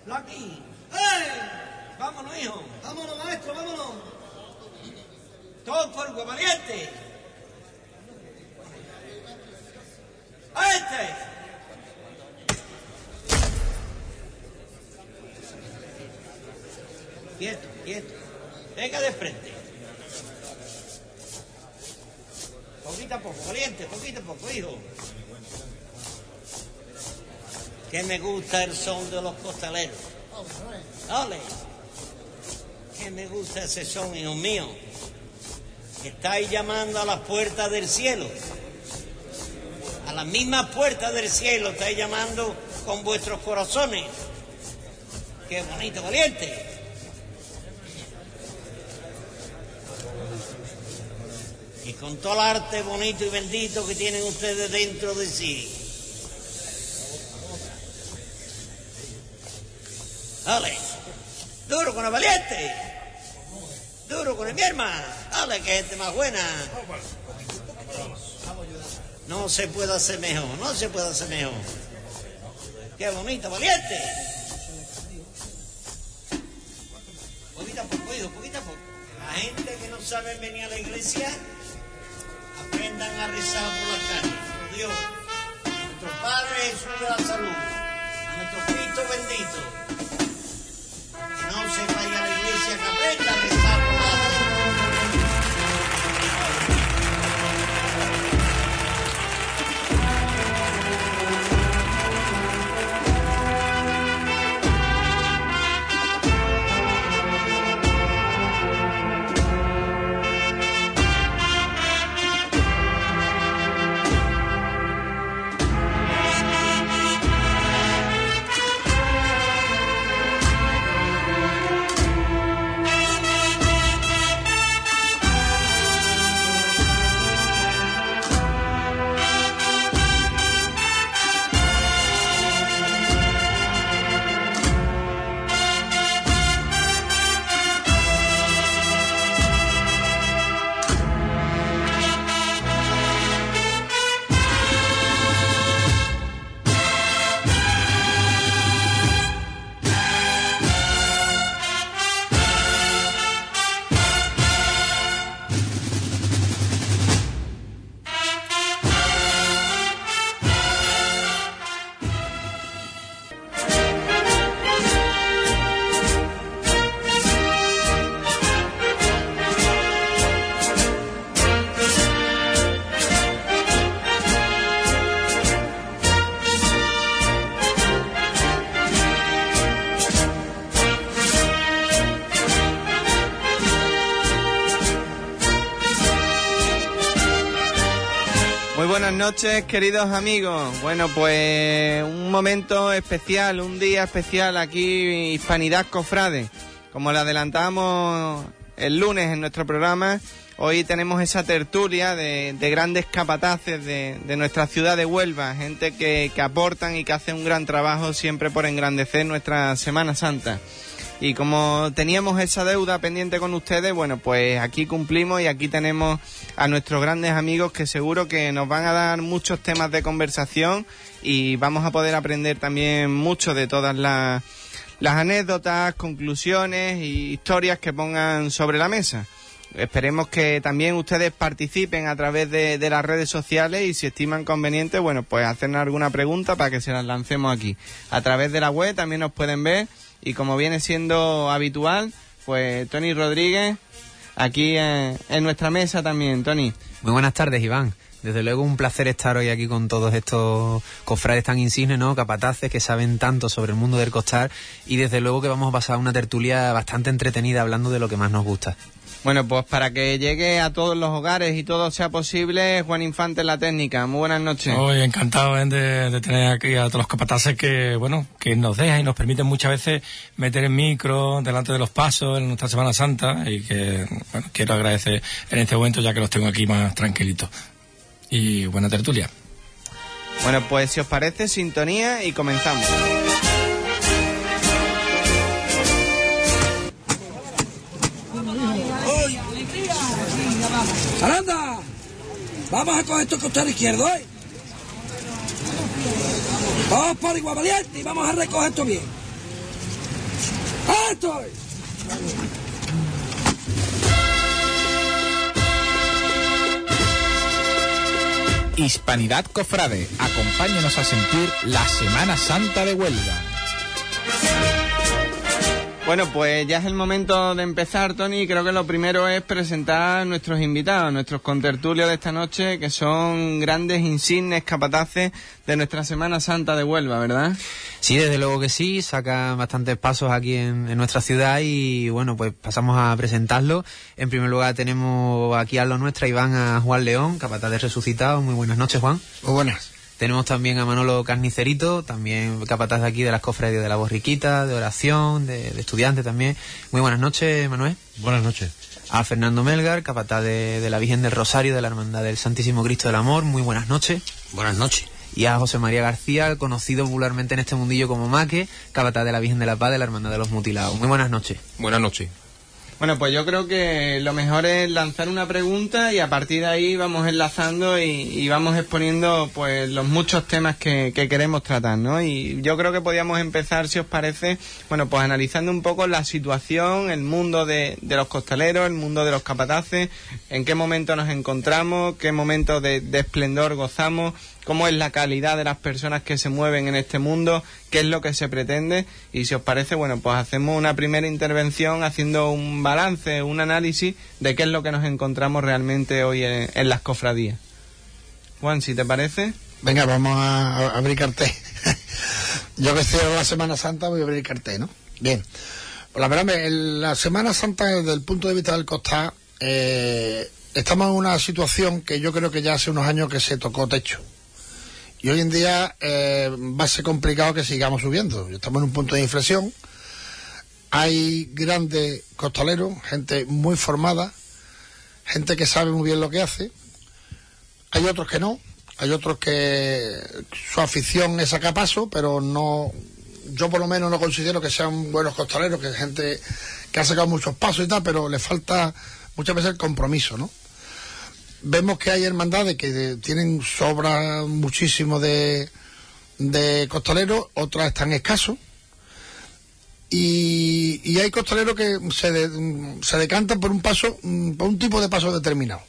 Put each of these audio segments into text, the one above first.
Lucky. ¡Hey! Vámonos, hijo. Vámonos, maestro, vámonos. Todos por Hugo Valiente. ¡A este! Quieto, quieto. Venga de frente. Poquito a poco, Valiente, poquito a poco, hijo. Que me gusta el son de los costaleros. ¡Ole! Que me gusta ese son, hijo mío. Estáis llamando a las puertas del cielo. A las mismas puertas del cielo estáis llamando con vuestros corazones. ¡Qué bonito, Valiente! Y con todo el arte bonito y bendito que tienen ustedes dentro de sí. ¡Ale! ¡Duro con el Valiente! ¡Duro con el mi hermano! ¡Ale, que gente más buena! No se puede hacer mejor, no se puede hacer mejor. ¡Qué bonito, Valiente! Poquito a poco, hijo, poquito a poco. La gente que no sabe venir a la iglesia, aprendan a rezar por las calles. Por Dios, a nuestro Padre Jesús de la salud, a nuestro Cristo bendito. Que no se vaya a la iglesia, que aprenda a rezar por la calle. Buenas noches, queridos amigos. Bueno, pues un momento especial, un día especial aquí, Hispanidad Cofrade. Como le adelantábamos el lunes en nuestro programa, hoy tenemos esa tertulia de grandes capataces de nuestra ciudad de Huelva, gente que aportan y que hacen un gran trabajo siempre por engrandecer nuestra Semana Santa. Y como teníamos esa deuda pendiente con ustedes, bueno, pues aquí cumplimos y aquí tenemos a nuestros grandes amigos que seguro que nos van a dar muchos temas de conversación y vamos a poder aprender también mucho de todas las anécdotas, conclusiones y historias que pongan sobre la mesa. Esperemos que también ustedes participen a través de las redes sociales y si estiman conveniente, bueno, pues hacernos alguna pregunta para que se las lancemos aquí. A través de la web también nos pueden ver. Y como viene siendo habitual, pues Tony Rodríguez, aquí en nuestra mesa también. Tony. Muy buenas tardes, Iván. Desde luego un placer estar hoy aquí con todos estos cofrades tan insignes, ¿no? Capataces que saben tanto sobre el mundo del costar y desde luego que vamos a pasar una tertulia bastante entretenida hablando de lo que más nos gusta. Bueno, pues para que llegue a todos los hogares y todo sea posible, Juan Infante en la técnica. Muy buenas noches. Hoy encantado de tener aquí a todos los capataces que, bueno, que nos dejan y nos permiten muchas veces meter el micro delante de los pasos en nuestra Semana Santa y que, bueno, quiero agradecer en este momento ya que los tengo aquí más tranquilitos. Y buena tertulia. Bueno, pues si os parece, sintonía y comenzamos. ¡Aranda! Vamos a coger esto costado izquierdo, ¿eh? Vamos por igual, Valiente, y vamos a recoger esto bien. ¡Estoy! Hispanidad Cofrade, acompáñenos a sentir la Semana Santa de Huelva. Bueno, pues ya es el momento de empezar, Tony. Creo que lo primero es presentar a nuestros invitados, nuestros contertulios de esta noche, que son grandes insignes capataces de nuestra Semana Santa de Huelva, ¿verdad? Sí, desde luego que sí, sacan bastantes pasos aquí en nuestra ciudad y bueno, pues pasamos a presentarlo. En primer lugar tenemos aquí a lo nuestra Iván a Juan León, capataz de Resucitado. Muy buenas noches, Juan. Muy buenas. Tenemos también a Manolo Carnicerito, también capataz de aquí de las cofradías de la Borriquita, de oración, de estudiantes también. Muy buenas noches, Manuel. Buenas noches. A Fernando Melgar, capataz de la Virgen del Rosario de la Hermandad del Santísimo Cristo del Amor. Muy buenas noches. Buenas noches. Y a José María García, conocido popularmente en este mundillo como Maque, capataz de la Virgen de la Paz de la Hermandad de los Mutilados. Muy buenas noches. Buenas noches. Bueno, pues yo creo que lo mejor es lanzar una pregunta y a partir de ahí vamos enlazando y vamos exponiendo pues los muchos temas que queremos tratar, ¿no? Y yo creo que podíamos empezar, si os parece, bueno, pues analizando un poco la situación, el mundo de los costaleros, el mundo de los capataces, en qué momento nos encontramos, qué momento de esplendor gozamos, cómo es la calidad de las personas que se mueven en este mundo, qué es lo que se pretende, y si os parece, bueno, pues hacemos una primera intervención haciendo un balance, un análisis de qué es lo que nos encontramos realmente hoy en las cofradías. Juan, si te parece. Venga, vamos a abrir cartel. Yo que estoy en la Semana Santa voy a abrir cartel, ¿no? Bien. Pues la verdad, la Semana Santa, desde el punto de vista del costal, estamos en una situación que yo creo que ya hace unos años que se tocó techo. Y hoy en día va a ser complicado que sigamos subiendo. Estamos en un punto de inflexión. Hay grandes costaleros, gente muy formada, gente que sabe muy bien lo que hace. Hay otros que no. Hay otros que su afición es sacar paso, pero no. Yo por lo menos no considero que sean buenos costaleros, que hay gente que ha sacado muchos pasos y tal, pero le falta muchas veces el compromiso, ¿no? Vemos que hay hermandades que tienen sobra muchísimo de costaleros, otras están escasos, y hay costaleros que se decantan por por un tipo de paso determinado.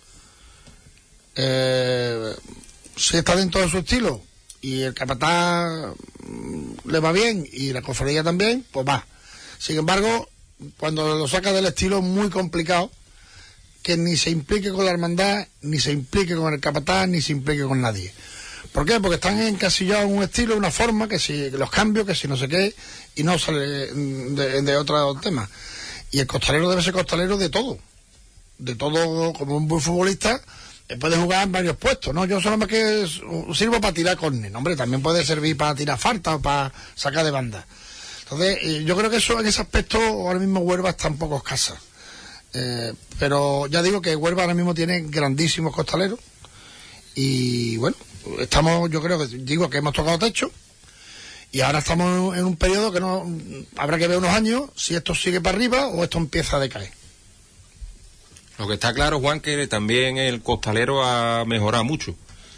Si está dentro de su estilo y el capataz le va bien y la cofradía también, pues va. Sin embargo, cuando lo saca del estilo es muy complicado que ni se implique con la hermandad, ni se implique con el capataz, ni se implique con nadie. ¿Por qué? Porque están encasillados en un estilo, una forma, que si los cambios, que si no sé qué, y no sale de otro tema. Y el costalero debe ser costalero de todo, como un buen futbolista, puede jugar en varios puestos, ¿no? Yo solamente sirvo para tirar córner, hombre, también puede servir para tirar falta o para sacar de banda. Entonces, yo creo que eso, en ese aspecto, ahora mismo Huelva está un poco escasa. Pero ya digo que Huelva ahora mismo tiene grandísimos costaleros y bueno, yo creo que hemos tocado techo y ahora estamos en un periodo que no habrá que ver unos años si esto sigue para arriba o esto empieza a decaer. Lo que está claro, Juan, que también el costalero ha mejorado mucho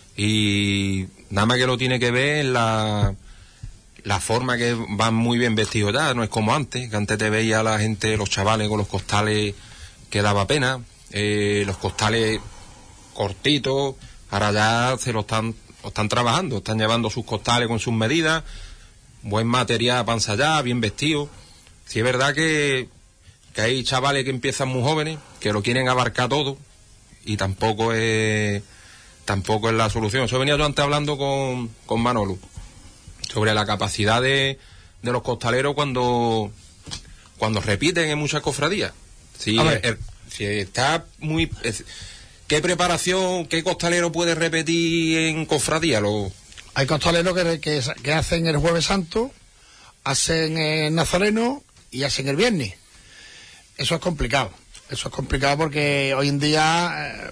y nada más que lo tiene que ver en la forma que van muy bien vestidos ya, no es como antes, que antes te veía la gente, los chavales con los costales que daba pena, los costales cortitos, ahora ya se lo están trabajando, están llevando sus costales con sus medidas, buen material para ensayar, bien vestido. Sí es verdad que hay chavales que empiezan muy jóvenes, que lo quieren abarcar todo, y tampoco es la solución. Eso venía yo antes hablando con Manolo, sobre la capacidad de los costaleros cuando repiten en muchas cofradías. Sí, si está muy... ¿Qué preparación, qué costalero puede repetir en cofradía? Hay costaleros que hacen el Jueves Santo, hacen el Nazareno y hacen el Viernes. Eso es complicado porque hoy en día,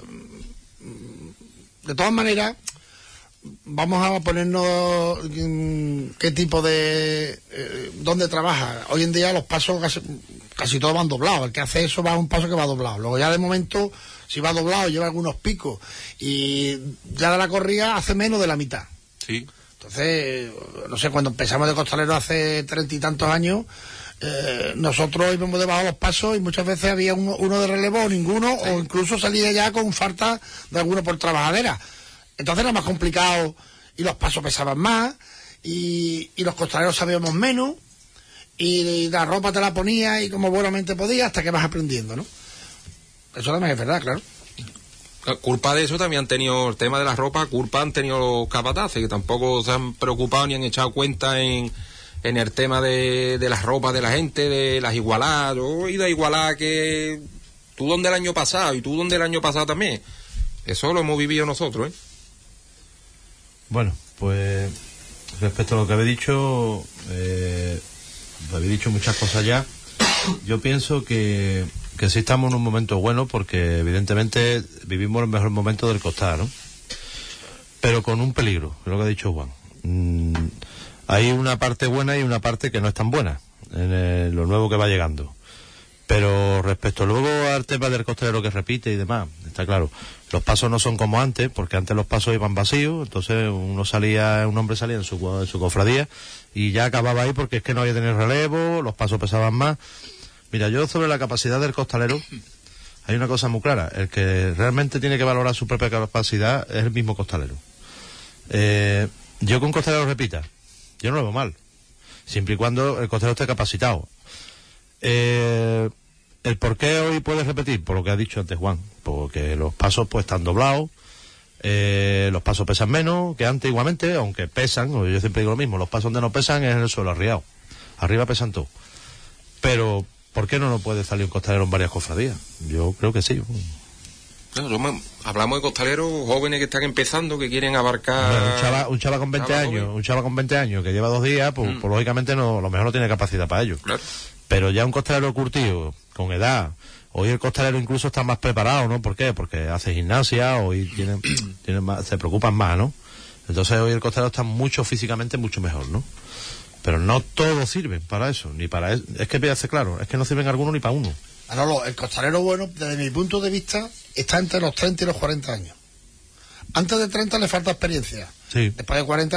de todas maneras, vamos a ponernos qué tipo de... dónde trabaja. Hoy en día los pasos casi todos van doblados. El que hace eso va a un paso que va doblado. Luego ya de momento, si va doblado, lleva algunos picos y ya de la corrida hace menos de la mitad. Sí. Entonces, no sé, cuando empezamos de costalero hace 30 y tantos años, nosotros íbamos debajo de los pasos y muchas veces había uno de relevo o ninguno, o incluso salía ya con falta de alguno por trabajadera. Entonces era más complicado y los pasos pesaban más y los costaleros sabíamos menos y la ropa te la ponías y como buenamente podías hasta que vas aprendiendo, ¿no? Eso también es verdad, claro. Culpa de eso también han tenido el tema de la ropa, culpa han tenido los capataces, que tampoco se han preocupado ni han echado cuenta en el tema de las ropas de la gente, de las igualadas. Yo he ido a igualar que tú donde el año pasado y tú donde el año pasado también. Eso lo hemos vivido nosotros, ¿eh? Bueno, pues respecto a lo que habéis dicho, habéis dicho muchas cosas ya. Yo pienso que sí estamos en un momento bueno, porque evidentemente vivimos el mejor momento del costal, ¿no? Pero con un peligro, es lo que ha dicho Juan. Hay una parte buena y una parte que no es tan buena en lo nuevo que va llegando. Pero respecto luego al tema del costalero que repite y demás, está claro, los pasos no son como antes, porque antes los pasos iban vacíos, entonces un hombre salía en su cofradía y ya acababa ahí porque es que no había tenido relevo, los pasos pesaban más. Mira, yo sobre la capacidad del costalero, hay una cosa muy clara, el que realmente tiene que valorar su propia capacidad es el mismo costalero. Yo que un costalero repita, yo no lo veo mal, siempre y cuando el costalero esté capacitado. ¿El por qué hoy puede repetir? Por lo que ha dicho antes Juan, porque los pasos pues están doblados, los pasos pesan menos que antes igualmente, aunque pesan, yo siempre digo lo mismo, los pasos donde no pesan es en el suelo arriado, arriba pesan todo. Pero ¿por qué no puede salir un costalero en varias cofradías? Yo creo que sí. Claro, hablamos de costaleros jóvenes que están empezando, que quieren abarcar... Un chaval con 20 años que lleva 2 días, pues lógicamente no, a lo mejor no tiene capacidad para ello. Claro. Pero ya un costalero curtido, con edad, hoy el costalero incluso está más preparado, ¿no? ¿Por qué? Porque hace gimnasia, hoy tienen más, se preocupan más, ¿no? Entonces hoy el costalero está físicamente mucho mejor, ¿no? Pero no todos sirven para eso, ni para eso. Es que voy a hacer claro, es que no sirven algunos ni para uno. Manolo, el costalero bueno, desde mi punto de vista, está entre los 30 y los 40 años. Antes de 30 le falta experiencia. Sí. Después de 40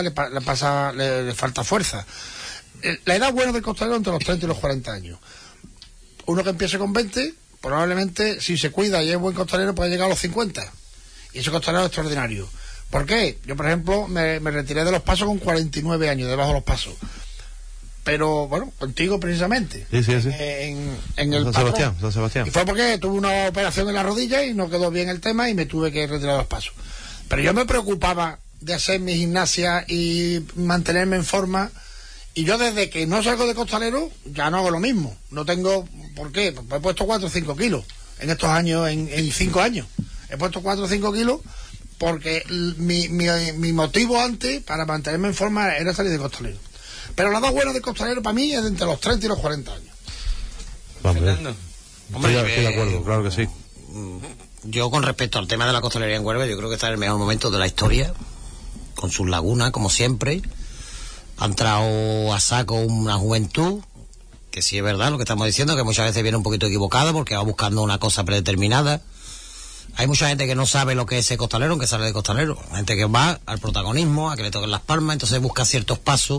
le falta fuerza. La edad buena del costalero entre los 30 y los 40 años. Uno que empiece con 20, probablemente, si se cuida y es buen costalero, puede llegar a los 50. Y ese costalero es extraordinario. ¿Por qué? Yo, por ejemplo, me retiré de los pasos con 49 años, debajo de los pasos. Pero, bueno, contigo precisamente. Sí. En el San Sebastián. Y fue porque tuve una operación en la rodilla y no quedó bien el tema y me tuve que retirar de los pasos. Pero yo me preocupaba de hacer mi gimnasia y mantenerme en forma. Y yo desde que no salgo de costalero, ya no hago lo mismo. No tengo... ¿Por qué? Pues he puesto 4 o 5 kilos en estos años, en 5 años. He puesto 4 o 5 kilos porque mi motivo antes para mantenerme en forma era salir de costalero. Pero la edad buena de costalero para mí es de entre los 30 y los 40 años. Fernando. Estoy de acuerdo, claro que sí. Yo con respecto al tema de la costalería en Huelva, yo creo que está en el mejor momento de la historia, con sus lagunas, como siempre. Ha entrado a saco una juventud, que sí es verdad lo que estamos diciendo, que muchas veces viene un poquito equivocada porque va buscando una cosa predeterminada. Hay mucha gente que no sabe lo que es ese costalero, aunque sale de costalero. Gente que va al protagonismo, a que le toquen las palmas, entonces busca ciertos pasos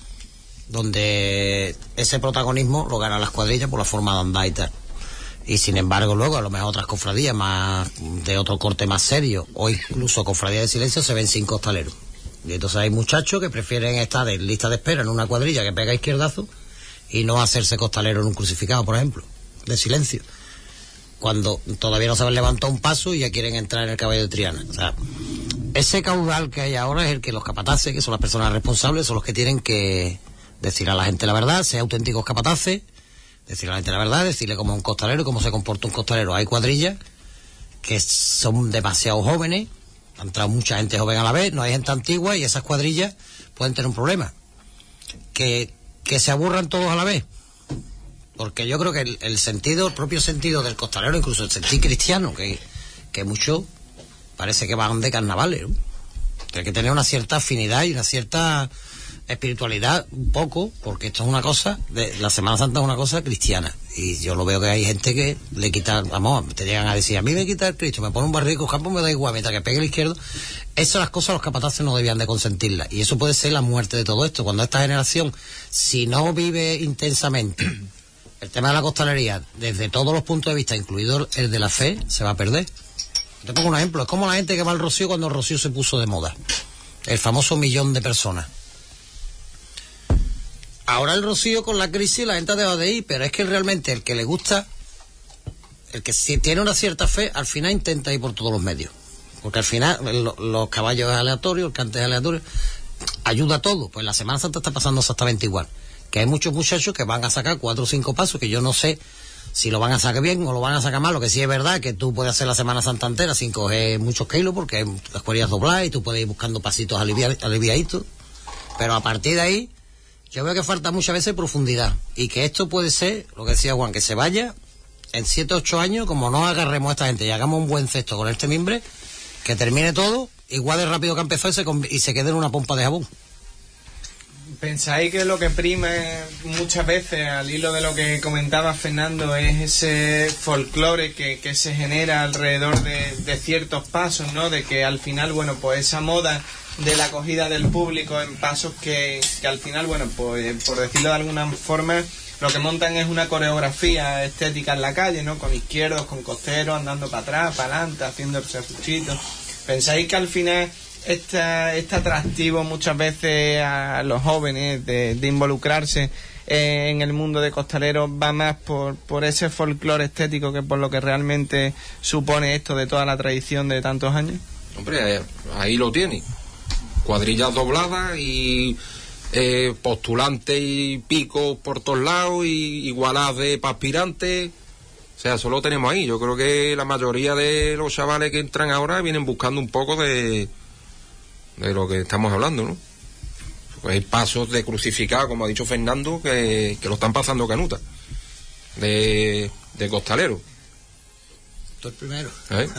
donde ese protagonismo lo ganan las cuadrillas por la forma de andar y tal. Y sin embargo luego a lo mejor otras cofradías más de otro corte más serio, o incluso cofradías de silencio, se ven sin costaleros. Y entonces hay muchachos que prefieren estar en lista de espera en una cuadrilla que pega izquierdazo y no hacerse costalero en un crucificado, por ejemplo, de silencio, cuando todavía no se han levantado un paso y ya quieren entrar en el caballo de Triana. O sea, ese caudal que hay ahora es el que los capataces, que son las personas responsables, son los que tienen que decir a la gente la verdad, ser auténticos capataces, decir a la gente la verdad, decirle cómo es un costalero, cómo se comporta un costalero. Hay cuadrillas que son demasiado jóvenes, ha entrado mucha gente joven a la vez, no hay gente antigua y esas cuadrillas pueden tener un problema. Que se aburran todos a la vez. Porque yo creo que el propio sentido del costalero, incluso el sentido cristiano, que muchos parece que van de carnavales, ¿no? Hay que tener una cierta afinidad y una cierta espiritualidad, un poco, porque esto es una cosa, la Semana Santa es una cosa cristiana. Y yo lo veo que hay gente que le quita, vamos, te llegan a decir, a mí me quita el Cristo, me pone un barril con campo, me da igual, mientras que pegue el izquierdo. Esas las cosas los capataces no debían de consentirlas, y eso puede ser la muerte de todo esto, cuando esta generación, si no vive intensamente el tema de la costalería desde todos los puntos de vista, incluido el de la fe, se va a perder. Te pongo un ejemplo, es como la gente que va al Rocío cuando el Rocío se puso de moda, el famoso 1 millón de personas. Ahora el Rocío, con la crisis, la gente ha dejado de ir, pero es que realmente el que le gusta, el que si tiene una cierta fe, al final intenta ir por todos los medios. Porque al final los caballos es aleatorio, el cante es aleatorio, ayuda a todo. Pues la Semana Santa está pasando exactamente igual. Que hay muchos muchachos que van a sacar 4 o 5 pasos, que yo no sé si lo van a sacar bien o lo van a sacar mal. Lo que sí es verdad que tú puedes hacer la Semana Santa entera sin coger muchos kilos, porque las cuerillas dobladas y tú puedes ir buscando pasitos aliviaditos. Pero a partir de ahí, yo veo que falta muchas veces profundidad. Y que esto puede ser, lo que decía Juan, que se vaya en 7 o 8 años, como no agarremos a esta gente y hagamos un buen cesto con este mimbre, que termine todo igual de rápido que empezó y se quede en una pompa de jabón. ¿Pensáis que lo que prima muchas veces, al hilo de lo que comentaba Fernando, es ese folclore que se genera alrededor de ciertos pasos, ¿no? De que al final, bueno, pues esa moda de la acogida del público en pasos que al final, bueno, pues por decirlo de alguna forma, lo que montan es una coreografía estética en la calle, ¿no? Con izquierdos, con costeros, andando para atrás, para adelante, haciendo el serruchito. ¿Pensáis que al final este atractivo muchas veces a los jóvenes de involucrarse en el mundo de costaleros va más por ese folclore estético que por lo que realmente supone esto de toda la tradición de tantos años? Hombre, ahí lo tiene. Cuadrillas dobladas y postulantes y picos por todos lados y igualadas de aspirantes. O sea, eso lo tenemos ahí. Yo creo que la mayoría de los chavales que entran ahora vienen buscando un poco de lo que estamos hablando, ¿no? Pues hay pasos de crucificado, como ha dicho Fernando, que lo están pasando canuta. De costalero. Tú el primero.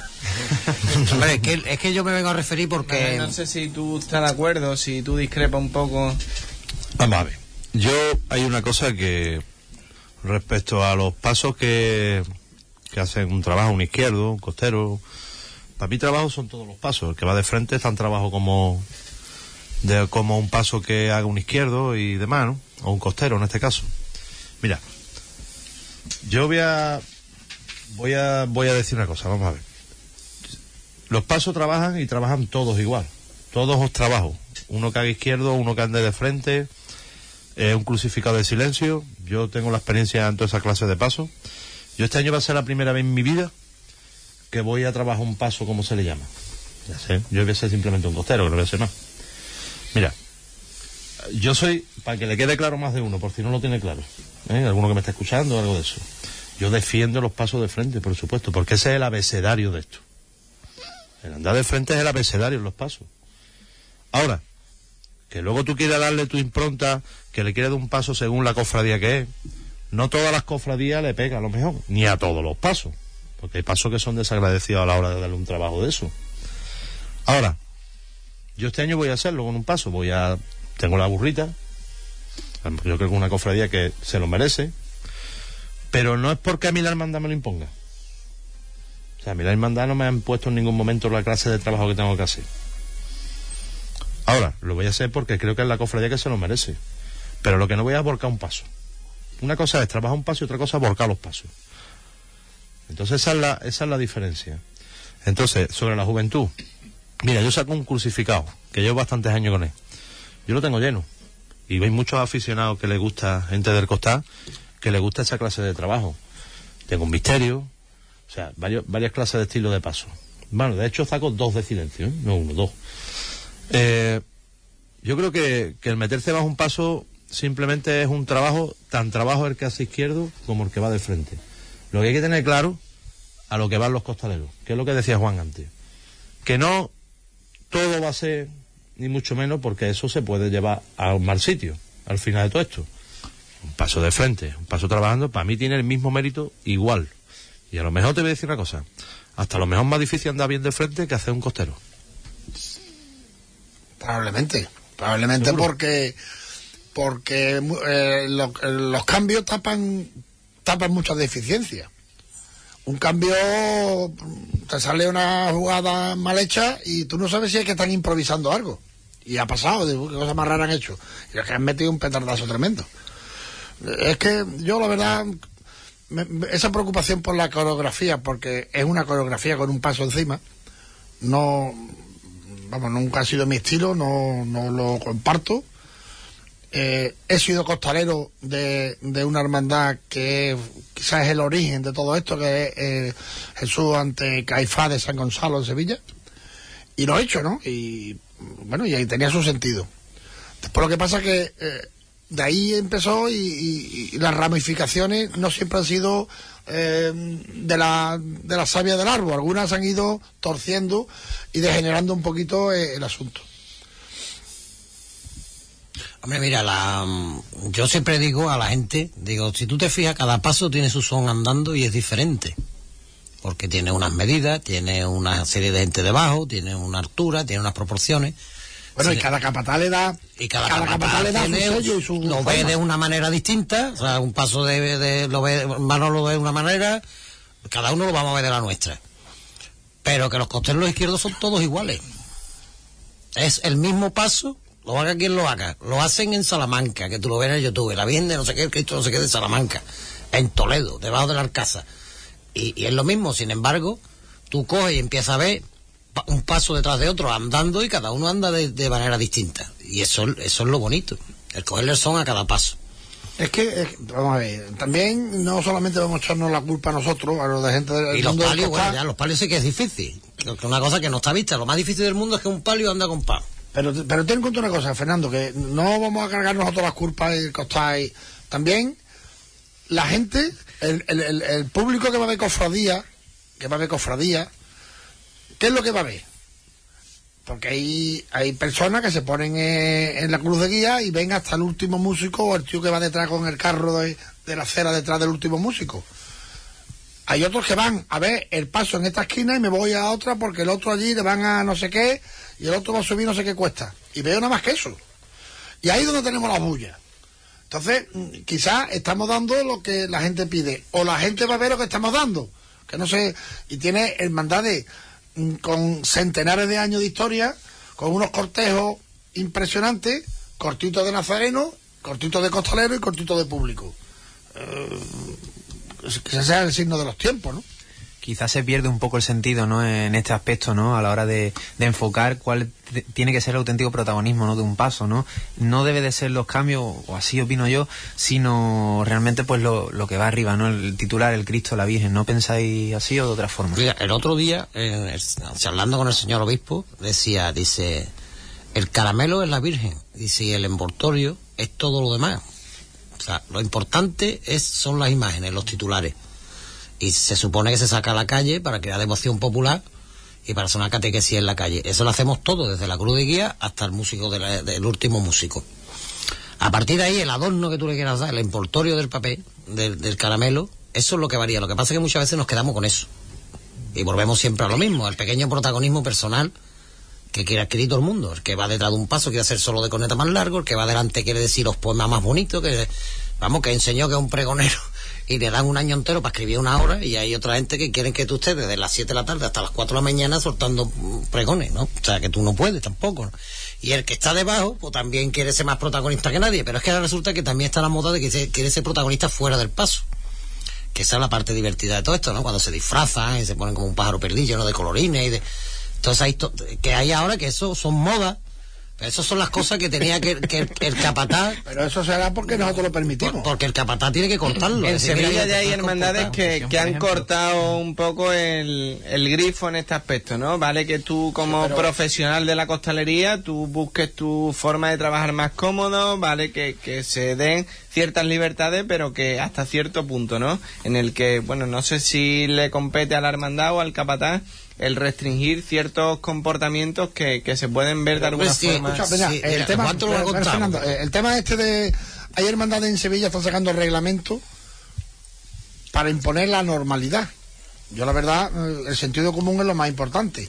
Hombre, es que yo me vengo a referir porque... No sé si tú estás de acuerdo, si tú discrepas un poco. Vamos a ver. Hay una cosa que... Respecto a los pasos que hacen un trabajo, un izquierdo, un costero, para mí trabajo son todos los pasos. El que va de frente es tan trabajo como un paso que haga un izquierdo y demás, ¿no? O un costero en este caso. Mira, yo voy a decir una cosa, vamos a ver. Los pasos trabajan todos igual. Todos os trabajo. Uno que haga izquierdo, uno que ande de frente, un crucificado de silencio. Yo tengo la experiencia en toda esa clase de pasos. Yo este año va a ser la primera vez en mi vida que voy a trabajar un paso, como se le llama. Ya sé, yo voy a ser simplemente un costero, que no voy a ser más. Mira, yo soy, para que le quede claro más de uno, por si no lo tiene claro, alguno que me está escuchando o algo de eso, yo defiendo los pasos de frente, por supuesto, porque ese es el abecedario de esto. El andar de frente es el abecedario en los pasos. Ahora, que luego tú quieras darle tu impronta, que le quieras dar un paso según la cofradía que es, no todas las cofradías le pega a lo mejor, ni a todos los pasos, porque hay pasos que son desagradecidos a la hora de darle un trabajo de eso. Ahora, yo este año voy a hacerlo con un paso, tengo la burrita, yo creo que una cofradía que se lo merece, pero no es porque a mí la hermandad me lo imponga. O sea, a mí la hermandad no me han puesto en ningún momento la clase de trabajo que tengo que hacer. Ahora, lo voy a hacer porque creo que es la cofradía que se lo merece. Pero lo que no voy a es volcar un paso. Una cosa es trabajar un paso y otra cosa es volcar los pasos. Entonces esa es la diferencia. Entonces, sobre la juventud. Mira, yo saco un crucificado, que llevo bastantes años con él. Yo lo tengo lleno. Y veis muchos aficionados que les gusta, gente del costal, que les gusta esa clase de trabajo. Tengo un misterio, o sea, varias clases de estilo de paso. Bueno, de hecho saco 2 de silencio, no 1, 2. Yo creo que el meterse bajo un paso simplemente es un trabajo, tan trabajo el que hace izquierdo como el que va de frente. Lo que hay que tener claro a lo que van los costaleros, que es lo que decía Juan antes, que no todo va a ser, ni mucho menos, porque eso se puede llevar a un mal sitio al final de todo esto. Un paso de frente, un paso trabajando, para mí tiene el mismo mérito igual. Y a lo mejor te voy a decir una cosa, hasta a lo mejor más difícil andar bien de frente que hacer un costero. Probablemente porque los cambios tapan muchas deficiencias. un cambio, te sale una jugada mal hecha y tú no sabes si es que están improvisando algo. Y ha pasado, digo, qué cosa más rara han hecho. Y es que han metido un petardazo tremendo. Es que yo, la verdad, esa preocupación por la coreografía, porque es una coreografía con un paso encima, no, vamos, nunca ha sido mi estilo, no lo comparto. He sido costalero de una hermandad que quizás es el origen de todo esto, que es Jesús ante Caifás de San Gonzalo en Sevilla, y lo he hecho, ¿no? Y bueno, y ahí tenía su sentido. Después lo que pasa es que de ahí empezó y las ramificaciones no siempre han sido de la savia del árbol, algunas han ido torciendo y degenerando un poquito el asunto. Hombre, mira, yo siempre digo a la gente, digo, si tú te fijas, cada paso tiene su son andando y es diferente. Porque tiene unas medidas, tiene una serie de gente debajo, tiene una altura, tiene unas proporciones. Bueno, y cada capataz le da... Y cada capataz le da su sello y su... Lo ve de una manera distinta, o sea, un paso lo ve, Manolo lo ve de una manera, cada uno lo vamos a ver de la nuestra. Pero que los costeros izquierdos son todos iguales. Es el mismo paso... Lo haga quien lo haga. Lo hacen en Salamanca, que tú lo ves en YouTube, la Virgen de no sé qué, el Cristo no sé qué de Salamanca, en Toledo, debajo de la Alcázar. Y es lo mismo, sin embargo, tú coges y empiezas a ver un paso detrás de otro andando y cada uno anda de manera distinta. Y eso es lo bonito, el cogerle el son a cada paso. Es que, vamos a ver, también no solamente vamos a echarnos la culpa a nosotros, a los de gente del y mundo los palios, del costal. bueno, ya los palios sí que es difícil, que una cosa que no está vista. Lo más difícil del mundo es que un palio anda con palo. Pero ten en cuenta una cosa, Fernando, que no vamos a cargar nosotros las culpas y costáis. También la gente, el público que va a ver cofradía, ¿qué es lo que va a ver? Porque hay personas que se ponen en la cruz de guía y ven hasta el último músico o el tío que va detrás con el carro de la acera detrás del último músico. Hay otros que van a ver el paso en esta esquina y me voy a otra porque el otro allí le van a no sé qué y el otro va a subir no sé qué cuesta. Y veo nada más que eso. Y ahí es donde tenemos las bullas. Entonces, quizás estamos dando lo que la gente pide. O la gente va a ver lo que estamos dando. Que no sé. Y tiene hermandades con centenares de años de historia, con unos cortejos impresionantes, cortitos de nazareno, cortitos de costalero y cortitos de público. Quizás sea el signo de los tiempos, ¿no? Quizás se pierde un poco el sentido, ¿no?, en este aspecto, ¿no?, a la hora de enfocar cuál tiene que ser el auténtico protagonismo, ¿no?, de un paso, ¿no? No debe de ser los cambios, o así opino yo, sino realmente pues lo que va arriba, ¿no?, el titular, el Cristo, la Virgen. ¿No pensáis así o de otra forma? Mira, el otro día, charlando con el señor obispo, dice, el caramelo es la Virgen, dice, y el envoltorio es todo lo demás. O sea, lo importante son las imágenes, los titulares. Y se supone que se saca a la calle para crear devoción popular y para hacer una catequesis en la calle. Eso lo hacemos todo, desde la cruz de guía hasta el músico del último músico. A partir de ahí, el adorno que tú le quieras dar, el envoltorio del papel, del caramelo, eso es lo que varía. Lo que pasa es que muchas veces nos quedamos con eso. Y volvemos siempre a lo mismo, el pequeño protagonismo personal que quiere adquirir todo el mundo. El que va detrás de un paso quiere hacer solo de corneta más largo, el que va adelante quiere decir los poemas más bonitos, que enseñó que es un pregonero y le dan un año entero para escribir una hora, y hay otra gente que quieren que tú estés desde las 7 de la tarde hasta las 4 de la mañana soltando pregones, ¿no? O sea, que tú no puedes tampoco, ¿no? Y el que está debajo, pues también quiere ser más protagonista que nadie, pero es que ahora resulta que también está la moda de que quiere ser protagonista fuera del paso. Que esa es la parte divertida de todo esto, ¿no? Cuando se disfrazan y se ponen como un pájaro perdido lleno de colorines y de... Entonces que hay ahora que eso son modas. Esas son las cosas que tenía que el capataz... Pero eso será porque nosotros lo permitimos. Porque el capataz tiene que cortarlo. En Sevilla ya hay hermandades que han cortado un poco el grifo en este aspecto, ¿no? Vale que tú como profesional de la costalería, tú busques tu forma de trabajar más cómodo, vale que se den ciertas libertades, pero que hasta cierto punto, ¿no? En el que, bueno, no sé si le compete a la hermandad o al capataz el restringir ciertos comportamientos que se pueden ver de alguna forma. Escucha, el tema, Fernando, el tema hay hermandades en Sevilla están sacando el reglamento para imponer la normalidad. Yo la verdad, el sentido común es lo más importante.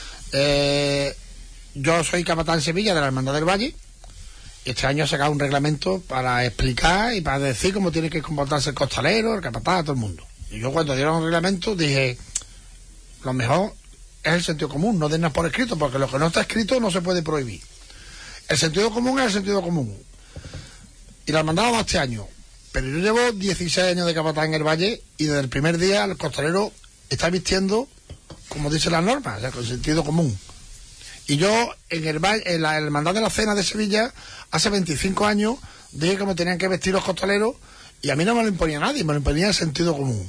Yo soy capataz en Sevilla de la Hermandad del Valle, y este año he sacado un reglamento para explicar y para decir cómo tiene que comportarse el costalero, el capataz, todo el mundo. Y yo cuando dieron el reglamento dije, lo mejor es el sentido común, no den nada por escrito, porque lo que no está escrito no se puede prohibir. El sentido común es el sentido común. Y la hermandad va este año. Pero yo llevo 16 años de capataz en el Valle y desde el primer día el costalero está vistiendo como dicen las normas, o sea, con sentido común. Y yo en la hermandad de la Cena de Sevilla, hace 25 años, dije que me tenían que vestir los costaleros y a mí no me lo imponía nadie, me lo imponía el sentido común.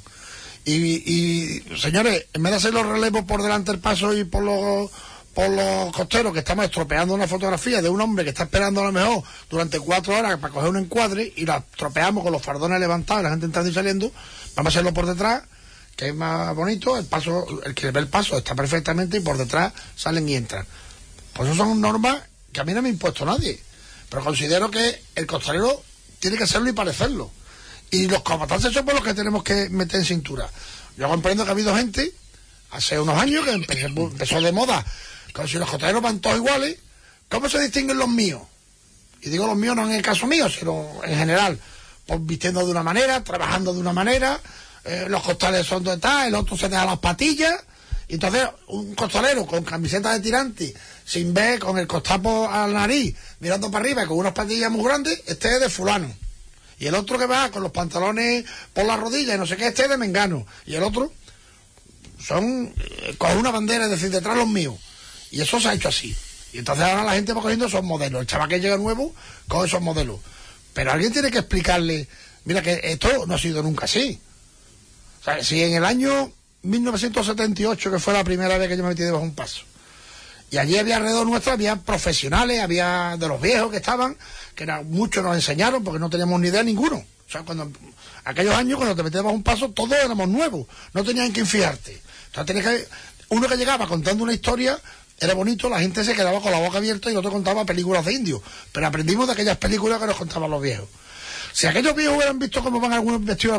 Y señores, en vez de hacer los relevos por delante del paso y por los costeros, que estamos estropeando una fotografía de un hombre que está esperando a lo mejor durante 4 horas para coger un encuadre y la estropeamos con los fardones levantados, la gente entrando y saliendo, vamos a hacerlo por detrás, que es más bonito, el que ve el paso está perfectamente y por detrás salen y entran. Pues eso son normas que a mí no me ha impuesto nadie, pero considero que el costalero tiene que serlo y parecerlo. Y los capataces son por los que tenemos que meter en cintura. Yo comprendo que ha habido gente, hace unos años, que empezó de moda, como si los costaleros van todos iguales, ¿cómo se distinguen los míos? Y digo los míos no en el caso mío, sino en general, pues vistiendo de una manera, trabajando de una manera, los costales son de tal, el otro se deja las patillas, y entonces un costalero con camiseta de tirante, sin ver, con el costapo a la nariz, mirando para arriba y con unas patillas muy grandes, este es de fulano. Y el otro que va con los pantalones por las rodillas y no sé qué, este es de mengano. Y el otro son con una bandera, es decir, detrás los míos. Y eso se ha hecho así. Y entonces ahora la gente va cogiendo esos modelos. El chaval que llega nuevo coge esos modelos. Pero alguien tiene que explicarle, mira que esto no ha sido nunca así. O sea, si en el año 1978, que fue la primera vez que yo me metí debajo de un paso, y allí había alrededor nuestro, había profesionales, había de los viejos que estaban, que muchos nos enseñaron porque no teníamos ni idea ninguno. O sea, aquellos años cuando te metías bajo un paso, todos éramos nuevos, no tenían que fiarte. Entonces uno que llegaba contando una historia, era bonito, la gente se quedaba con la boca abierta y el otro contaba películas de indios, pero aprendimos de aquellas películas que nos contaban los viejos. Si aquellos viejos hubieran visto cómo van algunos vestidos,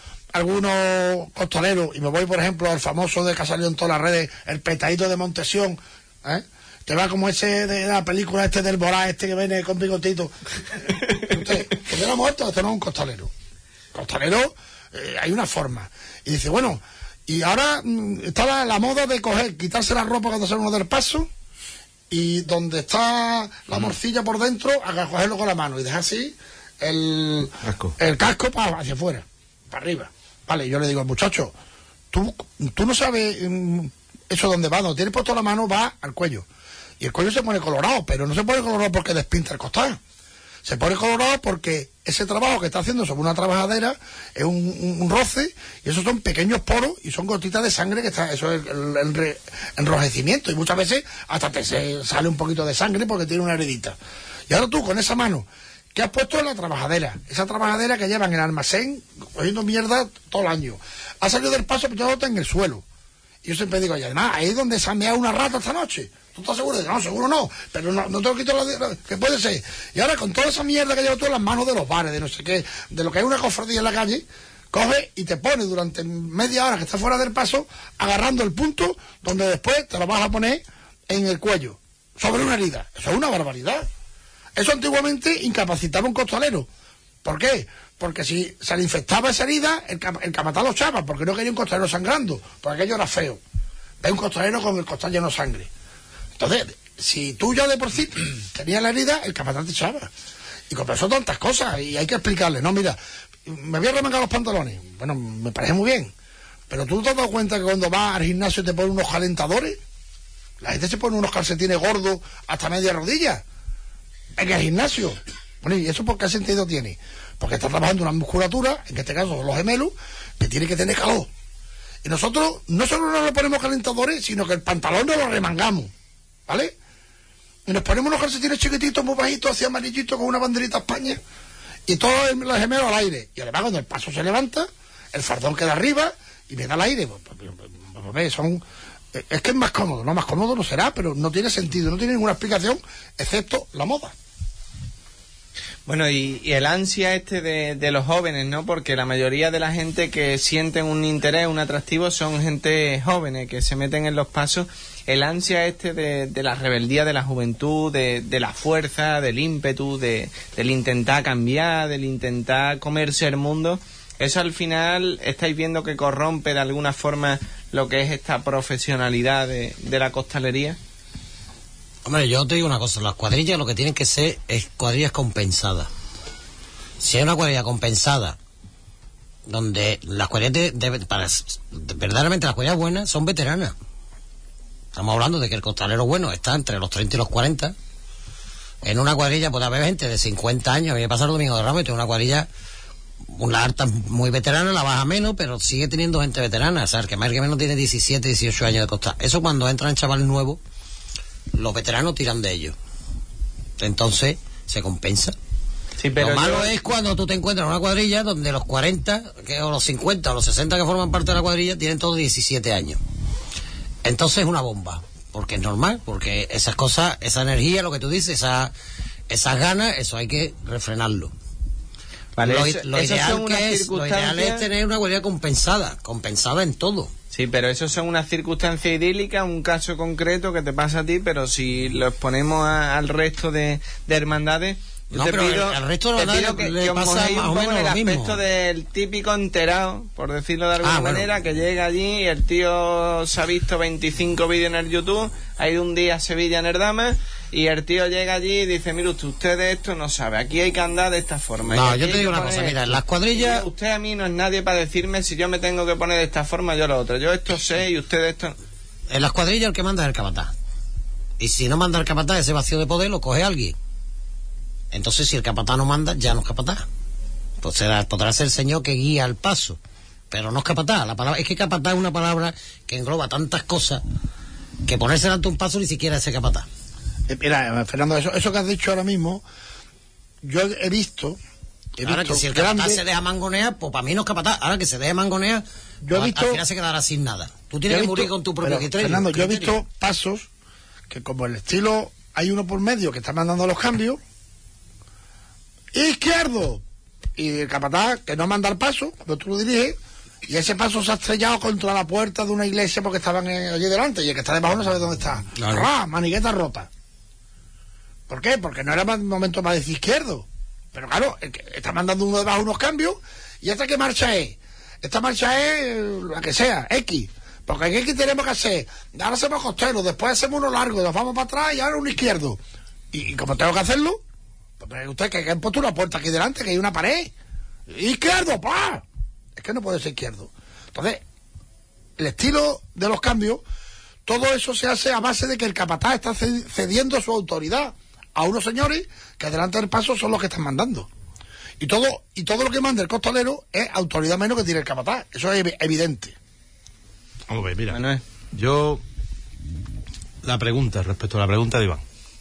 algunos costaleros, y me voy por ejemplo al famoso de que ha salido en todas las redes, el petadito de Montesión, que va como ese de la película del Borá, que viene con bigotito. Usted, que yo no muerto, esto no es un costalero. Costalero, hay una forma. Y dice, bueno, y ahora está la moda de quitarse la ropa cuando sale uno del paso, y donde está la morcilla por dentro, a cogerlo con la mano y dejar así el casco hacia afuera, para arriba. Vale, yo le digo al muchacho, tú no sabes eso dónde va, donde tienes puesto la mano va al cuello. Y el cuello se pone colorado, pero no se pone colorado porque despinta el costal. Se pone colorado porque ese trabajo que está haciendo sobre una trabajadera es un roce, y esos son pequeños poros y son gotitas de sangre, que está, eso es el enrojecimiento, y muchas veces hasta te sale un poquito de sangre porque tiene una heredita. Y ahora tú con esa mano que has puesto en la trabajadera, esa trabajadera que llevan en el almacén cogiendo mierda todo el año, ha salido del paso pillándote en el suelo. Y yo siempre digo, y además, ahí es donde se ha meado una rata esta noche. ¿Tú estás seguro? No, seguro no, pero no te lo quito que puede ser. Y ahora con toda esa mierda que llevas tú en las manos de los bares, de no sé qué, de lo que hay una cofradía en la calle, coge y te pone durante media hora que estás fuera del paso, agarrando el punto donde después te lo vas a poner en el cuello, sobre una herida. Eso es una barbaridad. Eso antiguamente incapacitaba a un costalero. ¿Por qué? Porque si se le infectaba esa herida, el capataz lo echaba, porque no quería un costalero sangrando, porque aquello era feo. Ve un costalero con el costal lleno de sangre. Entonces, si tú ya de por sí tenías la herida, el capataz te echaba. Y con eso tantas cosas, y hay que explicarle, no, mira, me voy a remangar los pantalones. Bueno, me parece muy bien, pero tú te has dado cuenta que cuando vas al gimnasio te ponen unos calentadores. La gente se pone unos calcetines gordos hasta media rodilla en el gimnasio. Bueno, ¿y eso por qué sentido tiene? Porque está trabajando una musculatura, en este caso los gemelos, que tiene que tener calor. Y nosotros no solo no le ponemos calentadores, sino que el pantalón no lo remangamos, ¿vale? Y nos ponemos unos calcetines chiquititos, muy bajitos, así amarillitos, con una banderita España, y todos los gemelos al aire. Y además cuando el paso se levanta, el fardón queda arriba y me da el aire. Es que es más cómodo, no más cómodo no será, pero no tiene sentido, no tiene ninguna explicación, excepto la moda. Bueno, y el ansia de los jóvenes, ¿no? Porque la mayoría de la gente que sienten un interés, un atractivo, son gente jóvenes que se meten en los pasos. El ansia de la rebeldía de la juventud, de la fuerza, del ímpetu, del intentar cambiar, del intentar comerse el mundo, Eso al final estáis viendo que corrompe de alguna forma lo que es esta profesionalidad de la costalería. Hombre, yo te digo una cosa, las cuadrillas lo que tienen que ser es cuadrillas compensadas. Si hay una cuadrilla compensada, donde las cuadrillas verdaderamente las cuadrillas buenas son veteranas. Estamos hablando de que el costalero bueno está entre los 30 y los 40. En una cuadrilla puede haber gente de 50 años. A mí me pasa el Domingo de Ramos y tengo una cuadrilla, la alta muy veterana, la baja menos, pero sigue teniendo gente veterana. O sea, el que más que menos tiene 17, 18 años de costal. Eso cuando entran chavales nuevos, los veteranos tiran de ellos. Entonces, se compensa. Sí, pero lo malo es cuando tú te encuentras en una cuadrilla donde los 40, o los 50 o los 60 que forman parte de la cuadrilla tienen todos 17 años. Entonces es una bomba, porque es normal, porque esas cosas, esa energía, lo que tú dices, esas ganas, eso hay que refrenarlo. Vale, lo ideal es tener una cuadrilla compensada en todo. Sí, pero eso son unas circunstancias idílicas, un caso concreto que te pasa a ti, pero si lo exponemos al resto de hermandades... No, pero el resto de los que le pasa más o menos el lo mismo. aspecto del típico enterado, por decirlo de alguna manera, que llega allí y el tío se ha visto 25 vídeos en el YouTube, ha ido un día a Sevilla en Erdama y el tío llega allí y dice, mire usted de esto no sabe, aquí hay que andar de esta forma. No, yo te digo una cosa, mira, en las cuadrillas... Usted a mí no es nadie para decirme si yo me tengo que poner de esta forma, yo lo otro. Yo esto sé y usted esto... En las cuadrillas el que manda es el capataz. Y si no manda el capataz, ese vacío de poder lo coge alguien. Entonces, si el capataz no manda, ya no es capataz. Pues podrá ser el señor que guía el paso, pero no es capataz. La palabra, es que capataz es una palabra que engloba tantas cosas que ponerse delante un paso ni siquiera es ser capataz. Mira, Fernando, eso que has dicho ahora mismo, yo he visto ahora que si el capataz se deja mangonear, pues para mí no es capataz. Ahora que se deja mangonear, al final se quedará sin nada. Tú tienes que morir con tu propio criterio. Fernando, yo he visto pasos que como el estilo, hay uno por medio que está mandando los cambios, izquierdo, y el capataz que no manda el paso cuando tú lo diriges, y ese paso se ha estrellado contra la puerta de una iglesia porque estaban allí delante y el que está debajo no sabe dónde está. Claro. Manigueta rota. ¿Por qué? Porque no era momento para decir izquierdo, pero claro, el que está mandando uno debajo unos cambios. ¿Y esta qué marcha es? Esta marcha es la que sea, X, porque en X tenemos que hacer, ahora hacemos costero, después hacemos uno largo, nos vamos para atrás y ahora uno izquierdo, y como tengo que hacerlo, pues usted que han puesto una puerta aquí delante, que hay una pared. ¡Izquierdo! ¡Pah! Es que no puede ser izquierdo. Entonces, el estilo de los cambios, todo eso se hace a base de que el capataz está cediendo su autoridad a unos señores que delante del paso son los que están mandando. Y todo lo que manda el costalero es autoridad menos que tiene el capataz. Eso es evidente. Vamos a ver, mira. Yo... respecto a la pregunta de Iván.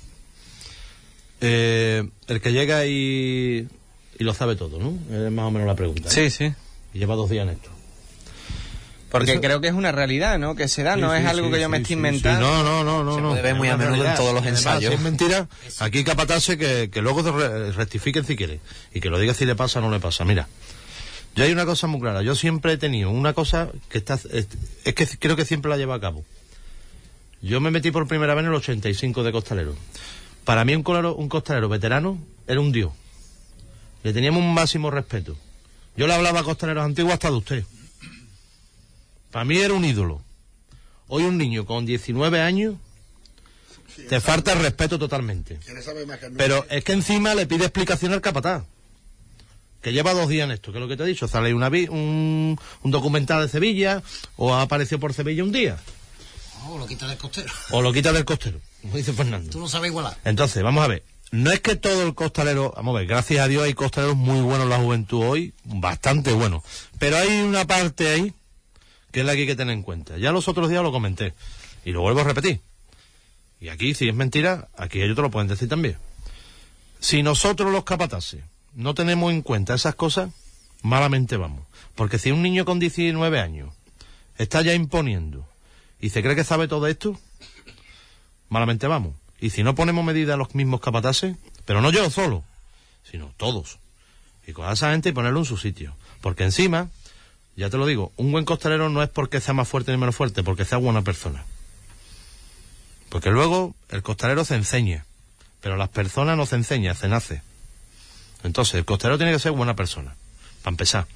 El que llega y lo sabe todo, ¿no? Es más o menos la pregunta. Sí, sí. Y lleva 2 días en esto. Porque eso... creo que es una realidad, ¿no? Que se da, no es algo que yo me esté inventando. No. Se puede ver muy a menudo en todos los ensayos. Si es mentira, aquí capataces que luego rectifiquen si quiere. Y que lo diga si le pasa o no le pasa. Mira, yo hay una cosa muy clara. Yo siempre he tenido una cosa que es que creo que siempre la llevo a cabo. Yo me metí por primera vez en el 85 de costalero. Para mí un costalero veterano era un dios. Le teníamos un máximo respeto. Yo le hablaba a costaleros antiguos hasta de usted. Para mí era un ídolo. Hoy un niño con 19 años te falta el respeto totalmente. Pero es que encima le pide explicación al capataz, que lleva 2 días en esto, que es lo que te he dicho. Sale un documental de Sevilla, o ha aparecido por Sevilla un día. O lo quita del costero. Como dice Fernando. Tú no sabes igualar. Entonces, vamos a ver. No es que todo el costalero... Vamos a ver, gracias a Dios hay costaleros muy buenos en la juventud hoy, bastante buenos. Pero hay una parte ahí que es la que hay que tener en cuenta. Ya los otros días lo comenté. Y lo vuelvo a repetir. Y aquí, si es mentira, aquí ellos te lo pueden decir también. Si nosotros los capataces no tenemos en cuenta esas cosas, malamente vamos. Porque si un niño con 19 años está ya imponiendo y se cree que sabe todo esto, malamente vamos. Y si no ponemos medidas a los mismos capataces, pero no yo solo, sino todos, y con esa gente y ponerlo en su sitio. Porque encima, ya te lo digo, un buen costalero no es porque sea más fuerte ni menos fuerte, porque sea buena persona. Porque luego el costalero se enseña, pero las personas no se enseñan, se nace. Entonces el costalero tiene que ser buena persona, para empezar.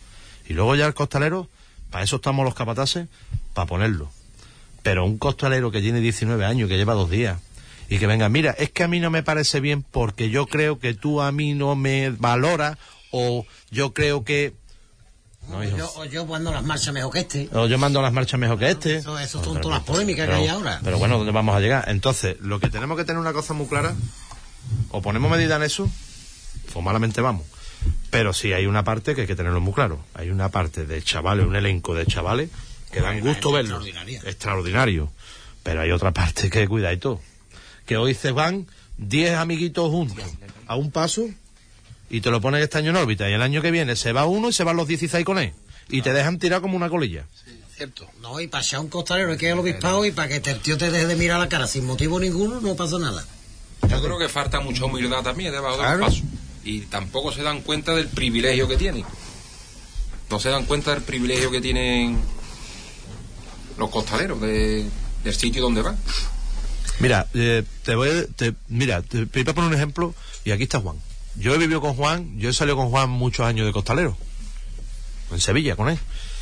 Y luego ya el costalero, para eso estamos los capataces, para ponerlo. Pero un costalero que tiene 19 años, que lleva 2 días, y que venga, mira, es que a mí no me parece bien porque yo creo que tú a mí no me valoras, o yo creo que... No, o yo mando las marchas mejor que este. O yo mando las marchas mejor que este. Eso son todas las polémicas que hay ahora. Pero bueno, ¿dónde vamos a llegar? Entonces, lo que tenemos que tener una cosa muy clara, o ponemos medida en eso, o malamente vamos. Pero sí hay una parte que hay que tenerlo muy claro. Hay una parte de chavales, un elenco de chavales que dan gusto verlo. Extraordinario. Pero hay otra parte que cuidadito. Que hoy se van 10 amiguitos juntos a un paso y te lo ponen este año en órbita. Y el año que viene se va uno y se van los 16 con él. Y te dejan tirar como una colilla. Sí, cierto. No, y para echar un costalero hay que ir al obispado y para que el tío te deje de mirar la cara sin motivo ninguno, no pasa nada. Yo creo que falta mucha humildad también debajo de los pasos. Y tampoco se dan cuenta del privilegio que tienen. No se dan cuenta del privilegio que tienen los costaleros del sitio donde van. Mira, te voy a poner un ejemplo, y aquí está Juan. Yo he vivido con Juan, yo he salido con Juan muchos años de costalero, en Sevilla con él.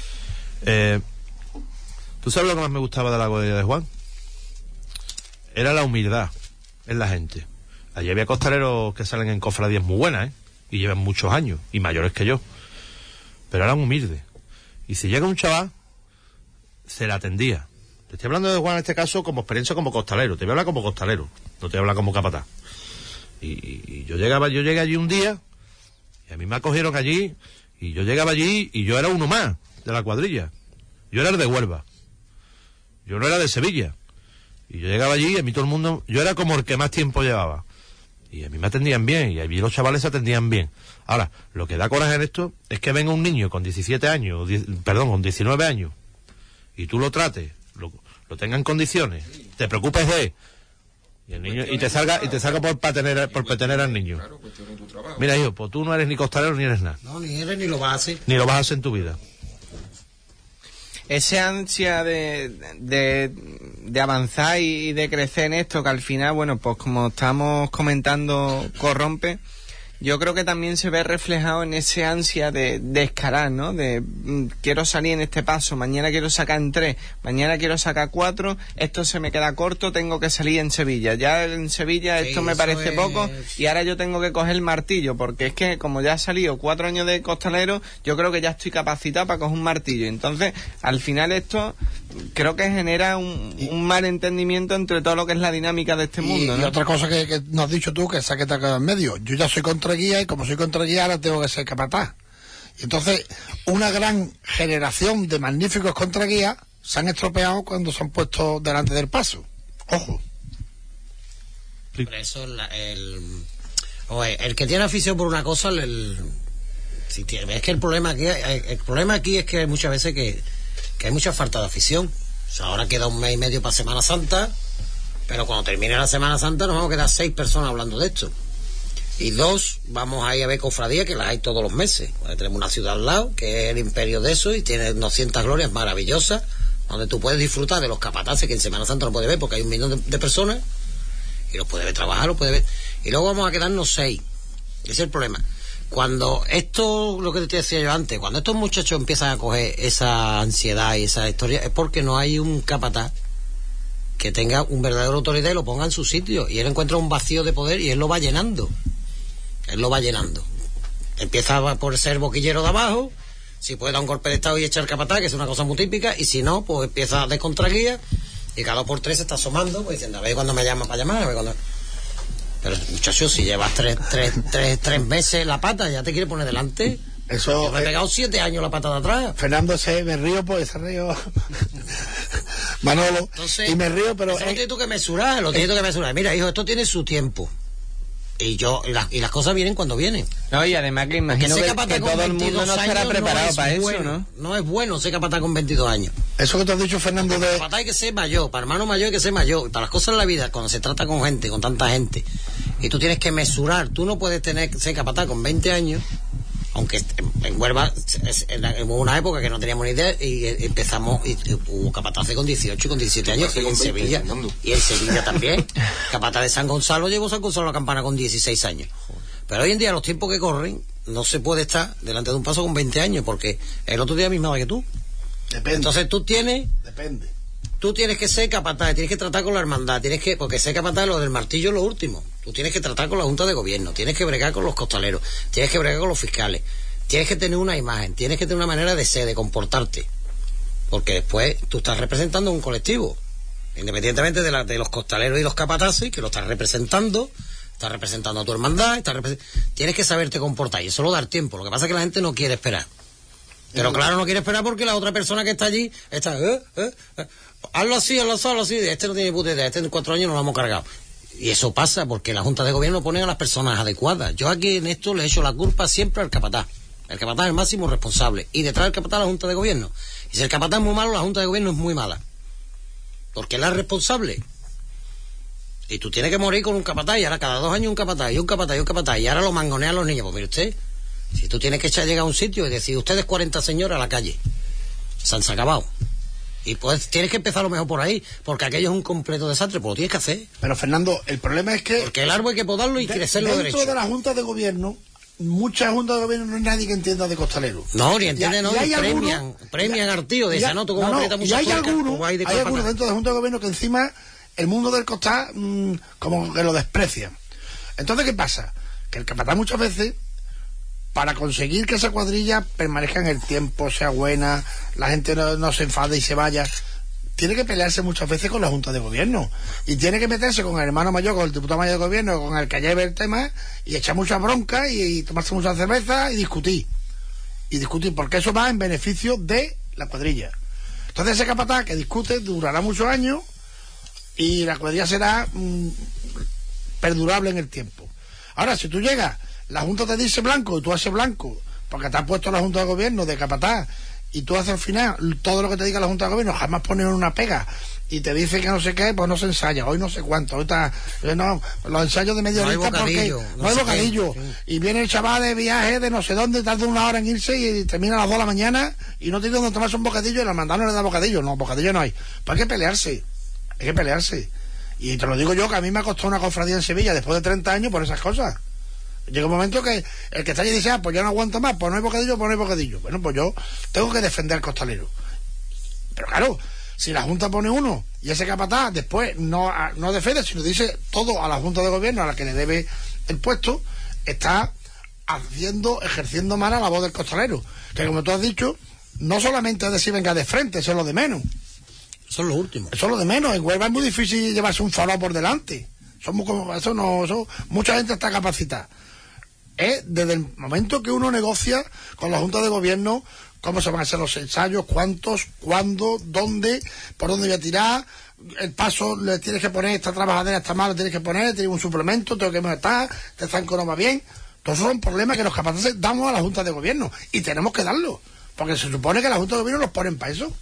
¿Tú sabes lo que más me gustaba de la cuadrilla de Juan? Era la humildad en la gente. Allí había costaleros que salen en cofradías muy buenas, y llevan muchos años, y mayores que yo, pero eran humildes. Y si llega un chaval, se le atendía. Te estoy hablando de Juan en este caso como experiencia como costalero, te voy a hablar como costalero, no te voy a hablar como capataz. Y yo llegué allí un día, y a mí me acogieron allí, y yo llegaba allí, y yo era uno más de la cuadrilla. Yo era el de Huelva, yo no era de Sevilla. Y yo llegaba allí, y a mí todo el mundo, yo era como el que más tiempo llevaba. Y a mí me atendían bien, y allí los chavales se atendían bien. Ahora, lo que da coraje en esto es que venga un niño con 17 años, con 19 años, y tú lo trates, lo tenga en condiciones, te preocupes de él, y el niño, y te salga por pertenecer al niño. Mira, hijo, pues tú no eres ni costalero ni eres nada. No, ni eres ni lo vas a hacer. Ni lo vas a hacer en tu vida. Ese ansia de avanzar y de crecer en esto, que al final, bueno, pues como estamos comentando, corrompe, yo creo que también se ve reflejado en ese ansia de escalar, ¿no? De quiero salir en este paso, mañana quiero sacar en 3, mañana quiero sacar 4, esto se me queda corto, tengo que salir en Sevilla. Ya en Sevilla esto me parece poco, y ahora yo tengo que coger el martillo, porque es que como ya he salido 4 años de costalero, yo creo que ya estoy capacitado para coger un martillo. Entonces, al final esto creo que genera un mal entendimiento entre todo lo que es la dinámica de este mundo, ¿no? Y otra cosa que nos has dicho tú, que saque te en medio. Yo ya soy contra guía, y como soy contra guía ahora tengo que ser capataz. Y entonces una gran generación de magníficos contraguías se han estropeado cuando se han puesto delante del paso. Ojo. Por eso el que tiene afición por una cosa, es que el problema aquí es que hay muchas veces que hay mucha falta de afición. O sea, ahora queda 1 mes y medio para Semana Santa, pero cuando termine la Semana Santa nos vamos a quedar 6 personas hablando de esto. Y 2, vamos a ir a ver cofradías, que las hay todos los meses. Pues tenemos una ciudad al lado, que es el imperio de eso, y tiene 200 glorias maravillosas, donde tú puedes disfrutar de los capataces, que en Semana Santa no puedes ver, porque hay 1 millón de personas, y los puedes ver trabajar, los puedes ver. Y luego vamos a quedarnos 6. Ese es el problema. Cuando esto, lo que te decía yo antes, cuando estos muchachos empiezan a coger esa ansiedad y esa historia, es porque no hay un capataz que tenga un verdadero autoridad y lo ponga en su sitio, y él encuentra un vacío de poder y él lo va llenando. Empieza por ser boquillero de abajo, si puede dar un golpe de estado y echar capataz, que es una cosa muy típica, y si no, pues empieza de contraguía, y cada 2 por 3 se está asomando, pues diciendo, a ver cuando me llama para llamar, a ver cuando... Pero muchachos, si llevas 3 meses la pata, ya te quiere poner delante. Eso, yo me he pegado 7 años la pata de atrás. Fernando, me río, pues se río Manolo. Entonces, y me río, pero eso lo tienes tú que mesurar, Mira, hijo, esto tiene su tiempo. Y las cosas vienen cuando vienen. No, y además que imagino que todo el mundo no estará preparado para eso, ¿no? No es bueno ser capataz con 22 años. Eso que te has dicho, Fernando, de... Capataz hay que ser mayor, para hermano mayor hay que ser mayor. Y para las cosas de la vida, cuando se trata con gente, con tanta gente, y tú tienes que mesurar, tú no puedes ser capataz con 20 años, aunque en Huelva hubo una época que no teníamos ni idea, y empezamos, y hubo capataces con 18, con 17 años, y en Sevilla, y en Sevilla también. Capataz de San Gonzalo, llegó San Gonzalo a la Campana con 16 años. Pero hoy en día, los tiempos que corren, no se puede estar delante de un paso con 20 años, porque el otro día misma que tú. Depende. Entonces Depende. Tú tienes que ser capataz, tienes que tratar con la hermandad, porque ser capataz, lo del martillo es lo último. Tú tienes que tratar con la Junta de Gobierno, tienes que bregar con los costaleros, tienes que bregar con los fiscales, tienes que tener una imagen, tienes que tener una manera de ser, de comportarte. Porque después tú estás representando un colectivo, independientemente de los costaleros y los capataces, que lo estás representando a tu hermandad, tienes que saberte comportar, y eso lo da el tiempo. Lo que pasa es que la gente no quiere esperar. Pero claro, no quiere esperar porque la otra persona que está allí está... hazlo así, este no tiene puta idea, este en 4 años nos lo hemos cargado. Y eso pasa porque la Junta de Gobierno pone a las personas adecuadas. Yo aquí en esto le he hecho la culpa siempre al capataz. El capataz es el máximo responsable, y detrás del capataz la Junta de Gobierno. Y si el capataz es muy malo, la Junta de Gobierno es muy mala, porque él es responsable. Y tú tienes que morir con un capataz, y ahora cada 2 años un capataz, y ahora lo mangonean los niños. Pues mire usted, si tú tienes que llegar a un sitio y decir, ustedes 40 señores a la calle, se han acabado. Y pues tienes que empezar lo mejor por ahí, porque aquello es un completo desastre, pues lo tienes que hacer. Pero Fernando, el problema es que... Porque el árbol hay que podarlo y crecerlo derecho. Dentro de la Junta de Gobierno, muchas juntas de gobierno no hay nadie que entienda de costalero. No, ni entiende, no, y premian al tío, de esa no, tú como aprieta mucho. Y hay algunos dentro de junta de gobierno que encima el mundo del costal como que lo desprecian. Entonces, ¿qué pasa? Que el capataz muchas veces, para conseguir que esa cuadrilla permanezca en el tiempo, sea buena, la gente no se enfade y se vaya, tiene que pelearse muchas veces con la Junta de Gobierno, y tiene que meterse con el hermano mayor, con el diputado mayor de gobierno, con el que lleve el tema, y echar mucha bronca y tomarse mucha cerveza y discutir, porque eso va en beneficio de la cuadrilla. Entonces ese capataz que discute durará muchos años y la cuadrilla será perdurable en el tiempo. Ahora, si tú llegas, la Junta te dice blanco y tú haces blanco, porque te has puesto la Junta de Gobierno de capataz, y tú haces al final todo lo que te diga la Junta de Gobierno, jamás pones una pega, y te dice que no sé qué, pues no se ensaya, hoy no sé cuánto, ahorita los ensayos de media horita porque no hay bocadillo, y viene el chaval de viaje de no sé dónde, tarda 1 hora en irse y termina a las 2 de la mañana y no tiene donde tomarse un bocadillo, y la hermandad no le da bocadillo, bocadillo no hay. Pues hay que pelearse, y te lo digo yo, que a mí me ha costado una cofradía en Sevilla después de 30 años por esas cosas. Llega un momento que el que está allí dice, pues yo no aguanto más, pues no hay bocadillo. Bueno, pues yo tengo que defender al costalero. Pero claro, si la Junta pone uno y ese capataz después no defiende, sino dice todo a la Junta de Gobierno a la que le debe el puesto, está ejerciendo mal a la voz del costalero, que como tú has dicho, no solamente es decir venga de frente, eso es lo de menos. Eso es lo último. Eso es lo de menos. En Huelva es muy difícil llevarse un farol por delante. Mucha gente está capacitada. Desde el momento que uno negocia con la Junta de Gobierno cómo se van a hacer los ensayos, cuántos, cuándo, dónde, por dónde voy a tirar, el paso le tienes que poner, esta trabajadera está mal, le tienes que poner, tienes un suplemento, tengo que matar, este zanco no va bien. Todos esos son problemas que los capaces damos a la Junta de Gobierno, y tenemos que darlo, porque se supone que la Junta de Gobierno los ponen para eso.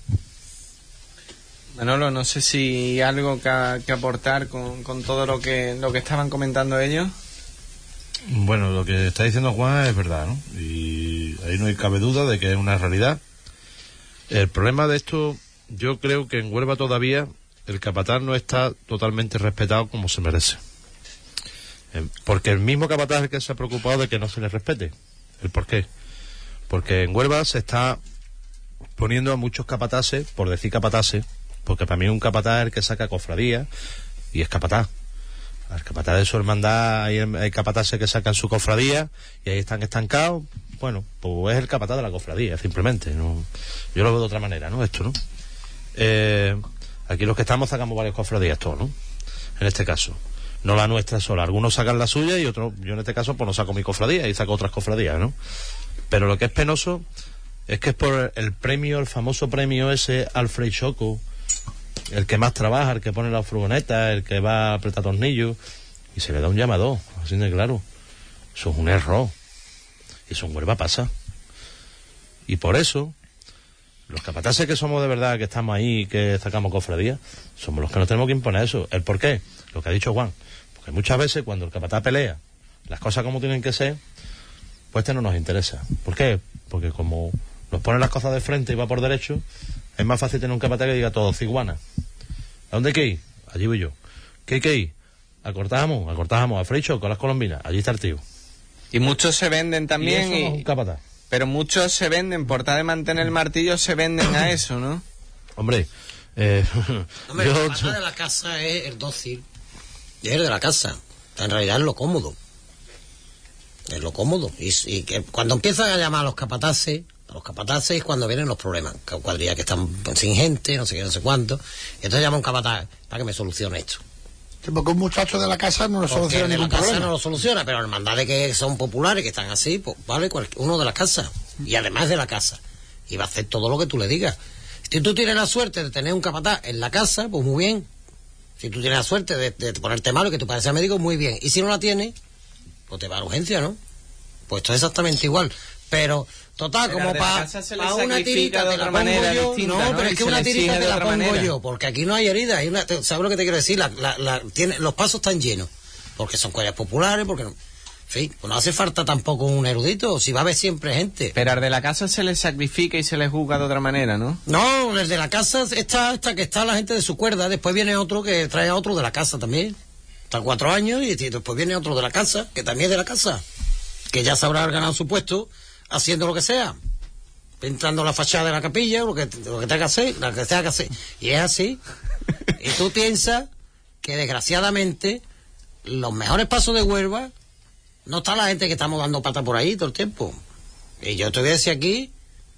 Manolo, no sé si algo que aportar con todo lo que estaban comentando ellos. Bueno, lo que está diciendo Juan es verdad, ¿no? Y ahí no hay cabe duda de que es una realidad. El problema de esto, yo creo que en Huelva todavía el capataz no está totalmente respetado como se merece. Porque el mismo capataz es el que se ha preocupado de que no se le respete. ¿El por qué? Porque en Huelva se está poniendo a muchos capataces, por decir capataces, porque para mí un capataz es el que saca cofradía y es capataz. Al capataz de su hermandad hay capataces que sacan su cofradía y ahí están estancados. Bueno, pues es el capataz de la cofradía, simplemente. ¿No? Yo lo veo de otra manera, ¿no? Esto, ¿no? Aquí los que estamos sacamos varias cofradías, todos, ¿no? En este caso. No la nuestra sola. Algunos sacan la suya y otros, yo en este caso, pues no saco mi cofradía y saco otras cofradías, ¿no? Pero lo que es penoso es que es por el premio, el famoso premio ese Alfred Choco, el que más trabaja, el que pone la furgoneta, el que va a apretar tornillos, y se le da un llamador, así de claro. Eso es un error. Y eso en Huelva pasa. Y por eso, los capataces que somos de verdad, que estamos ahí, que sacamos cofradías, somos los que nos tenemos que imponer eso. ¿El por qué? Lo que ha dicho Juan. Porque muchas veces cuando el capataz pelea las cosas como tienen que ser, pues no nos interesa. ¿Por qué? Porque como nos pone las cosas de frente y va por derecho, es más fácil tener un capataz que diga todo ciguana. ¿A dónde hay que ir? Allí voy yo. ¿Qué hay que ir? A Cortajamos, a Freicho, con las colombinas. Allí está el tío. Y muchos se venden también. Y eso no es un capataz. Pero muchos se venden, por tal de mantener el martillo, se venden a eso, ¿no? Hombre, Hombre, el capataz de la casa es el dócil. Y es el de la casa. En realidad es lo cómodo. Es lo cómodo. Y que cuando empiezan a llamar a los capataces es cuando vienen los problemas. Cuadrillas que están sin gente, no sé qué, no sé cuánto. Y entonces llama a un capataz para que me solucione esto. Sí, porque un muchacho de la casa no le soluciona ningún problema. problema. No lo soluciona, pero hermandades que son populares, que están así, pues vale, uno de la casa. Y además de la casa. Y va a hacer todo lo que tú le digas. Si tú tienes la suerte de tener un capataz en la casa, pues muy bien. Si tú tienes la suerte de ponerte malo y que tu padre sea médico, muy bien. Y si no la tienes, pues te va a urgencia, ¿no? Pues esto es exactamente igual. Pero, total, como para una tirita te la pongo yo. No, pero es que una tirita te la pongo yo, porque aquí no hay herida. ¿Sabes lo que te quiero decir? Los pasos están llenos. Porque son cuadrillas populares, porque no. En fin, pues no hace falta tampoco un erudito, si va a haber siempre gente. Pero al de la casa se le sacrifica y se le juzga de otra manera, ¿no? No, el de la casa está que está la gente de su cuerda, después viene otro que trae a otro de la casa también. Está 4 años y después viene otro de la casa, que también es de la casa. Que ya se habrá ganado su puesto haciendo lo que sea. Pintando la fachada de la capilla, lo que tenga que hacer, lo que tenga que hacer. Y es así. Y tú piensas que desgraciadamente los mejores pasos de Huelva no está la gente que estamos dando pata por ahí todo el tiempo. Y yo te voy a decir aquí,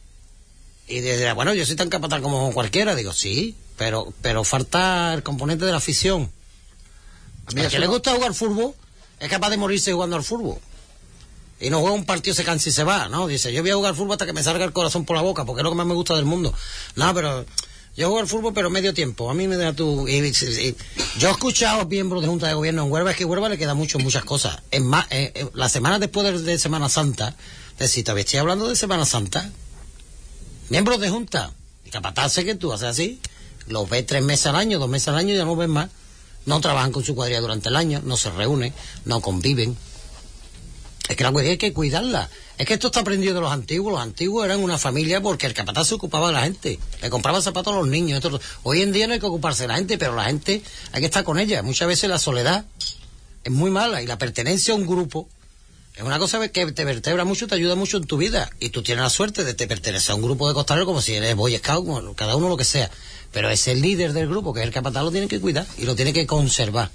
y desde, bueno, yo soy tan capataz como cualquiera, digo, sí, pero falta el componente de la afición. A mí, que le gusta jugar fútbol, es capaz de morirse jugando al fútbol. Y no juega un partido, se cansa y se va, ¿no? Dice, yo voy a jugar fútbol hasta que me salga el corazón por la boca, porque es lo que más me gusta del mundo. No, pero yo juego al fútbol, pero medio tiempo. A mí me da tú. Yo he escuchado a miembros de Junta de Gobierno en Huelva, es que a Huelva le queda muchas cosas. Es más, la semana después de Semana Santa, es decir, todavía estoy hablando de Semana Santa. Miembros de Junta, y capataces que tú haces así, los ves 3 meses al año, 2 meses al año, ya no ves más. No trabajan con su cuadrilla durante el año, no se reúnen, no conviven. Es que la cuadrilla hay que cuidarla. Es que esto está aprendido de los antiguos. Los antiguos eran una familia porque el capataz se ocupaba de la gente. Le compraba zapatos a los niños. Hoy en día no hay que ocuparse de la gente, pero la gente hay que estar con ella. Muchas veces la soledad es muy mala y la pertenencia a un grupo es una cosa que te vertebra mucho, te ayuda mucho en tu vida. Y tú tienes la suerte de pertenecer a un grupo de costaleros como si eres Boy Scout, como cada uno lo que sea. Pero ese líder del grupo, que es el capataz, lo tiene que cuidar y lo tiene que conservar.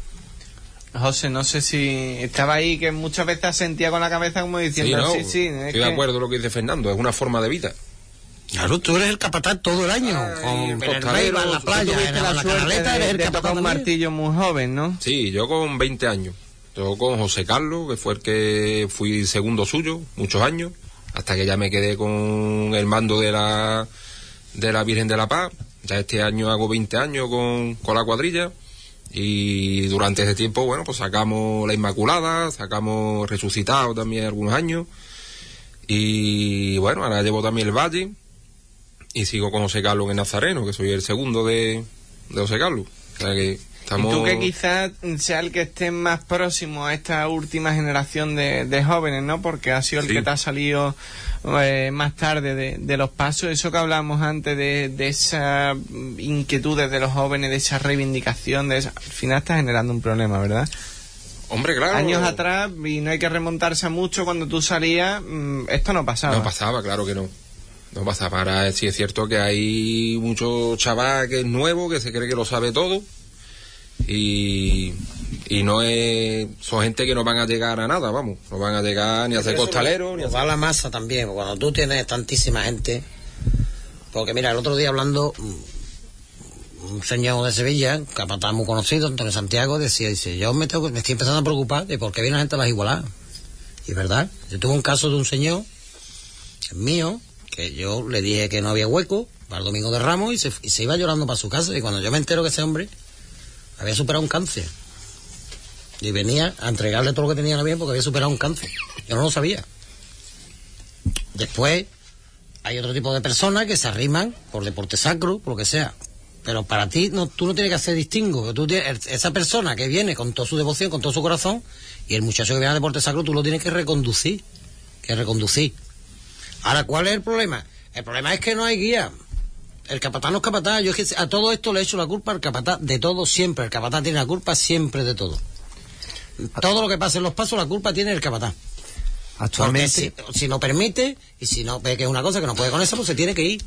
José, no sé si estaba ahí, que muchas veces sentía con la cabeza como diciendo, sí, estoy de acuerdo con lo que dice Fernando, es una forma de vida. Claro, tú eres el capataz todo el año. En la playa, en la canaleta eres el capataz un martillo muy joven, ¿no? Sí, yo con 20 años. Yo con José Carlos, que fue el que fui segundo suyo, muchos años, hasta que ya me quedé con el mando de la Virgen de la Paz. Ya este año hago 20 años con la cuadrilla. Y durante ese tiempo, bueno, pues sacamos la Inmaculada, sacamos Resucitado también algunos años. Y bueno, ahora llevo también el Valle. Y sigo con José Carlos en Nazareno, que soy el segundo de José Carlos. O sea que estamos... Y tú que quizás sea el que esté más próximo a esta última generación de jóvenes, ¿no? Porque ha sido el que te ha salido más tarde de los pasos. Eso que hablamos antes de esas inquietudes de los jóvenes, de esa reivindicación, al final está generando un problema, ¿verdad? Hombre, claro. Años atrás, y no hay que remontarse a mucho, cuando tú salías, esto no pasaba. No pasaba, claro que no. No pasaba. Ahora sí es cierto que hay mucho chaval que es nuevo, que se cree que lo sabe todo. Y no es... Son gente que no van a llegar a nada, vamos. No van a llegar ni a ser costaleros, ni a va la masa también. Cuando tú tienes tantísima gente... Porque mira, el otro día hablando... Un señor de Sevilla, capataz muy conocido, Antonio Santiago, dice, yo me estoy empezando a preocupar de por qué viene la gente a las igualadas. Y es verdad. Yo tuve un caso de un señor, mío, que yo le dije que no había hueco para el Domingo de Ramos y se iba llorando para su casa. Y cuando yo me entero que ese hombre había superado un cáncer y venía a entregarle todo lo que tenía en la vida porque había superado un cáncer, yo no lo sabía. Después hay otro tipo de personas que se arriman por deporte sacro, por lo que sea, pero para ti tú no tienes que hacer distingo. Esa persona que viene con toda su devoción, con todo su corazón, y el muchacho que viene a deporte sacro, tú lo tienes que reconducir. Ahora, ¿cuál es el problema? El problema es que no hay guía. El capataz no es capataz. Yo es que a todo esto le he hecho la culpa al capataz de todo siempre. El capataz tiene la culpa siempre de todo. Todo lo que pasa en los pasos, la culpa tiene el capataz. Actualmente... Porque si no permite, y si no ve que es una cosa que no puede con eso, pues se tiene que ir.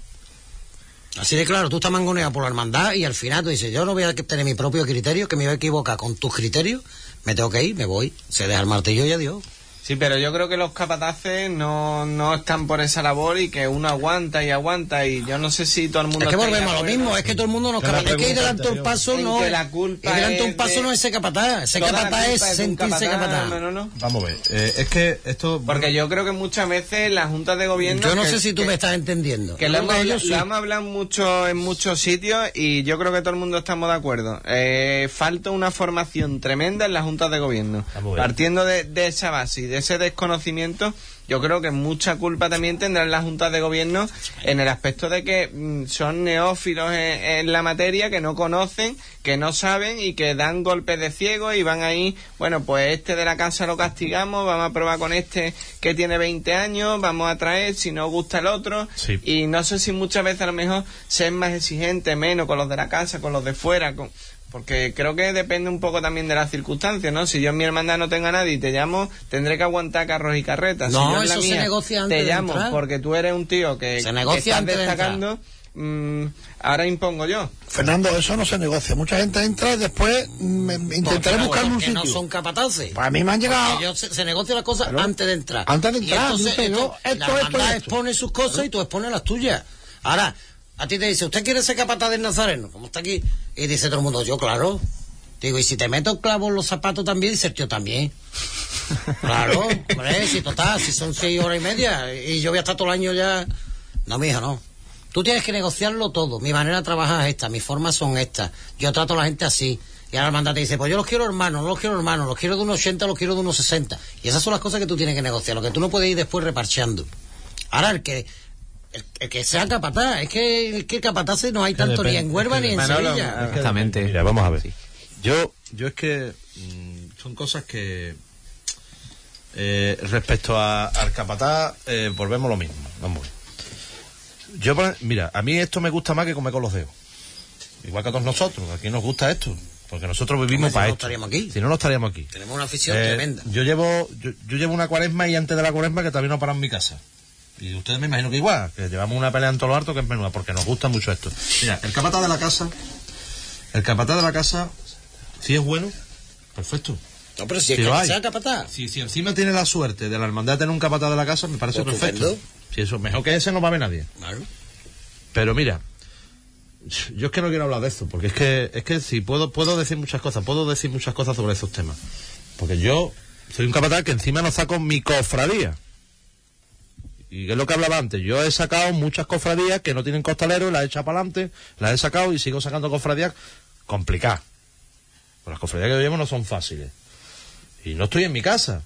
Así de claro, tú estás mangoneado por la hermandad y al final tú dices, yo no voy a tener mi propio criterio, que me voy a equivocar con tus criterios, me tengo que ir, me voy, se deja el martillo y adiós. Sí, pero yo creo que los capataces no están por esa labor y que uno aguanta y yo no sé si todo el mundo... Es que volvemos a lo mismo, es que todo el mundo nos capata. Es que ir delante un paso no es... la culpa ir delante un paso no es ser capataz. Ser capataz es sentirse capataz. No. Vamos a ver, es que esto... Porque yo creo que muchas veces las juntas de gobierno... Yo no sé si tú me estás entendiendo. Que lo hemos hablado mucho en muchos sitios y yo creo que todo el mundo estamos de acuerdo. Falta una formación tremenda en las juntas de gobierno. Partiendo de esa base y de ese desconocimiento, yo creo que mucha culpa también tendrán las juntas de gobierno en el aspecto de que son neófilos en la materia, que no conocen, que no saben y que dan golpes de ciego y van ahí, bueno, pues este de la casa lo castigamos, vamos a probar con este que tiene 20 años, vamos a traer, si no gusta el otro, sí. Y no sé si muchas veces a lo mejor ser más exigente, menos con los de la casa, con los de fuera, porque creo que depende un poco también de las circunstancias, ¿no? Si yo en mi hermandad no tengo a nadie y te llamo, tendré que aguantar carros y carretas. No, si yo en eso la mía se negocia antes te de llamo entrar. porque tú eres un tío que estás destacando, ahora impongo yo. Fernando, eso no se negocia. Mucha gente entra y después intentaré buscar un sitio. No son capataces. Pues a mí me han llegado... Se negocia las cosas antes de entrar. Antes de entrar. Y entonces, la hermandad expone sus cosas y tú expones las tuyas. Ahora, a ti te dice, ¿usted quiere ser capataz del Nazareno? Como está aquí. Y dice todo el mundo, yo, claro. Digo, y si te meto clavos en los zapatos también, dice el tío también. Claro, hombre, si total, si son 6 horas y media y yo voy a estar todo el año ya... No, mija, no. Tú tienes que negociarlo todo. Mi manera de trabajar es esta, mis formas son estas. Yo trato a la gente así. Y ahora el hermandad te dice, pues yo los quiero hermanos, no los quiero hermanos, los quiero de unos 80, los quiero de unos 60. Y esas son las cosas que tú tienes que negociar, lo que tú no puedes ir después reparcheando. Ahora, el que sea capataz, es que el capataz no hay tanto ni en Huelva ni en Sevilla. Exactamente. Mira, vamos a ver. Sí. Yo es que son cosas que respecto al capataz volvemos lo mismo. Vamos a ver. Mira, a mí esto me gusta más que comer con los dedos. Igual que a todos nosotros, aquí nos gusta esto. Porque nosotros vivimos para esto. Si no, no estaríamos aquí. Tenemos una afición tremenda. Yo llevo una cuaresma y antes de la cuaresma que también no paramos en mi casa. Y ustedes me imagino que igual, que llevamos una pelea en todo lo harto que es menuda, porque nos gusta mucho esto. Mira, el capataz de la casa, si es bueno, perfecto. No, pero si es que sea capataz. Si encima tiene la suerte de la hermandad de tener un capataz de la casa, me parece pues perfecto. Si eso, mejor que ese no va a ver nadie. Claro. Pero mira, yo es que no quiero hablar de esto, porque es que si puedo decir muchas cosas sobre esos temas. Porque yo soy un capataz que encima no saco mi cofradía. Y es lo que hablaba antes, yo he sacado muchas cofradías que no tienen costaleros, las he echado para adelante, las he sacado y sigo sacando cofradías complicadas. Pues las cofradías que yo llevo no son fáciles. Y no estoy en mi casa.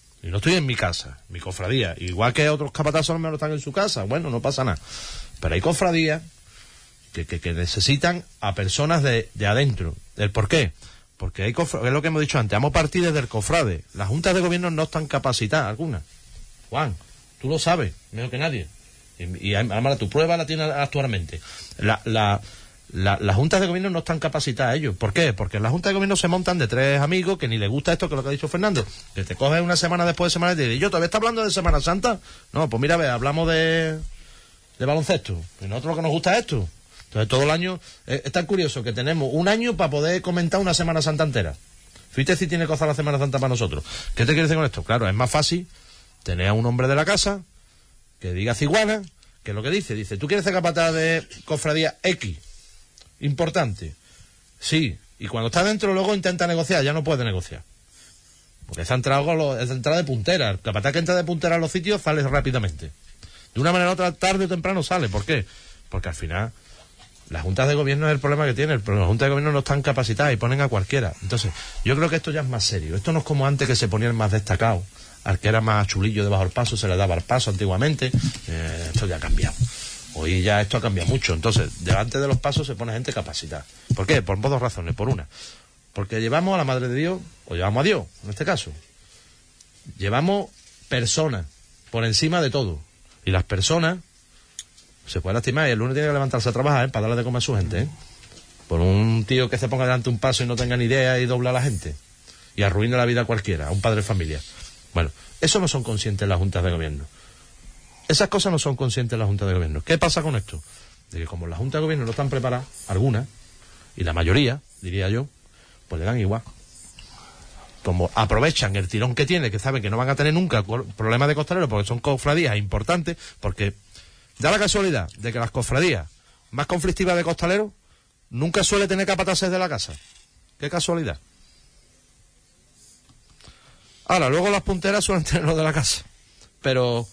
Mi cofradía. Igual que otros capatazos no están en su casa. Bueno, no pasa nada. Pero hay cofradías que necesitan a personas de adentro. ¿El por qué? Porque hay es lo que hemos dicho antes, vamos a partir desde el cofrade. Las juntas de gobierno no están capacitadas, algunas. Juan, tú lo sabes, mejor que nadie. Y además tu prueba la tienes actualmente. Las juntas de gobierno no están capacitadas ellos. ¿Por qué? Porque las juntas de gobierno se montan de 3 amigos que ni les gusta esto, que es lo que ha dicho Fernando. Que te coges una semana después de Semana y te dices, ¿yo todavía está hablando de Semana Santa? No, pues mira, hablamos de baloncesto. Y nosotros lo que nos gusta es esto. Entonces todo el año, es tan curioso que tenemos un año para poder comentar una Semana Santa entera. Fíjate si tiene cosas la Semana Santa para nosotros. ¿Qué te quiere decir con esto? Claro, es más fácil tener a un hombre de la casa que diga ciguana, que es lo que dice, ¿tú quieres ser capataz de cofradía X? Importante. Sí. Y cuando está dentro luego intenta negociar, ya no puede negociar. Porque esa entrada de puntera. El capataz que entra de puntera a los sitios sale rápidamente. De una manera u otra, tarde o temprano sale. ¿Por qué? Porque al final las juntas de gobierno es el problema que tienen. Las juntas de gobierno no están capacitadas y ponen a cualquiera. Entonces, yo creo que esto ya es más serio. Esto no es como antes que se ponían más destacados. Al que era más chulillo debajo del paso se le daba el paso antiguamente. Esto ya ha cambiado. Hoy ya esto ha cambiado mucho. Entonces, delante de los pasos se pone gente capacitada. ¿Por qué? Por 2 razones. Por una, porque llevamos a la Madre de Dios, o llevamos a Dios, en este caso. Llevamos personas por encima de todo. Y las personas se pueden lastimar y el lunes tiene que levantarse a trabajar para darle de comer a su gente. Por un tío que se ponga delante un paso y no tenga ni idea y dobla a la gente. Y arruina la vida a cualquiera, a un padre de familia. Bueno, eso no son conscientes las juntas de gobierno. Esas cosas no son conscientes las juntas de gobierno. ¿Qué pasa con esto? De que como las juntas de gobierno no están preparadas, algunas, y la mayoría, diría yo, pues le dan igual. Como aprovechan el tirón que tiene, que saben que no van a tener nunca problemas de costaleros, porque son cofradías importantes, porque da la casualidad de que las cofradías más conflictivas de costaleros nunca suele tener capataces de la casa. Qué casualidad. Ahora, luego las punteras suelen tener lo de la casa. Pero...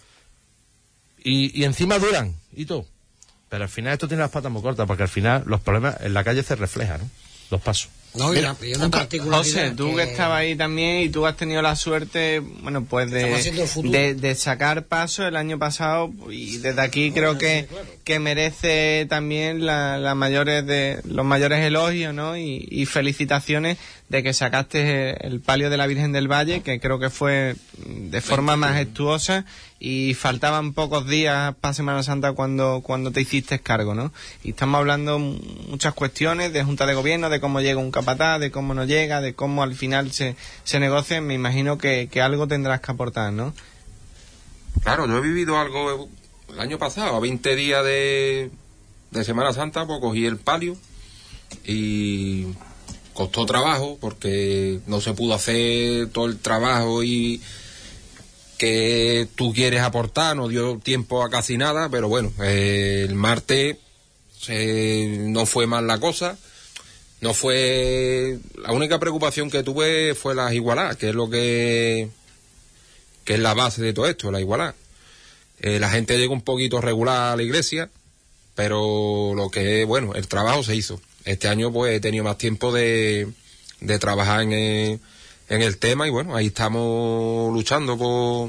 Y encima duran, y todo. Pero al final esto tiene las patas muy cortas, porque al final los problemas en la calle se reflejan, ¿no? Los pasos. No, y una particularidad. José, tú que estabas ahí también y tú has tenido la suerte, bueno, pues de sacar paso el año pasado, y desde aquí creo que merece también los mayores elogios, ¿no? Y felicitaciones de que sacaste el palio de la Virgen del Valle, que creo que fue de forma majestuosa, y faltaban pocos días para Semana Santa cuando te hiciste cargo, ¿no? Y estamos hablando muchas cuestiones de Junta de Gobierno, de cómo llega un capataz, de cómo no llega, de cómo al final se negocia. Me imagino que algo tendrás que aportar, ¿no? Claro, yo he vivido algo el año pasado, a 20 días de Semana Santa, pues cogí el palio y costó trabajo porque no se pudo hacer todo el trabajo y que tú quieres aportar, no dio tiempo a casi nada, pero bueno, el martes no fue mal la cosa, no fue... La única preocupación que tuve fue las igualadas, que es lo que es la base de todo esto, la igualada. La gente llegó un poquito regular a la iglesia, pero lo que es, bueno, el trabajo se hizo. Este año pues he tenido más tiempo de trabajar en el tema y bueno, ahí estamos luchando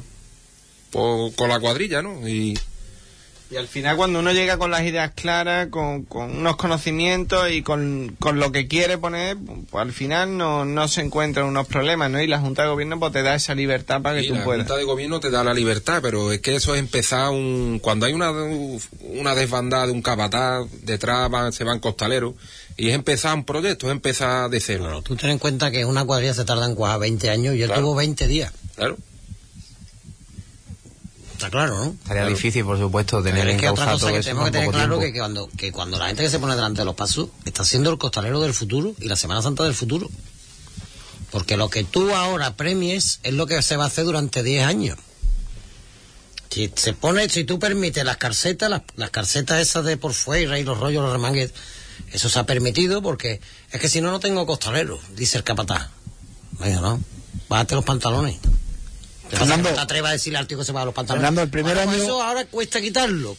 con la cuadrilla, ¿no? Y al final cuando uno llega con las ideas claras, con unos conocimientos y con lo que quiere poner, pues al final no se encuentran unos problemas, ¿no? Y la Junta de Gobierno pues te da esa libertad para que tú puedas. La Junta de Gobierno te da la libertad, pero es que eso es empezar cuando hay una desbandada de un capataz, detrás se van costaleros, y es empezar un proyecto, es empezar de cero. Bueno, tú ten en cuenta que una cuadrilla se tarda en 20 años y él tuvo 20 días. Claro. Está claro, ¿no? Estaría difícil, por supuesto, tener en causa todo eso. Que tenemos que tener claro que cuando la gente que se pone delante de los pasos está siendo el costalero del futuro y la Semana Santa del futuro. Porque lo que tú ahora premies es lo que se va a hacer durante 10 años. Si tú permites las carcetas esas de por fuera y los rollos, los remangues, eso se ha permitido porque es que si no tengo costalero, dice el capataz. Venga, ¿no? Bájate los pantalones. Fernando, no te atrevas a decirle al tío que se baja los pantalones. Fernando, el primer año... Eso ahora cuesta quitarlo.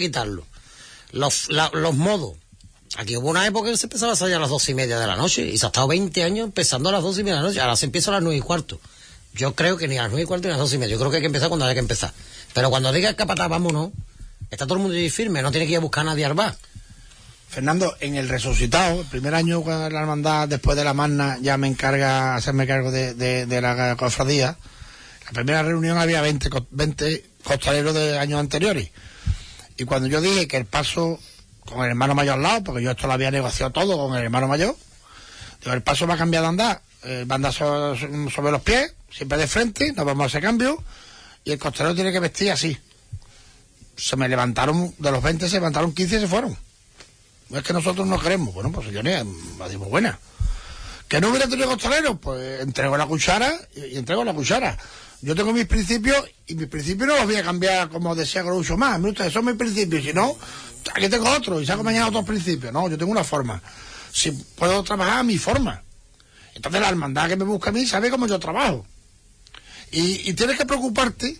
Los modos. Aquí hubo una época que se empezaba a salir a las 2:30 de la noche y se ha estado 20 años empezando a las 2:30 de la noche. Ahora se empieza a las 9:15. Yo creo que ni a las 9:15 ni a las 2:30. Yo creo que hay que empezar cuando haya que empezar. Pero cuando diga el capataz, vámonos, está todo el mundo ahí firme, no tiene que ir a buscar a nadie al bar. Fernando, en el resucitado, el primer año cuando la hermandad, después de la magna, ya hacerme cargo de la cofradía, la primera reunión había 20 costaleros de años anteriores. Y cuando yo dije que el paso, con el hermano mayor al lado, porque yo esto lo había negociado todo con el hermano mayor, digo, el paso va a cambiar de andar, va a andar sobre los pies, siempre de frente, no vamos a hacer cambio, y el costalero tiene que vestir así. Se me levantaron, de los 20 se levantaron 15 y se fueron. No es que nosotros no queremos. Bueno, pues señores, digo, buena. ¿Que no hubiera tenido costalero? Pues entrego la cuchara y entrego la cuchara. Yo tengo mis principios y mis principios no los voy a cambiar como decía Groucho más. Ustedes son mis principios, si no, aquí tengo otro y saco mañana otros principios. No, yo tengo una forma. Si puedo trabajar a mi forma. Entonces la hermandad que me busca a mí sabe cómo yo trabajo. Y tienes que preocuparte,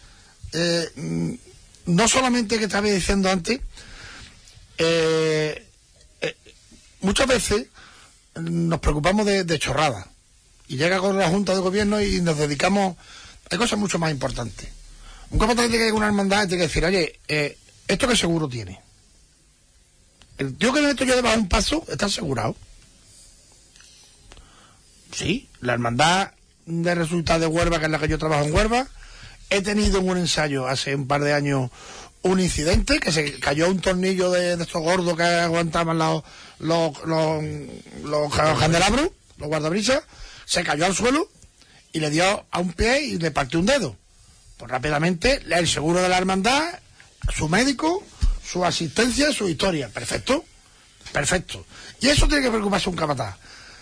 no solamente que estaba diciendo antes, muchas veces nos preocupamos de chorradas y llega con la Junta de Gobierno y nos dedicamos, hay cosas mucho más importantes. Un capataz tiene que ir a una hermandad y tiene que decir, oye, ¿esto qué seguro tiene? El tío que me meto yo debajo de un paso está asegurado. Sí, la hermandad de resultados de Huelva, que es la que yo trabajo en Huelva, he tenido en un ensayo hace un par de años un incidente, que se cayó un tornillo de estos gordos que aguantaban los candelabros, los guardabrisas, se cayó al suelo y le dio a un pie y le partió un dedo. Pues rápidamente el seguro de la hermandad, su médico, su asistencia, su historia. Perfecto. Y eso tiene que preocuparse un capataz.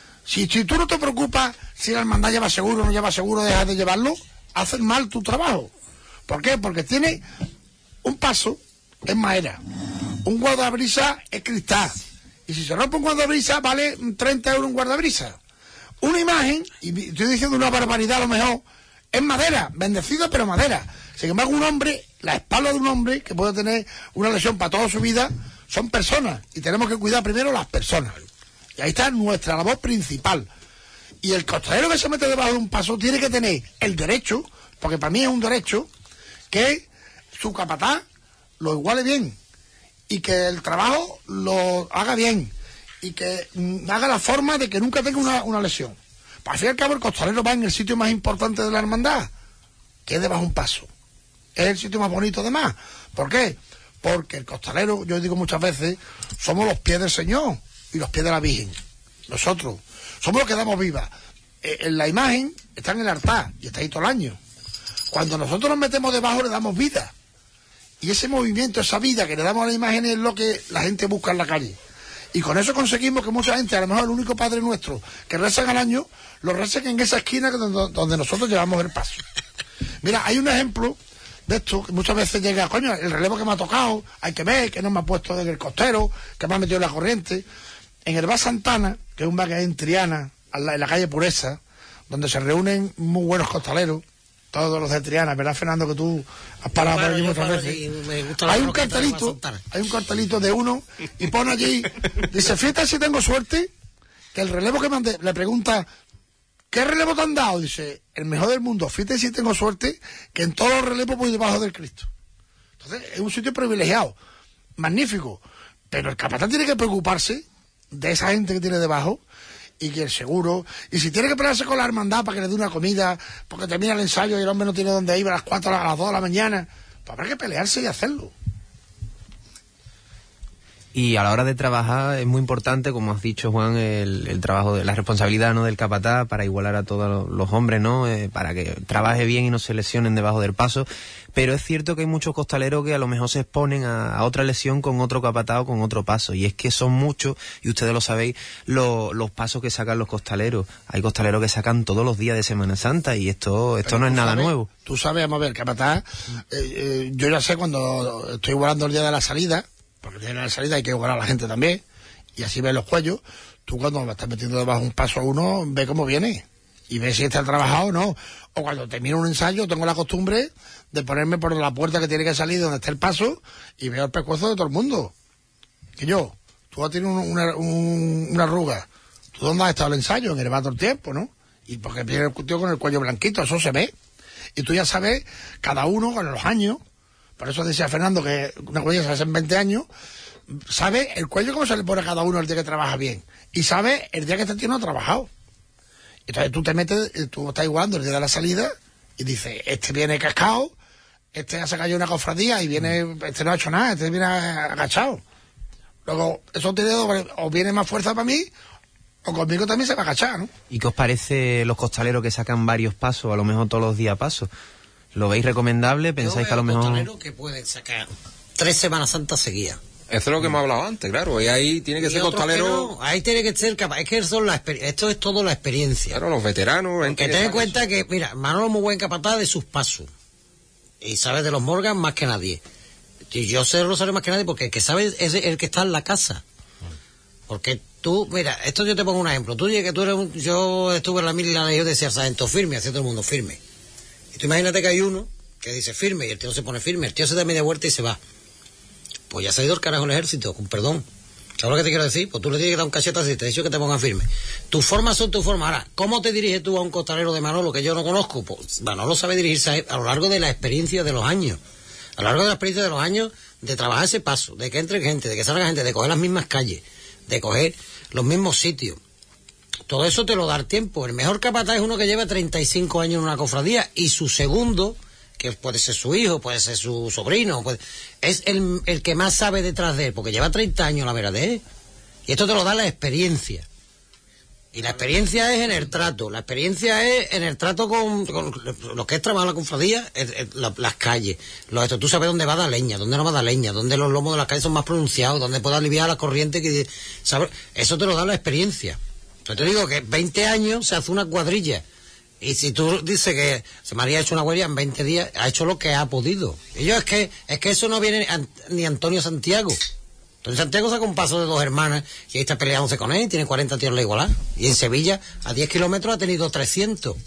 Si tú no te preocupas si la hermandad lleva seguro o no lleva seguro, dejas de llevarlo, haces mal tu trabajo. ¿Por qué? Porque tiene un paso, es madera, un guardabrisa es cristal, y si se rompe un guardabrisa vale 30 euros un guardabrisa. Una imagen, y estoy diciendo una barbaridad a lo mejor, es madera, bendecida pero madera. Sin embargo, un hombre, la espalda de un hombre que puede tener una lesión para toda su vida, son personas, y tenemos que cuidar primero las personas. Y ahí está nuestra labor principal. Y el costalero que se mete debajo de un paso tiene que tener el derecho, porque para mí es un derecho, que su capataz lo iguale bien, y que el trabajo lo haga bien, y que haga la forma de que nunca tenga una lesión. Pues al fin y al cabo el costalero va en el sitio más importante de la hermandad, que es debajo de un paso. Es el sitio más bonito además. ¿Por qué? Porque el costalero, yo digo muchas veces, somos los pies del Señor y los pies de la Virgen. Nosotros somos los que damos vida. En la imagen está en el altar y está ahí todo el año. Cuando nosotros nos metemos debajo le damos vida. Y ese movimiento, esa vida que le damos a la imagen es lo que la gente busca en la calle. Y con eso conseguimos que mucha gente, a lo mejor el único Padre Nuestro que rezan al año, lo recen en esa esquina donde nosotros llevamos el paso. Mira, hay un ejemplo de esto que muchas veces llega, coño, el relevo que me ha tocado, hay que ver, que no me ha puesto en el costero, que me ha metido en la corriente. En el Bar Santana, que es un bar que hay en Triana, en la calle Pureza, donde se reúnen muy buenos costaleros, todos los de Triana, ¿verdad, Fernando? Que tú has parado por allí muchas veces. Hay un cartelito de uno y pone allí, dice, fíjate si tengo suerte, que el relevo que mandé, le pregunta, ¿qué relevo te han dado? Dice, el mejor del mundo, fíjate si tengo suerte, que en todos los relevos voy debajo del Cristo. Entonces, es un sitio privilegiado, magnífico, pero el capatán tiene que preocuparse de esa gente que tiene debajo, y que el seguro, y si tiene que pelearse con la hermandad para que le dé una comida, porque termina el ensayo y el hombre no tiene dónde ir a las 4 a las 2 de la mañana, pues habrá que pelearse y hacerlo. Y a la hora de trabajar es muy importante, como has dicho, Juan, el trabajo, de la responsabilidad, ¿no?, del capataz para igualar a todos los hombres, ¿no?, para que trabaje bien y no se lesionen debajo del paso. Pero es cierto que hay muchos costaleros que a lo mejor se exponen a otra lesión con otro capataz o con otro paso. Y es que son muchos, y ustedes lo sabéis, los pasos que sacan los costaleros. Hay costaleros que sacan todos los días de Semana Santa y esto no es nada nuevo. Tú sabes, vamos a ver, capataz, yo ya sé cuando estoy igualando el día de la salida, porque el día de la salida hay que igualar a la gente también, y así ves los cuellos. Tú cuando me estás metiendo debajo un paso a uno, ve cómo viene, y ve si está trabajado o no. O cuando termino un ensayo, tengo la costumbre de ponerme por la puerta que tiene que salir donde está el paso, y veo el pescuezo de todo el mundo. Que tú has tenido una arruga. ¿Tú dónde has estado el ensayo? En el bar todo el tiempo, ¿no? Y porque viene el tío con el cuello blanquito, eso se ve. Y tú ya sabes, cada uno con los años, por eso decía Fernando que una cuella se hace en 20 años, sabe el cuello cómo se le pone a cada uno el día que trabaja bien. Y sabe el día que este tío no ha trabajado. Entonces tú te metes, tú estás igualando el día de la salida y dices, este viene cascado, este ya se cayó una cofradía y viene, este no ha hecho nada, este viene agachado. Luego, eso tiene o viene más fuerza para mí, o conmigo también se va a agachar, ¿no? ¿Y qué os parece los costaleros que sacan varios pasos, a lo mejor todos los días pasos? ¿Lo veis recomendable? ¿Pensáis que a lo mejor...? Costaleros que pueden sacar 3 Semanas Santas seguidas. Eso es lo que hemos hablado antes, claro. Y ahí tiene que ser costalero. No, ahí tiene que ser capaz. Es que esto es todo la experiencia. Claro, los veteranos. Que ten en cuenta que, mira, Manolo es muy buen capataz de sus pasos. Y sabe de los Morgan más que nadie. Y yo sé Rosario más que nadie porque el que sabe es el que está en la casa. Porque tú, mira, esto yo te pongo un ejemplo. Yo estuve en la mil y la legión y decía sargento firme, hacía todo el mundo firme. Y tú imagínate que hay uno que dice firme y el tío se pone firme, el tío se da media vuelta y se va. Pues ya se ha ido el carajo el ejército, con perdón. ¿Sabes lo que te quiero decir? Pues tú le tienes que dar un cachetazo así, te he dicho que te pongan firme. Tus formas son tus formas. Ahora, ¿cómo te diriges tú a un costalero de Manolo que yo no conozco? Pues Manolo sabe dirigirse a lo largo de la experiencia de los años. A lo largo de la experiencia de los años de trabajar ese paso, de que entre gente, de que salga gente, de coger las mismas calles, de coger los mismos sitios. Todo eso te lo da el tiempo. El mejor capataz es uno que lleva 35 años en una cofradía y su segundo, que puede ser su hijo, puede ser su sobrino, es el que más sabe detrás de él, porque lleva 30 años la verdad de él. Y esto te lo da la experiencia. Y la experiencia es en el trato, con los que es trabajar la cofradía, las calles, tú sabes dónde va a dar leña, dónde no va a dar leña, dónde los lomos de las calles son más pronunciados, dónde puede aliviar la corriente, ¿sabes? Eso te lo da la experiencia. Entonces te digo que 20 años se hace una cuadrilla, y si tú dices que se me había hecho una cuadrilla en 20 días, ha hecho lo que ha podido. Y yo es que eso no viene ni Antonio Santiago. Entonces Santiago saca un paso de 2 hermanas y ahí está peleándose con él y tiene 40 tíos en la igualdad. Y en Sevilla, a 10 kilómetros, ha tenido 300.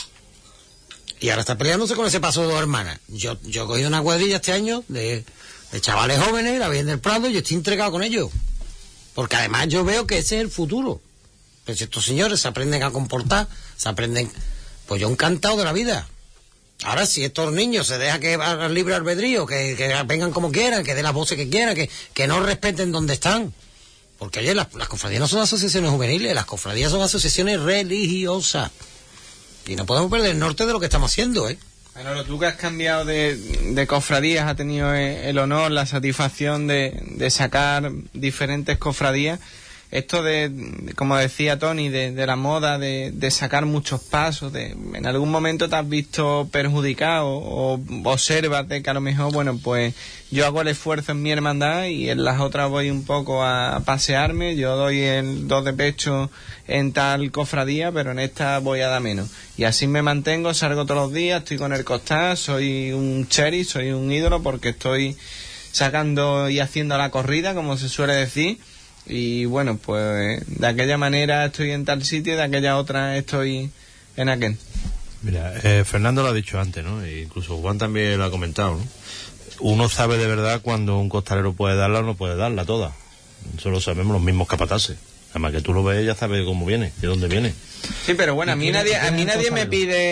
Y ahora está peleándose con ese paso de 2 hermanas. Yo he cogido una cuadrilla este año de chavales jóvenes, la Virgen del Prado, y yo estoy entregado con ellos. Porque además yo veo que ese es el futuro. Pues si estos señores se aprenden a comportar, pues yo encantado de la vida. Ahora, si estos niños se dejan que al libre albedrío, que vengan como quieran, que den las voces que quieran, que no respeten donde están. Porque, oye, las cofradías no son asociaciones juveniles, las cofradías son asociaciones religiosas. Y no podemos perder el norte de lo que estamos haciendo, ¿eh? Bueno, tú que has cambiado de cofradías, has tenido el honor, la satisfacción de sacar diferentes cofradías. Esto como decía Tony, de la moda, de sacar muchos pasos, en algún momento te has visto perjudicado o observas de que a lo mejor, bueno, pues yo hago el esfuerzo en mi hermandad y en las otras voy un poco a pasearme, yo doy el 2 de pecho en tal cofradía, pero en esta voy a dar menos. Y así me mantengo, salgo todos los días, estoy con el costal, soy un cherry, soy un ídolo porque estoy sacando y haciendo la corrida, como se suele decir. Y bueno, pues de aquella manera estoy en tal sitio y de aquella otra estoy en aquel. Mira, Fernando lo ha dicho antes, ¿no? E incluso Juan también lo ha comentado, ¿no? Uno sabe de verdad cuando un costalero puede darla o no puede darla toda. Eso lo sabemos los mismos capataces. Además que tú lo ves, ya sabes cómo viene, de dónde viene. Sí, pero bueno, a mí nadie me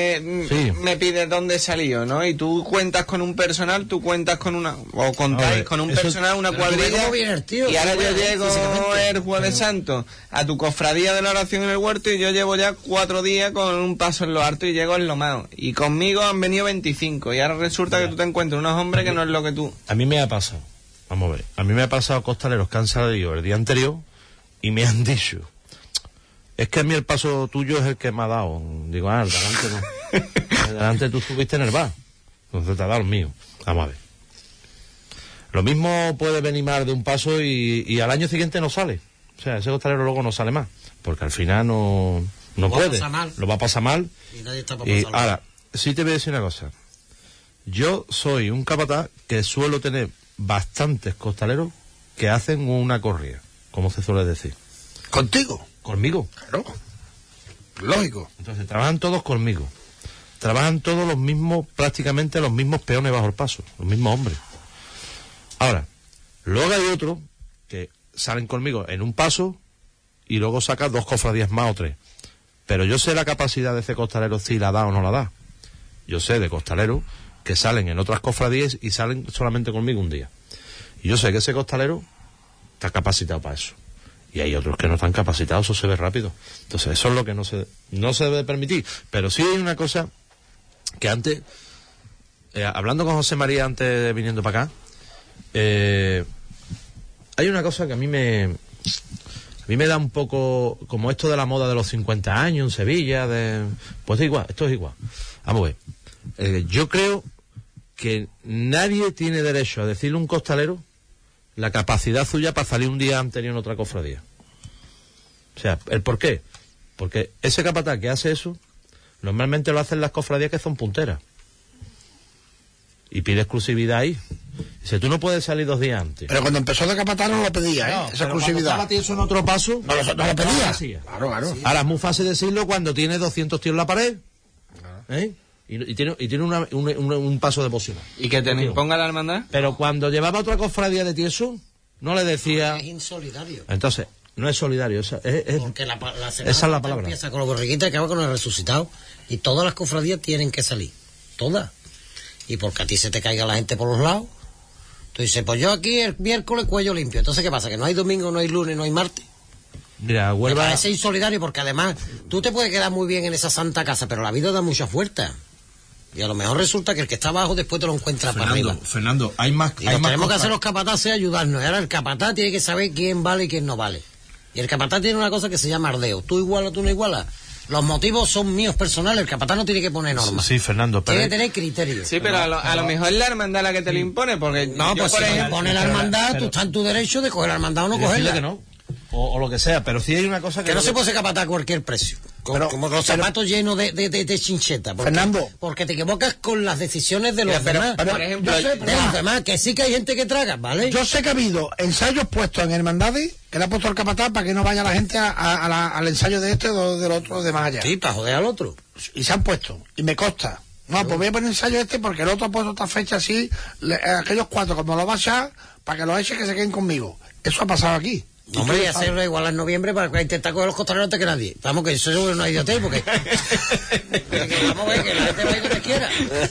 pide dónde he salido, ¿no? Y tú cuentas con un personal, tú cuentas con con un personal, una cuadrilla. Y ahora yo llego el Jueves Santo a tu cofradía de la oración en el huerto y yo llevo ya 4 días con un paso en lo harto y llego en lo malo. Y conmigo han venido 25 y ahora resulta que tú te encuentras unos hombres que no es lo que tú. A mí me ha pasado, vamos a ver, a mí me ha pasado costaleros que han salido el día anterior y me han dicho, es que a mí el paso tuyo es el que me ha dado. Digo, el delante no. El delante tú subiste en el bar. Entonces te ha dado el mío. Vamos a ver. Lo mismo puede venir mal de un paso y al año siguiente no sale. O sea, ese costalero luego no sale más. Porque al final no puede. Lo va a pasar mal. Y nadie está para pasarlo. Ahora, sí te voy a decir una cosa. Yo soy un capataz que suelo tener bastantes costaleros que hacen una corrida, como se suele decir. ¿Contigo? Conmigo. Claro. Lógico. Entonces trabajan todos conmigo. Trabajan todos los mismos, prácticamente los mismos peones bajo el paso, los mismos hombres. Ahora, luego hay otros que salen conmigo en un paso y luego sacan 2 cofradías más o 3. Pero yo sé la capacidad de ese costalero si la da o no la da. Yo sé de costaleros que salen en otras cofradías y salen solamente conmigo un día. Y yo sé que ese costalero está capacitado para eso. Y hay otros que no están capacitados, eso se ve rápido. Entonces eso es lo que no se debe permitir. Pero sí hay una cosa que antes, hablando con José María antes viniendo para acá, hay una cosa que a mí me da un poco como esto de la moda de los 50 años en Sevilla, pues igual, esto es igual. Vamos a ver, yo creo que nadie tiene derecho a decirle a un costalero la capacidad suya para salir un día anterior en otra cofradía. O sea, ¿el por qué? Porque ese capataz que hace eso, normalmente lo hacen las cofradías que son punteras. Y pide exclusividad ahí. Dice, tú no puedes salir 2 días antes. Pero cuando empezó de capataz no lo pedía, no, esa exclusividad. Cuando eso en otro paso, no lo pedía. Claro, claro. Sí. Ahora es muy fácil decirlo cuando tiene 200 tíos en la pared. ¿Eh? Y tiene un paso de posible. ¿Y que te imponga la hermandad? Pero cuando llevaba otra cofradía de tieso, no le decía... No, es insolidario. Entonces, no es solidario, porque la esa es la palabra. Empieza con los borriquitas y acaba con el resucitado. Y todas las cofradías tienen que salir. Todas. Y porque a ti se te caiga la gente por los lados. Tú dices, pues yo aquí el miércoles cuello limpio. Entonces, ¿qué pasa? Que no hay domingo, no hay lunes, no hay martes. Mira, Huelva... Me parece insolidario porque además tú te puedes quedar muy bien en esa santa casa, pero la vida da mucha fuerza. Y a lo mejor resulta que el que está abajo después te lo encuentra para arriba. Fernando, hay más... Y tenemos que hacer los capataces ayudarnos. Y ahora el capataz tiene que saber quién vale y quién no vale. Y el capataz tiene una cosa que se llama ardeo. Tú igualas, tú no igualas. Los motivos son míos personales, el capataz no tiene que poner normas. Sí, Fernando, pero... Tiene que tener criterio. Sí, pero a lo mejor es la hermandad la que te lo impone, porque... No, pues si pone la hermandad, tú estás en tu derecho de coger la hermandad o no Decirle cogerla. que no, o lo que sea, pero sí hay una cosa que... Que no se puede ser capataz a cualquier precio. Como los zapatos llenos de chincheta. Fernando. Porque te equivocas con las decisiones de los demás. por ejemplo, de los demás, que sí que hay gente que traga, ¿vale? Yo sé que ha habido ensayos puestos en hermandades que le ha puesto el capataz para que no vaya la gente al ensayo de este o del otro de más allá. Sí, para joder al otro. Y se han puesto, y me consta. No, pues voy a poner ensayo este porque el otro ha puesto esta fecha así, aquellos 4, como lo va a echar, para que los eche que se queden conmigo. Eso ha pasado aquí. No, hombre, voy a hacerlo igual en noviembre para intentar coger los costaleros antes que nadie. Vamos, que eso no es idiotez, porque... Vamos a ver, que la gente va a ir donde quiera.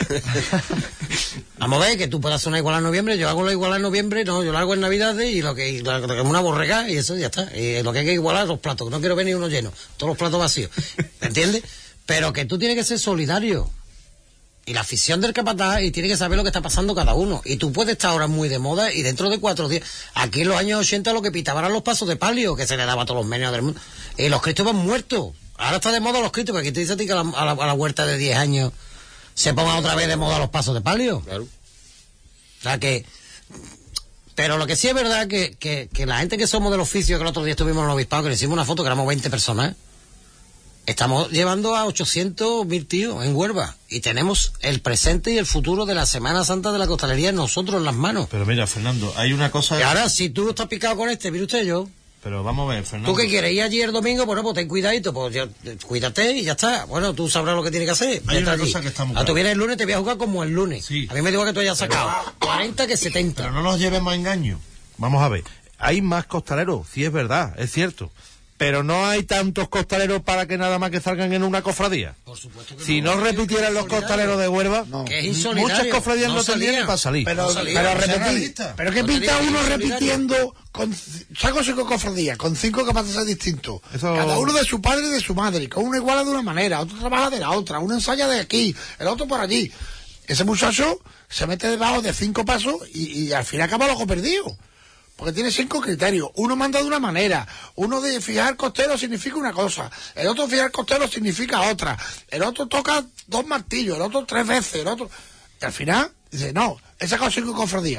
Vamos a ver, que tú puedas hacer una igual en noviembre, yo hago la igual en noviembre, no, yo la hago en Navidades y lo que es una borrega y eso ya está. Y lo que hay que igualar los platos, que no quiero ver ni uno lleno, todos los platos vacíos. ¿Me entiendes? Pero que tú tienes que ser solidario. Y la afición del capataz, y tiene que saber lo que está pasando cada uno. Y tú puedes estar ahora muy de moda y dentro de 4 días... Aquí en los años 80 lo que pitaban eran los pasos de palio, que se le daba a todos los menios del mundo. Y los cristos van muertos. Ahora está de moda los cristos, porque aquí te dice a ti que a la huerta de 10 años se pongan otra vez de moda los pasos de palio. Claro. O sea que... Pero lo que sí es verdad que la gente que somos del oficio, que el otro día estuvimos en el obispado, que le hicimos una foto, que éramos 20 personas, estamos llevando a 800.000 tíos en Huelva y tenemos el presente y el futuro de la Semana Santa de la Costalería nosotros en las manos. Pero mira, Fernando, hay una cosa... Y ahora, si tú estás picado con mire usted yo. Pero vamos a ver, Fernando... ¿Tú qué quieres? ¿Ir allí el domingo? Bueno, pues ten cuidadito, pues cuídate y ya está. Bueno, tú sabrás lo que tienes que hacer. Hay una cosa que está muy clara. Tú vienes el lunes, te voy a jugar como el lunes. Sí. A mí me digo que tú hayas sacado 40 que 70. Pero no nos llevemos a engaño. Vamos a ver, hay más costaleros, sí es verdad, es cierto. Pero no hay tantos costaleros para que nada más que salgan en una cofradía. Por supuesto que si no repitieran los costaleros de Huelva, que es insolidario. Muchas cofradías no tendrían ni para salir. Pero repetir. Pero que pinta uno repitiendo saco 5 cofradías, con 5 capataces distintos. Cada uno de su padre y de su madre. Con uno iguala de una manera, otro trabaja de la otra, uno ensaya de aquí, el otro por allí. Ese muchacho se mete debajo de 5 pasos y al final acaba loco perdido. Porque tiene 5 criterios. Uno manda de una manera. Uno de fijar costero significa una cosa. El otro fijar costero significa otra. El otro toca 2 martillos. El otro 3 veces. El otro... Y al final dice, no, he sacado 5 cofradías.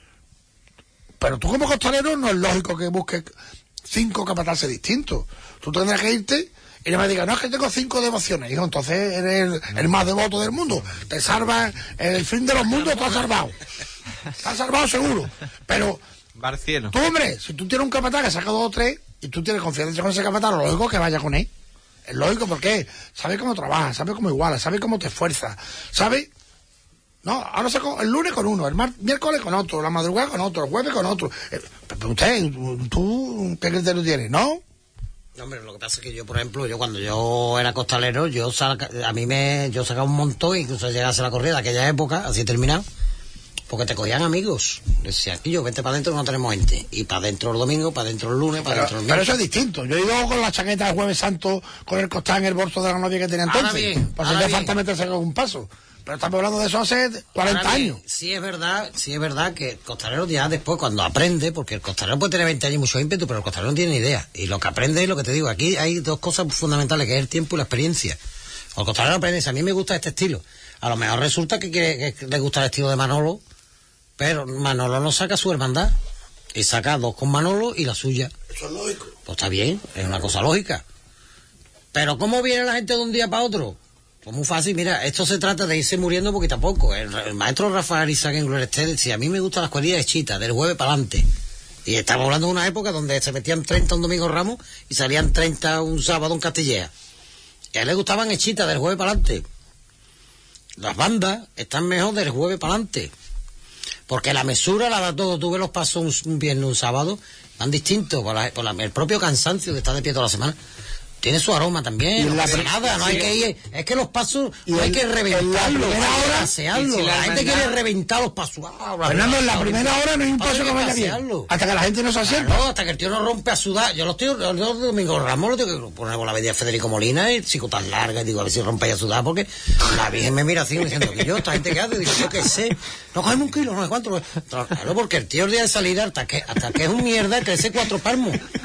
Pero tú como costalero no es lógico que busques 5 capataces distintos. Tú tendrás que irte y no me digas, no, es que tengo 5 devociones. Hijo, entonces eres el más devoto del mundo. Te salvas en el fin de los mundos, te has salvado. Te has salvado seguro. Pero... Barcielo. Tú, hombre, si tú tienes un capataz que saca 2 o 3 y tú tienes confianza con ese capataz, lo lógico es que vaya con él. Es lógico porque sabe cómo trabaja, sabe cómo iguala, sabe cómo te esfuerza, sabe... No, ahora saco el lunes con uno, el miércoles con otro, la madrugada con otro, el jueves con otro. Pero usted, ¿tú qué criterio tienes? ¿No? No, hombre, lo que pasa es que yo, por ejemplo, cuando yo era costalero, yo sacaba un montón, incluso llegase a la corrida de aquella época, así terminado. Porque te cogían amigos. Decían, yo, vente para adentro, no tenemos gente. Y para adentro el domingo, para adentro el lunes, para adentro el miércoles. Pero eso es distinto. Yo he ido con la chaqueta del Jueves Santo, con el costal en el bolso de la novia que tenía entonces. Bien, por si le falta meterse con un paso. Pero estamos hablando de eso hace 40 años. Sí es verdad que el costalero ya después, cuando aprende, porque el costalero puede tener 20 años y mucho ímpetu, pero el costalero no tiene ni idea. Y lo que aprende es lo que te digo. Aquí hay 2 cosas fundamentales, que es el tiempo y la experiencia. El costalero aprende, si a mí me gusta este estilo. A lo mejor resulta que le gusta el estilo de Manolo, pero Manolo no saca su hermandad. Y saca 2 con Manolo y la suya. Eso es lógico. Pues está bien, es una cosa lógica. Pero ¿cómo viene la gente de un día para otro? Pues muy fácil, mira, esto se trata de irse muriendo poquito a poco. El maestro Rafael Isaac en Gloria Esther decía, a mí me gusta la escuadrilla de Chita, del jueves para adelante. Y estamos hablando de una época donde se metían 30 un domingo Ramos y salían 30 un sábado en Castilleja. Y a él le gustaban hechitas del jueves para adelante. Las bandas están mejor del jueves para adelante. Porque la mesura la da todo. Tú ves los pasos un viernes, un sábado, van distintos por el propio cansancio de estar de pie toda la semana. Tiene su aroma también, no pasa nada, no hay que ir, es que los pasos no hay que reventarlos, la gente quiere reventar los pasos. Fernando, en la primera hora no hay un paso que vaya bien, hasta que la gente no se asienta. No, hasta que el tío no rompe a sudar. Yo los Domingo Ramos lo tengo que poner con la avenida Federico Molina y chico tan larga, y digo, a ver si rompe a sudar, porque la Virgen me mira así diciendo que esta gente que hace, digo, yo qué sé, no cogemos un kilo, no sé cuánto. Claro, porque el tío el día de salida, hasta que es un mierda, crece 4 palmos.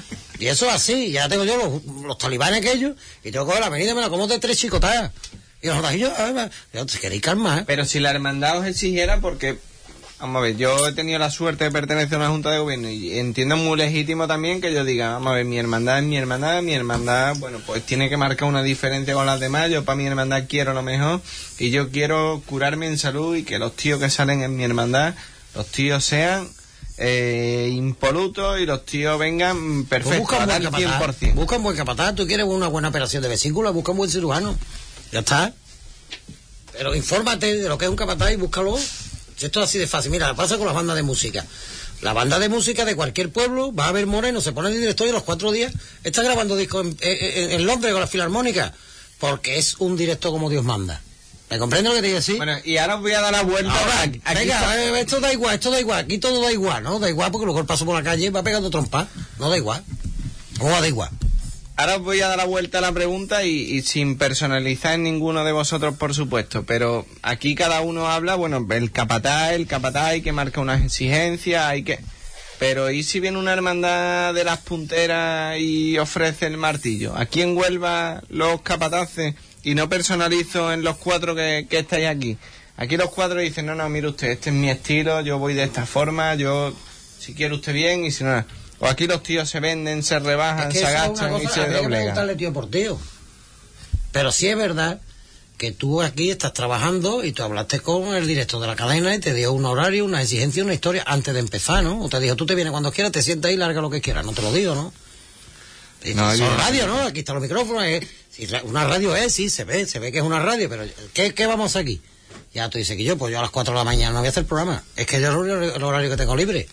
Y eso es así, ya tengo yo los talibanes aquellos, y tengo que coger la avenida y me la como de 3 chicotadas. Y los rayos, te queréis calmar. Pero si la hermandad os exigiera, porque, vamos a ver, yo he tenido la suerte de pertenecer a una junta de gobierno y entiendo muy legítimo también que yo diga, vamos a ver, mi hermandad es mi hermandad, bueno, pues tiene que marcar una diferencia con las demás, yo para mi hermandad quiero lo mejor y yo quiero curarme en salud y que los tíos que salen en mi hermandad, los tíos sean impolutos y los tíos vengan perfectos, Pues a dar el 100%. Busca un buen capataz, tú quieres una buena operación de vesícula, busca un buen cirujano. Ya está. Pero infórmate de lo que es un capataz y búscalo. Si esto es así de fácil. Mira, pasa con las bandas de música. La banda de música de cualquier pueblo, va a ver Moreno, se pone el director y a los 4 días está grabando discos en Londres con la Filarmónica. Porque es un directo como Dios manda. ¿Me comprende lo que te digo así? Bueno, y ahora os voy a dar la vuelta. Ahora, venga, esto da igual, aquí todo da igual, ¿no? Da igual porque luego el paso por la calle va pegando trompas. No da igual. ¿Cómo va da igual? Ahora os voy a dar la vuelta a la pregunta y sin personalizar en ninguno de vosotros, por supuesto, pero aquí cada uno habla, bueno, el capataz hay que marcar unas exigencias, pero ¿y si viene una hermandad de las punteras y ofrece el martillo? Aquí en Huelva los capataces, y no personalizo en los 4 que estáis aquí, aquí los 4 dicen, no, mire usted, este es mi estilo, yo voy de esta forma, yo, si quiere usted bien, y si no... O aquí los tíos se venden, se rebajan, se agachan y se doblegan. Tío por tío. Pero sí es verdad que tú aquí estás trabajando y tú hablaste con el director de la cadena y te dio un horario, una exigencia, una historia antes de empezar, ¿no? O te dijo, tú te vienes cuando quieras, te sientas ahí y larga lo que quieras. No te lo digo, ¿no? No, son radio, ¿no? Aquí están los micrófonos. Una radio sí, se ve que es una radio, pero ¿qué vamos aquí? Ya tú dices que yo a las 4 de la mañana no voy a hacer programa. Es que yo el horario que tengo libre.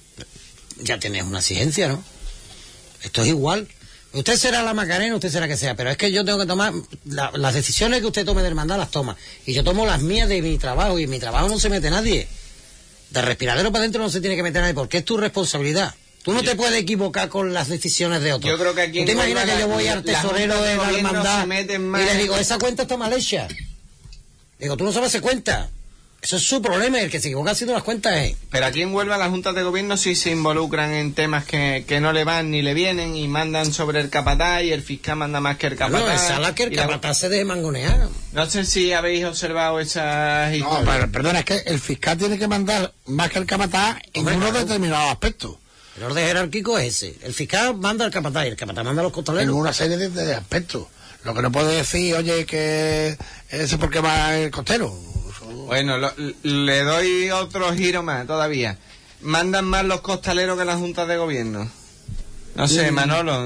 Ya tienes una exigencia, ¿no? Esto es igual. Usted será la Macarena, usted será que sea, pero es que yo tengo que tomar las decisiones que usted tome de hermandad, las toma. Y yo tomo las mías de mi trabajo, y en mi trabajo no se mete nadie. De respiradero para adentro no se tiene que meter nadie, porque es tu responsabilidad. Tú no te puedes equivocar con las decisiones de otros. Yo creo que aquí ¿Te imaginas que yo voy al tesorero de la hermandad y le digo, esa cuenta está mal hecha? Digo, tú no sabes hacer cuenta. Eso es su problema, el que se equivoca haciendo las cuentas es... Pero aquí en Huelva las juntas de gobierno sí se involucran en temas que no le van ni le vienen y mandan sobre el capataz y el fiscal manda más que el capataz. No, esa es la que el capataz se deje mangonear. No sé si habéis observado esas historias. No, pero perdona, es que el fiscal tiene que mandar más que el capataz en unos determinados aspectos. El orden jerárquico es ese. El fiscal manda al capataz y el capataz manda a los costaleros. En una serie de aspectos. Lo que no puede decir, oye, que ese es porque va el costero. Bueno, le doy otro giro más todavía. ¿Mandan más los costaleros que las juntas de gobierno? No sé, Manolo.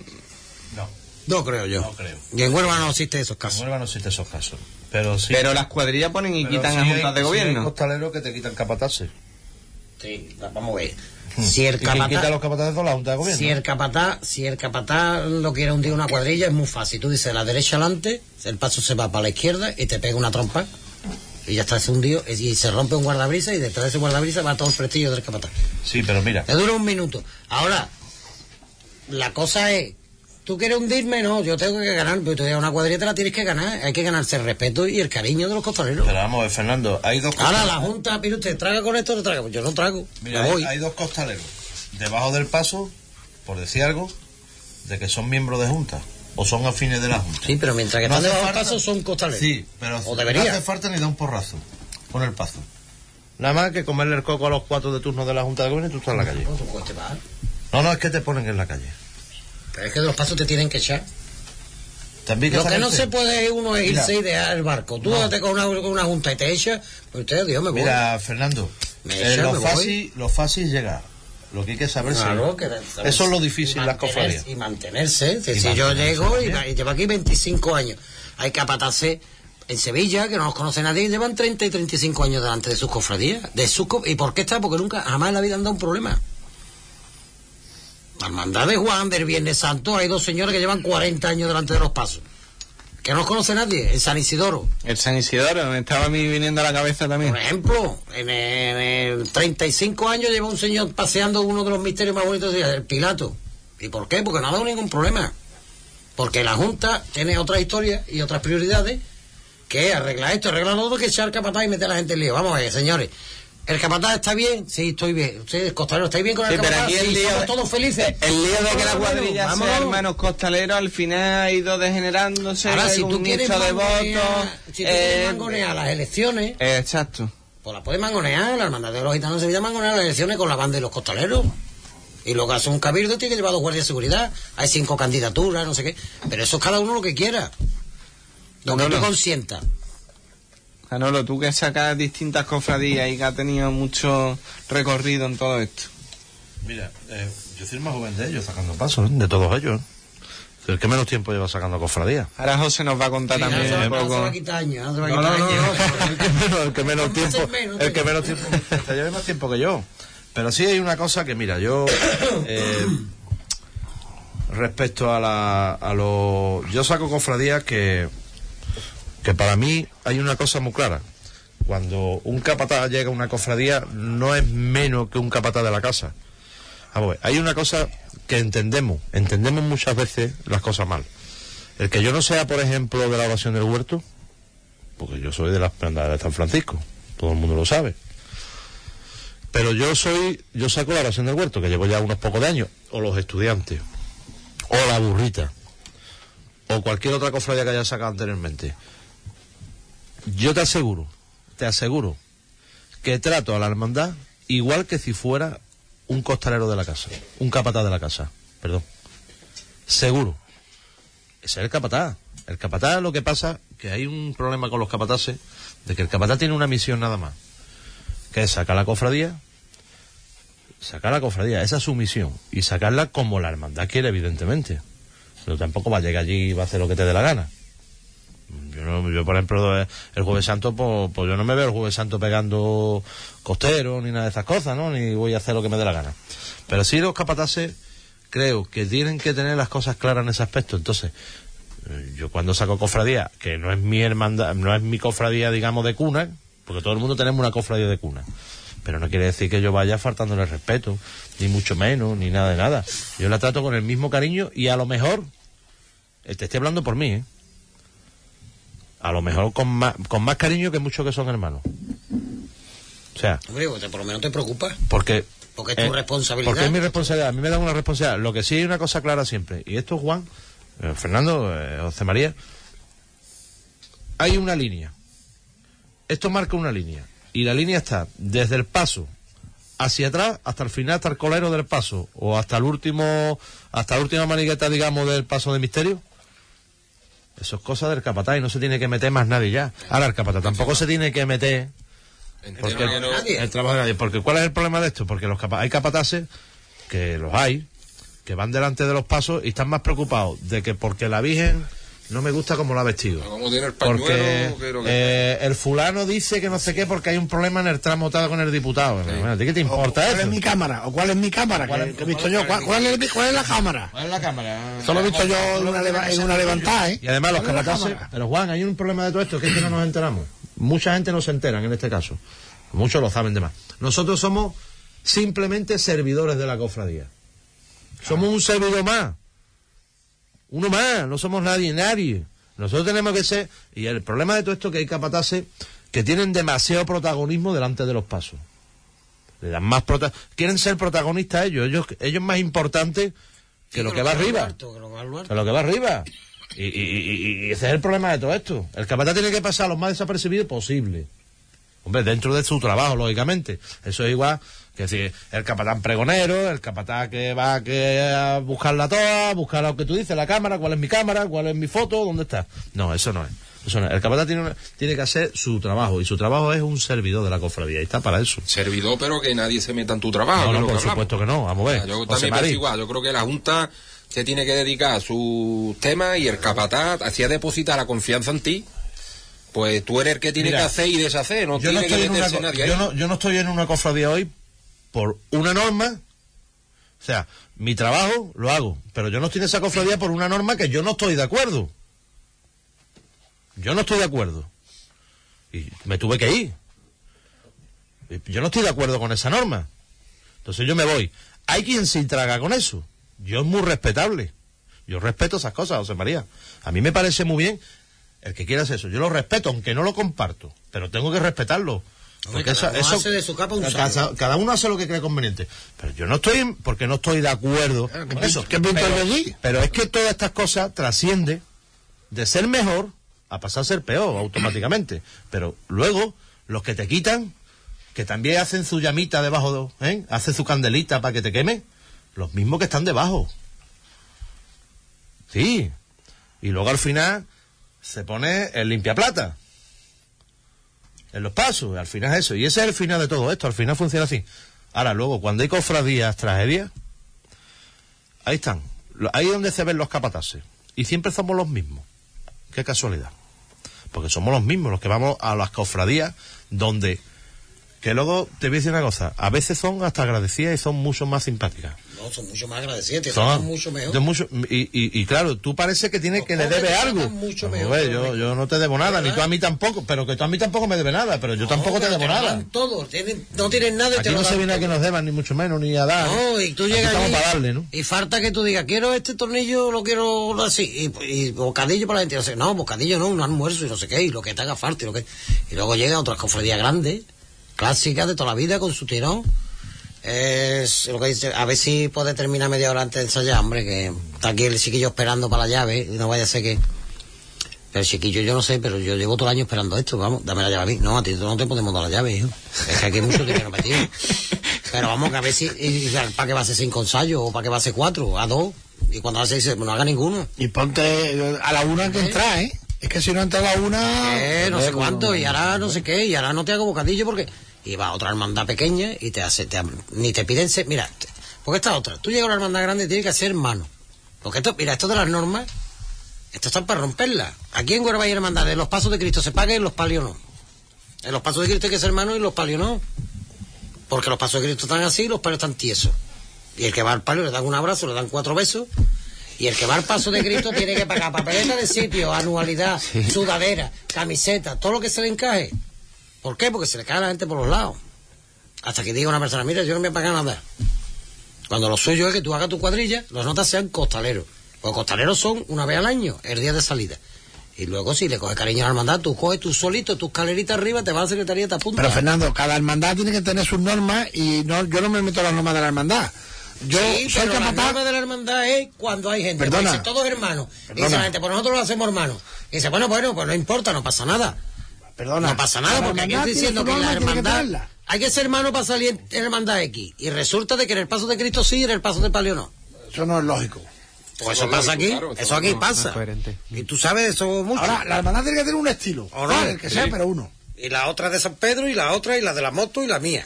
No creo yo. No creo. Y en Huelva no existe esos casos. En Huelva no existe esos casos. Pero sí. Pero las cuadrillas ponen y quitan a juntas de gobierno. Hay costaleros que te quitan capataces. Sí, vamos a ver. Si el capataz, ¿y quién quita los capataces de la junta de gobierno? Si el capataz lo quiere hundir una cuadrilla es muy fácil. Tú dices la derecha adelante, el paso se va para la izquierda y te pega una trompa. Y ya está, se hundido y se rompe un guardabrisa y detrás de ese guardabrisa va todo el prestigio del capataz. Sí, pero mira. Te dura un minuto. Ahora, la cosa es, ¿tú quieres hundirme? No, yo tengo que ganar, pero tú a una cuadrilla te la tienes que ganar. Hay que ganarse el respeto y el cariño de los costaleros. Pero vamos a ver, Fernando, hay dos costaleros. Ahora la junta, mire usted, ¿traga con esto o no traga? Pues yo no trago. Mira, hay dos costaleros debajo del paso, por decir algo, de que son miembros de junta. O son afines de la junta. Sí, pero mientras que no están debajo del paso son costaleros. Sí, pero o debería. No hace falta ni dar un porrazo con el paso. Nada más que comerle el coco a los 4 de turno de la junta de gobierno y tú estás en la calle. No, es que te ponen en la calle. Pero es que de los pasos te tienen que echar. También lo que no se puede uno es irse y dejar el barco. Tú te con una junta y te echas, pues usted, Dios, me voy. Mira, Fernando, lo fácil es llegar. Lo que hay que saber eso es lo difícil, las cofradías. Y mantenerse. Si yo llego y llevo aquí 25 años. Hay capataces en Sevilla, que no los conoce nadie, llevan 30 y 35 años delante de sus cofradías. ¿Y por qué está? Porque nunca, jamás en la vida han dado un problema. La hermandad de Juan del Viernes Santo, hay 2 señores que llevan 40 años delante de los pasos. Que no los conoce nadie, el San Isidoro. El San Isidoro, me estaba a mí viniendo a la cabeza también. Por ejemplo, en 35 años lleva un señor paseando uno de los misterios más bonitos del Pilato. ¿Y por qué? Porque no ha dado ningún problema. Porque la Junta tiene otras historias y otras prioridades que arreglar esto, arreglar lo otro, que echar capataz y meter a la gente en lío. Vamos a ver, señores. ¿El capataz está bien? Sí, estoy bien. ¿Ustedes, costaleros, estáis bien con el Sí, pero capataz? aquí el Sí, lío- somos todos felices. El lío de que la cuadrilla Vámonos. sea hermanos costaleros al final ha ido degenerándose. Ahora, si un tú quieres nicho de mangonear, votos. si tú quieres mangonear las elecciones, Exacto. pues la puedes mangonear. La hermandad de los gitanos de Sevilla mangonear las elecciones con la banda y los costaleros. Y luego hace un cabildo, tiene que llevar 2 guardias de seguridad. Hay 5 candidaturas, no sé qué. Pero eso es cada uno lo que quiera. Lo que tú consientas. Manolo, tú que sacas distintas cofradías y que has tenido mucho recorrido en todo esto. Mira, yo soy el más joven de ellos sacando pasos, de todos ellos. El que menos tiempo lleva sacando cofradías. Ahora José nos va a contar también un Ahora se poco. va a quitar años. Ahora se va a No, quitar años. el que menos tiempo, te lleve más tiempo que yo. Pero sí hay una cosa que, mira, yo respecto a yo saco cofradías que para mí hay una cosa muy clara. Cuando un capataz llega a una cofradía no es menos que un capataz de la casa. Vamos a ver, hay una cosa que entendemos muchas veces las cosas mal. El que yo no sea, por ejemplo, de la oración del huerto, porque yo soy de las hermandades de San Francisco, todo el mundo lo sabe. Pero yo saco la oración del huerto, que llevo ya unos pocos de años, o los estudiantes, o la burrita, o cualquier otra cofradía que haya sacado anteriormente. Yo te aseguro que trato a la hermandad igual que si fuera un costalero de la casa, un capataz de la casa, perdón. Seguro. Ese es el capataz. El capataz, lo que pasa, que hay un problema con los capataces, de que el capataz tiene una misión nada más, que es sacar la cofradía, esa es su misión, y sacarla como la hermandad quiere, evidentemente. Pero tampoco va a llegar allí y va a hacer lo que te dé la gana. Yo por ejemplo, el Jueves Santo, pues yo no me veo el Jueves Santo pegando costeros ni nada de esas cosas, ¿no? Ni voy a hacer lo que me dé la gana. Pero sí los capataces creo que tienen que tener las cosas claras en ese aspecto. Entonces, yo cuando saco cofradía, que no es mi hermandad, no es mi cofradía, digamos, de cuna, porque todo el mundo tenemos una cofradía de cuna, pero no quiere decir que yo vaya faltándole el respeto, ni mucho menos, ni nada de nada. Yo la trato con el mismo cariño y a lo mejor, te estoy hablando por mí, a lo mejor con más cariño que muchos que son hermanos. O sea... Hombre, por lo menos te preocupas. Porque es tu responsabilidad. Porque es mi responsabilidad. A mí me dan una responsabilidad. Lo que sí hay una cosa clara siempre. Y esto, Juan, Fernando, José María, hay una línea. Esto marca una línea. Y la línea está desde el paso hacia atrás hasta el final, hasta el colero del paso, o hasta la última manigueta, digamos, del paso de misterio. Eso es cosa del capataz y no se tiene que meter más nadie ya. Ahora el capataz tampoco se tiene que meter porque el trabajo de nadie. Porque ¿cuál es el problema de esto? Porque hay capataces, que los hay, que van delante de los pasos y están más preocupados de que porque la Virgen no me gusta como la ha vestido. Como tiene el pañuelo, porque el fulano dice que no sé qué porque hay un problema en el tramo con el diputado. Sí. Bueno, ¿a ti qué te importa eso? ¿Cuál es mi cámara? ¿O cuál es mi cámara? Que he visto yo. ¿Cuál es la cámara? ¿Cuál es la cámara? Eso lo he visto yo en una levantada, ¿eh? Y además los capataces... Pero Juan, hay un problema de todo esto, que es que no nos enteramos. Mucha gente no se entera en este caso. Muchos lo saben de más. Nosotros somos simplemente servidores de la cofradía. Somos un servidor más. Uno más, no somos nadie. Nosotros tenemos que ser... Y el problema de todo esto es que hay capataces que tienen demasiado protagonismo delante de los pasos. Le dan más quieren ser protagonistas ellos más importantes que lo que va arriba. Que lo que va arriba. Y ese es el problema de todo esto. El capataz tiene que pasar lo más desapercibido posible. Hombre, dentro de su trabajo, lógicamente. Eso es igual que si el capatán pregonero, el capataz que va a buscarla toda, buscar lo que tú dices, la cámara, cuál es mi cámara, cuál es mi foto, dónde está. No, eso no es. El capataz tiene que hacer su trabajo, y su trabajo es un servidor de la cofradía, y está para eso. Servidor, pero que nadie se meta en tu trabajo. No, por supuesto que no, vamos a ver. Yo también pienso igual, yo creo que la Junta se tiene que dedicar a sus temas y el capataz hacía depositar la confianza en ti. Pues tú eres el que tiene que hacer y deshacer, no tiene que meterse nadie ahí. Yo no estoy en una cofradía hoy por una norma, o sea, mi trabajo lo hago, pero yo no estoy en esa cofradía por una norma que yo no estoy de acuerdo. Yo no estoy de acuerdo. Y me tuve que ir. Yo no estoy de acuerdo con esa norma. Entonces yo me voy. Hay quien se traga con eso. Yo es muy respetable. Yo respeto esas cosas, José María. A mí me parece muy bien el que quiera hacer eso. Yo lo respeto, aunque no lo comparto. Pero tengo que respetarlo. Porque cada uno hace de su capa un saco. cada uno hace lo que cree conveniente. Pero yo no estoy, porque no estoy de acuerdo con eso. ¿Qué pinta el de allí? Pero es que todas estas cosas trascienden de ser mejor a pasar a ser peor automáticamente. Pero luego, los que te quitan, que también hacen su llamita debajo, hacen su candelita para que te quemen, los mismos que están debajo. Sí. Y luego al final se pone el limpiaplata en los pasos, al final es eso. Y ese es el final de todo esto, al final funciona así. Ahora, luego, cuando hay cofradías, tragedias, ahí están. Ahí es donde se ven los capataces. Y siempre somos los mismos. Qué casualidad. Porque somos los mismos los que vamos a las cofradías donde... Que luego te voy a decir una cosa, a veces son hasta agradecidas y son mucho más simpáticas. No, son mucho más agradecidas, te tratan mucho mejor. Y claro, tú parece que tienes que le debes algo. Mucho mejor, yo no te debo nada, ni tú a mí tampoco, pero que tú a mí tampoco me debes nada, pero yo tampoco te debo nada. Todos, no tienen nada y aquí no se viene a que nos deban, ni mucho menos, ni a dar. No, y tú llegas allí para darle, ¿no? Y falta que tú digas, quiero este tornillo, lo quiero así, y bocadillo para la gente. No, bocadillo no, un almuerzo y no sé qué, y lo que te haga falta, y luego llegan otras cofradías grandes, clásicas de toda la vida, con su tirón. Es lo que dice, a ver si puede terminar media hora antes de ensayar, hombre, que está aquí el chiquillo esperando para la llave, y no vaya a ser que... Pero el chiquillo yo no sé, pero yo llevo todo el año esperando esto, vamos, dame la llave a mí. No, a ti no te podemos dar la llave, hijo. Es que aquí hay mucho dinero metido. Pero vamos, que a ver si... ¿Para qué va a ser 5 ensayos? ¿O para qué va a ser 4? ¿A 2? Y cuando hace 6, no haga ninguno. Y ponte a la 1 que entra, ¿eh? Es que si no entra a la 1... no sé cuánto, y ahora no sé qué, y ahora no te hago bocadillo porque... Y va a otra hermandad pequeña y ni te piden ser, mira, porque esta otra, tú llegas a una hermandad grande y tienes que ser hermano. Porque esto, mira, esto de las normas, esto están para romperlas. Aquí en Huelva hay hermandades, los pasos de Cristo se pagan y los palios no. En los pasos de Cristo hay que ser hermano y los palios no. Porque los pasos de Cristo están así y los palios están tiesos. Y el que va al palio le dan un abrazo, le dan 4 besos. Y el que va al paso de Cristo tiene que pagar papeleta de sitio, anualidad, sudadera, camiseta, todo lo que se le encaje. ¿Por qué? Porque se le cae a la gente por los lados. Hasta que diga una persona, mira, yo no me voy a pagar nada. Cuando lo suyo es que tú hagas tu cuadrilla, los notas sean costaleros. Los costaleros son una vez al año, el día de salida. Y luego si le coges cariño a la hermandad, tú coges tú solito, tus escaleritas arriba, te vas a la secretaría y te apuntas. Pero Fernando, cada hermandad tiene que tener sus normas y yo no me meto en las normas de la hermandad. Yo sí, soy pero capataz... la norma de la hermandad es cuando hay gente. Perdona. Dice, todos hermanos. Y dice la gente, pues nosotros lo hacemos hermanos. Y dice, bueno, pues no importa, no pasa nada. Perdona. No pasa nada, porque aquí estoy diciendo que la hermandad... Hay que ser hermano para salir en hermandad X. Y resulta de que en el paso de Cristo sí y en el paso de Palio no. Eso no es lógico. Pues eso pasa aquí. Claro, eso aquí pasa. Y tú sabes eso mucho. Ahora, la hermandad tiene que tener un estilo. ¿O no? El que sea, pero uno. Y la otra de San Pedro y la otra y la de la moto y la mía.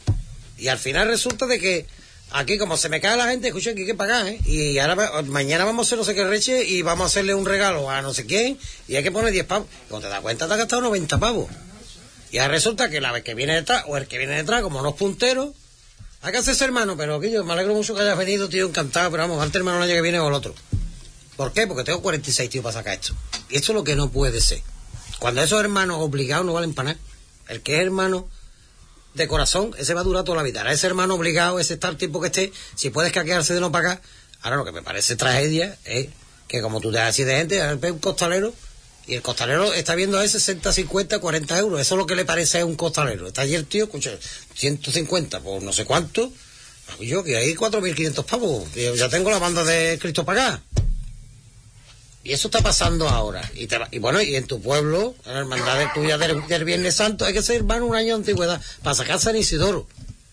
Y al final resulta de que aquí, como se me cae la gente, escuchen que hay que pagar, ¿eh? Y ahora mañana vamos a hacer no sé qué reche y vamos a hacerle un regalo a no sé quién y hay que poner 10 pavos. Y cuando te das cuenta te has gastado 90 pavos. Y ahora resulta que la vez que viene detrás, o el que viene detrás, como no es puntero, hay que hacerse hermano, pero que yo me alegro mucho que hayas venido, tío, encantado, pero vamos, antes hermano el año que viene o el otro. ¿Por qué? Porque tengo 46 tíos para sacar esto. Y esto es lo que no puede ser. Cuando esos hermanos obligados no valen para nada. El que es hermano de corazón, ese va a durar toda la vida. Ahora ese hermano obligado, ese está el tiempo que esté, si puedes caquearse de no pagar. Ahora lo que me parece tragedia es que como tú te das así de gente, ve un costalero y el costalero está viendo a 60, 50, 40 euros. Eso es lo que le parece a un costalero. Está allí el tío, escucha, 150 por no sé cuánto. Yo que hay 4.500 pavos. Ya tengo la banda de Cristo pagada. Y eso está pasando ahora. Y bueno, y en tu pueblo, en la hermandad tuya del Viernes Santo, hay que ser hermano un año de antigüedad para sacar San Isidoro.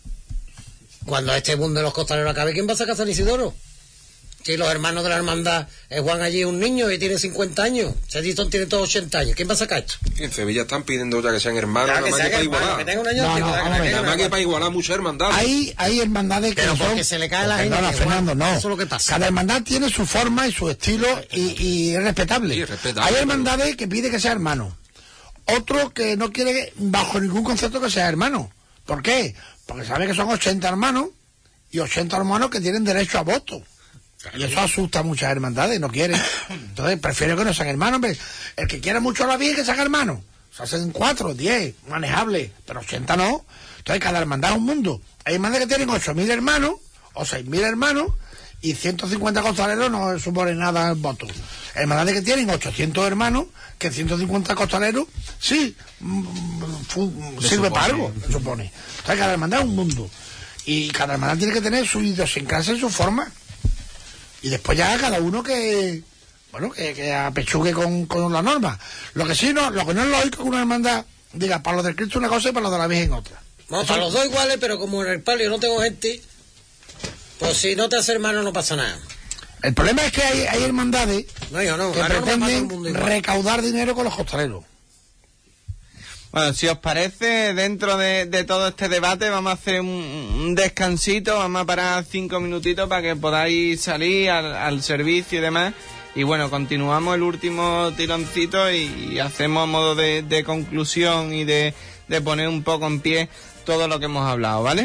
Cuando este mundo de los costaleros acabe, ¿quién va a sacar San Isidoro? Si los hermanos de la hermandad, Juan allí un niño y tiene 50 años, Seditón tiene todos 80 años, ¿quién va a sacar esto? En Sevilla están pidiendo ya que sean hermanos, ya, nada más que para igualar. Que tenga un año nada más que para igualar muchas hermandades. Hay hermandades que pero son... porque se le cae la gente. No, Fernando, no. Eso es lo que pasa. Cada hermandad tiene su forma y su estilo y es respetable. Sí, respetable. Hay hermandades que pide que sea hermano. Otro que no quiere bajo ningún concepto que sea hermano. ¿Por qué? Porque sabe que son 80 hermanos y 80 hermanos que tienen derecho a voto. Claro. Y eso asusta a muchas hermandades, no quieren. Entonces prefiero que no sean hermanos. El que quiera mucho la vida que sean hermanos. Se hacen 4, 10, manejables, pero 80 no. Entonces cada hermandad es un mundo. Hay hermandades que tienen 8.000 hermanos o 6.000 hermanos y 150 costaleros no supone nada el voto. Hermandades que tienen 800 hermanos, que 150 costaleros, sí, sirve para algo, se supone. Entonces cada hermandad es un mundo. Y cada hermandad tiene que tener su idiosincrasia y su forma. Y después ya cada uno que apechugue con la norma. Lo que sí no, lo que no es lógico que una hermandad diga para los del Cristo una cosa y para los de la Virgen otra. No, para los dos iguales, pero como en el palio no tengo gente, pues si no te hace hermano no pasa nada. El problema es que hay hermandades que pretenden recaudar dinero con los costaleros. Bueno, si os parece, dentro de todo este debate vamos a hacer un descansito, vamos a parar 5 minutitos para que podáis salir al servicio y demás. Y bueno, continuamos el último tironcito y hacemos a modo de conclusión y de poner un poco en pie todo lo que hemos hablado, ¿vale?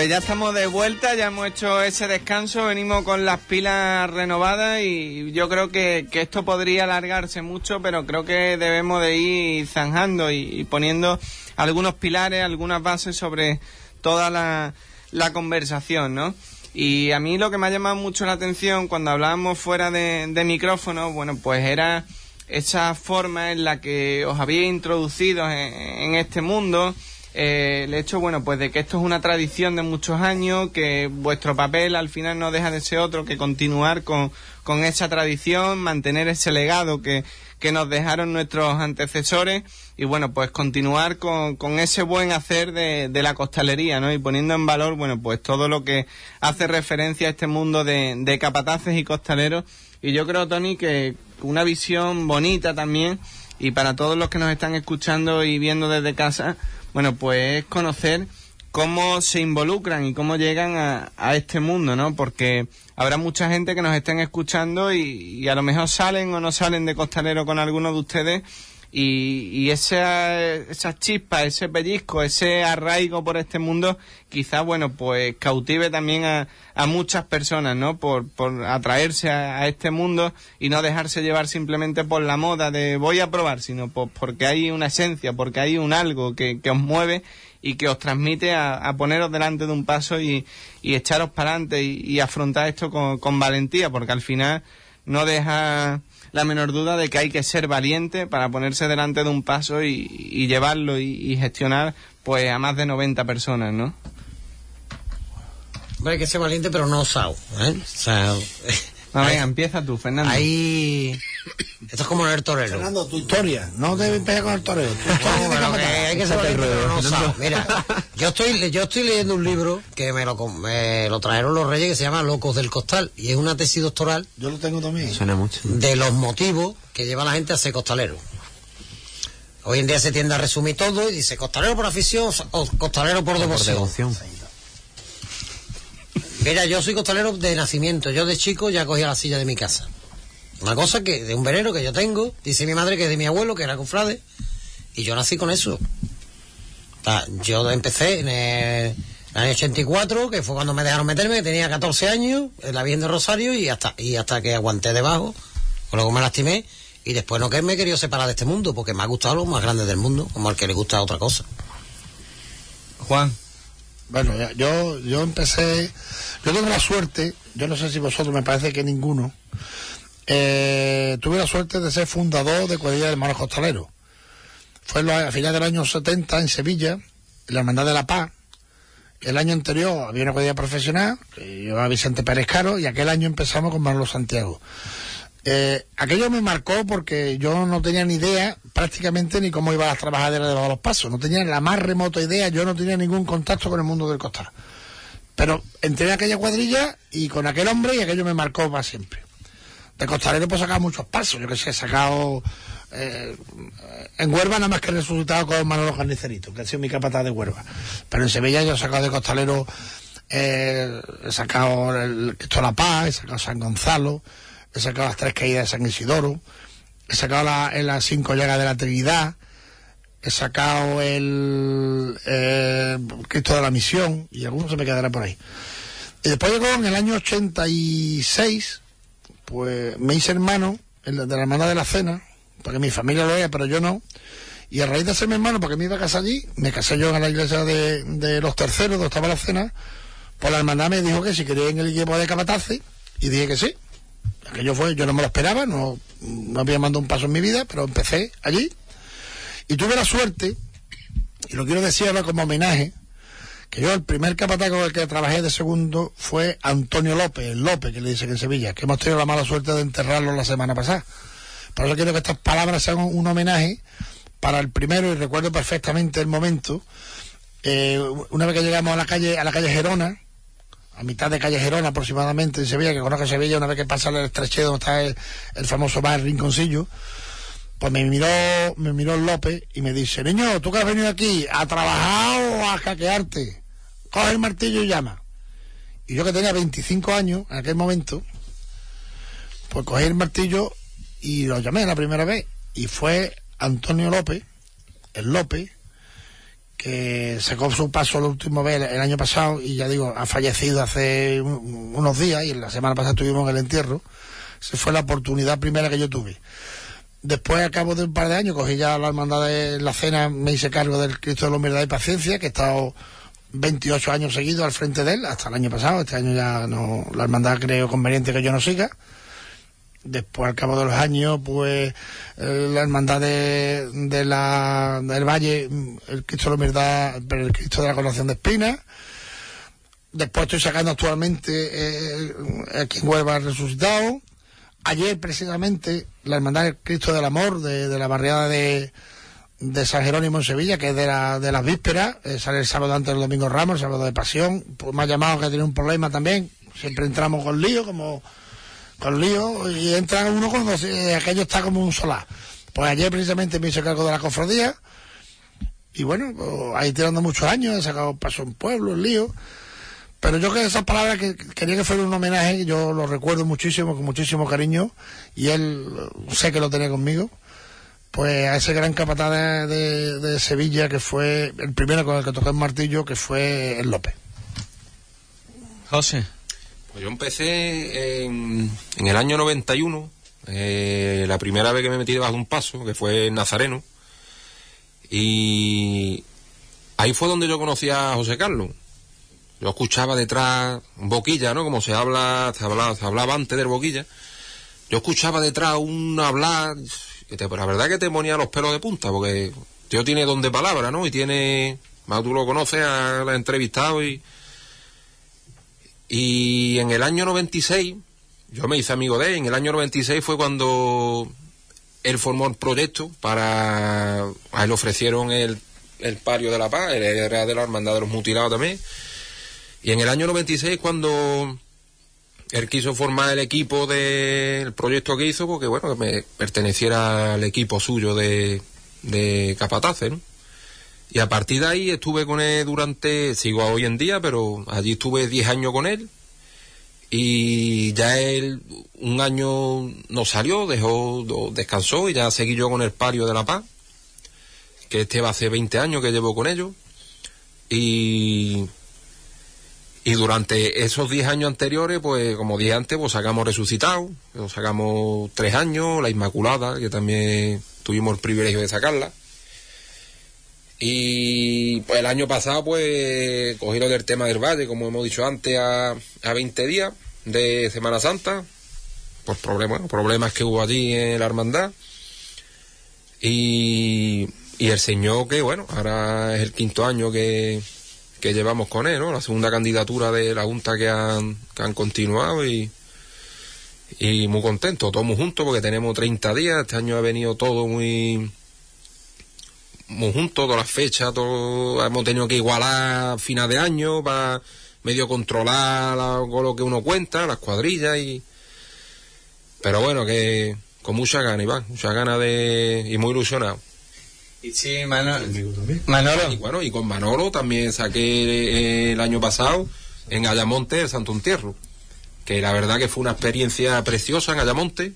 pues ya estamos de vuelta, ya hemos hecho ese descanso, venimos con las pilas renovadas y yo creo que esto podría alargarse mucho, pero creo que debemos de ir zanjando y poniendo algunos pilares, algunas bases sobre toda la conversación, ¿no? Y a mí lo que me ha llamado mucho la atención cuando hablábamos fuera de micrófono, bueno, pues era esa forma en la que os habéis introducido en este mundo, el hecho, bueno, pues de que esto es una tradición de muchos años, que vuestro papel al final no deja de ser otro que continuar con esa tradición, mantener ese legado que nos dejaron nuestros antecesores y bueno, pues continuar con ese buen hacer de la costalería, ¿no? Y poniendo en valor, bueno, pues todo lo que hace referencia a este mundo de capataces y costaleros. Y yo creo, Tony, que una visión bonita también, y para todos los que nos están escuchando y viendo desde casa, bueno, pues es conocer cómo se involucran y cómo llegan a este mundo, ¿no? Porque habrá mucha gente que nos estén escuchando y a lo mejor salen o no salen de costalero con alguno de ustedes y esa chispa, ese pellizco, ese arraigo por este mundo, quizás, bueno, pues cautive también a muchas personas, ¿no? Por atraerse a este mundo y no dejarse llevar simplemente por la moda de voy a probar, sino porque hay una esencia, porque hay un algo que os mueve y que os transmite a poneros delante de un paso y echaros para adelante y afrontar esto con valentía, porque al final no deja la menor duda de que hay que ser valiente para ponerse delante de un paso y llevarlo y gestionar pues a más de 90 personas, ¿no? Hombre, hay que ser valiente pero no osado, ¿eh? O sea... No, venga, empieza tú, Fernando. Ahí... Esto es como el torero. Fernando, tu historia, no debes empezar con el torero. No, pero que hay que ser valiente pero no osado. Mira, yo estoy leyendo un libro que me lo trajeron los Reyes, que se llama Locos del Costal, y es una tesis doctoral. Yo lo tengo también. Suena mucho. De los motivos que lleva a la gente a ser costalero. Hoy en día se tiende a resumir todo y dice costalero por afición o costalero por devoción. Mira, yo soy costalero de nacimiento. Yo de chico ya cogía la silla de mi casa. Una cosa que de un velero que yo tengo, dice mi madre que es de mi abuelo, que era cofrade, y yo nací con eso. O sea, yo empecé en el año 84, que fue cuando me dejaron meterme, que tenía 14 años, en la Virgen de Rosario, y hasta que aguanté debajo, luego me lastimé, y después no que me he querido separar de este mundo, porque me ha gustado lo más grande del mundo, como al que le gusta otra cosa. Juan. Bueno, yo empecé, yo tuve la suerte, yo no sé si vosotros, me parece que ninguno, tuve la suerte de ser fundador de Cuadrilla de Hermanos Costaleros. Fue a finales del año 70 en Sevilla, en la Hermandad de la Paz. El año anterior había una cuadrilla profesional, que llevaba Vicente Pérez Caro, y aquel año empezamos con Manolo Santiago. Aquello me marcó porque yo no tenía ni idea prácticamente ni cómo iban las trabajaderas de los pasos, no tenía la más remota idea, yo no tenía ningún contacto con el mundo del costal, pero entré en aquella cuadrilla y con aquel hombre y aquello me marcó para siempre. De costalero pues sacado muchos pasos, yo que sé, he sacado en Huelva nada más que he resucitado con Manolo Carnicerito, que ha sido mi capataz de Huelva, pero en Sevilla yo he sacado de costalero, he sacado el Cristo de la Paz, he sacado San Gonzalo, he sacado las 3 caídas de San Isidoro, he sacado las 5 llagas de la Trinidad, he sacado el Cristo de la Misión, y algunos se me quedará por ahí. Y después llegó en el año 86, pues me hice hermano de la Hermandad de la Cena, porque mi familia lo era, pero yo no, y a raíz de hacerme hermano, porque me iba a casar allí, me casé yo en la iglesia de los Terceros, donde estaba la Cena, pues la hermandad me dijo que si quería en el equipo de capataces, y dije que sí. Aquello fue, yo no me lo esperaba, no había mandado un paso en mi vida, pero empecé allí y tuve la suerte, y lo quiero decir ahora como homenaje, que yo el primer capataz con el que trabajé de segundo fue Antonio López, el López que le dicen en Sevilla, que hemos tenido la mala suerte de enterrarlo la semana pasada. Por eso quiero que estas palabras sean un homenaje para el primero, y recuerdo perfectamente el momento, una vez que llegamos a la calle Gerona, a mitad de calle Gerona aproximadamente en Sevilla, que conozco Sevilla, una vez que pasa el estreche donde está el famoso bar El Rinconcillo, pues me miró el López y me dice: niño, tú que has venido aquí a trabajar o a hackearte, coge el martillo y llama. Y yo, que tenía 25 años en aquel momento, pues cogí el martillo y lo llamé la primera vez, y fue Antonio López, el López, que sacó su paso la última vez el año pasado y ya digo, ha fallecido hace unos días y la semana pasada estuvimos en el entierro. Esa fue la oportunidad primera que yo tuve. Después, al cabo de un par de años, cogí ya la hermandad de la cena, me hice cargo del Cristo de la Humildad y Paciencia, que he estado 28 años seguidos al frente de él, hasta el año pasado. Este año ya no, la hermandad creo conveniente que yo no siga. Después, al cabo de los años, pues la hermandad del Valle, el Cristo de la Humildad, el Cristo de la Coronación de Espinas. Después estoy sacando actualmente aquí en Huelva Resucitado. Ayer, precisamente, la hermandad del Cristo del Amor, de la barriada de San Jerónimo en Sevilla, que es de las vísperas, sale el sábado antes del Domingo Ramos, el sábado de Pasión. Pues me ha llamado que tiene un problema también. Siempre entramos con lío, y entra uno cuando aquello está como un solar. Pues ayer precisamente me hice cargo de la cofradía y bueno, pues, ahí tirando muchos años, he sacado Paso en Pueblo, el lío. Pero yo que esas palabras que quería que fuera un homenaje, yo lo recuerdo muchísimo, con muchísimo cariño, y él sé que lo tenía conmigo, pues a ese gran capataz de Sevilla, que fue el primero con el que toqué el martillo, que fue el López. José. Pues yo empecé en el año 91, la primera vez que me metí debajo de un paso, que fue en Nazareno, y ahí fue donde yo conocí a José Carlos. Yo escuchaba detrás boquilla, ¿no? Como se hablaba antes del boquilla. Yo escuchaba detrás un hablar, la verdad que te ponía los pelos de punta, porque tío tiene don de palabra, ¿no? Y tiene, más tú lo conoces, lo has entrevistado y en el año 96, yo me hice amigo de él. En el año 96 fue cuando él formó el proyecto a él le ofrecieron el palio de la paz, él era de la hermandad de los mutilados también. Y en el año 96 cuando él quiso formar el equipo del proyecto que hizo, porque bueno, que me perteneciera al equipo suyo de capataces, ¿no? Y a partir de ahí estuve con él sigo hoy en día, pero allí estuve 10 años con él. Y ya él un año no salió, descansó y ya seguí yo con el palio de la paz, que va hace 20 años que llevo con ellos. Y durante esos 10 años anteriores, pues como dije antes, pues sacamos Resucitado, sacamos 3 años, la Inmaculada, que también tuvimos el privilegio de sacarla. Y pues el año pasado, pues cogí lo del tema del Valle, como hemos dicho antes, a 20 días de Semana Santa, por problemas que hubo allí en la hermandad. Y el señor, que bueno, ahora es el 5º año que llevamos con él, ¿no? La segunda candidatura de la Junta que han continuado y muy contento, todos muy juntos, porque tenemos 30 días, este año ha venido todo muy juntos, todas las fechas, todo, hemos tenido que igualar a final de año para medio controlar con lo que uno cuenta, las cuadrillas pero bueno, que con mucha gana, Iván, mucha gana y muy ilusionado. Y sí, Manolo. Y bueno, y con Manolo también saqué el año pasado en Ayamonte el Santo Entierro, que la verdad que fue una experiencia preciosa en Ayamonte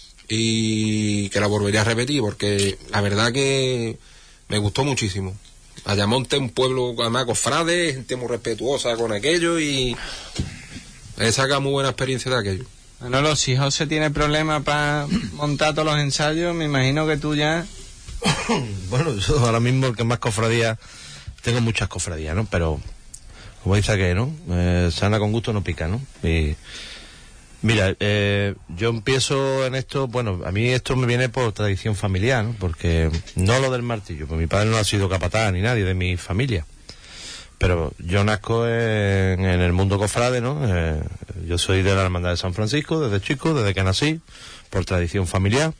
y que la volvería a repetir, porque la verdad que me gustó muchísimo. Ayamonte, un pueblo además cofrade, gente muy respetuosa con aquello y he sacado muy buena experiencia de aquello. Manolo, si José tiene problemas para montar todos los ensayos, me imagino que tú ya... Bueno, yo ahora mismo el que más cofradías, tengo muchas cofradías, ¿no? Pero, como dice aquel, ¿no? Sana con gusto no pica, ¿no? Y, mira, yo empiezo en esto, bueno, a mí esto me viene por tradición familiar, ¿no? Porque no lo del martillo, pues mi padre no ha sido capataz ni nadie de mi familia. Pero yo nazco en el mundo cofrade, ¿no? Yo soy de la Hermandad de San Francisco desde chico, desde que nací, por tradición familiar.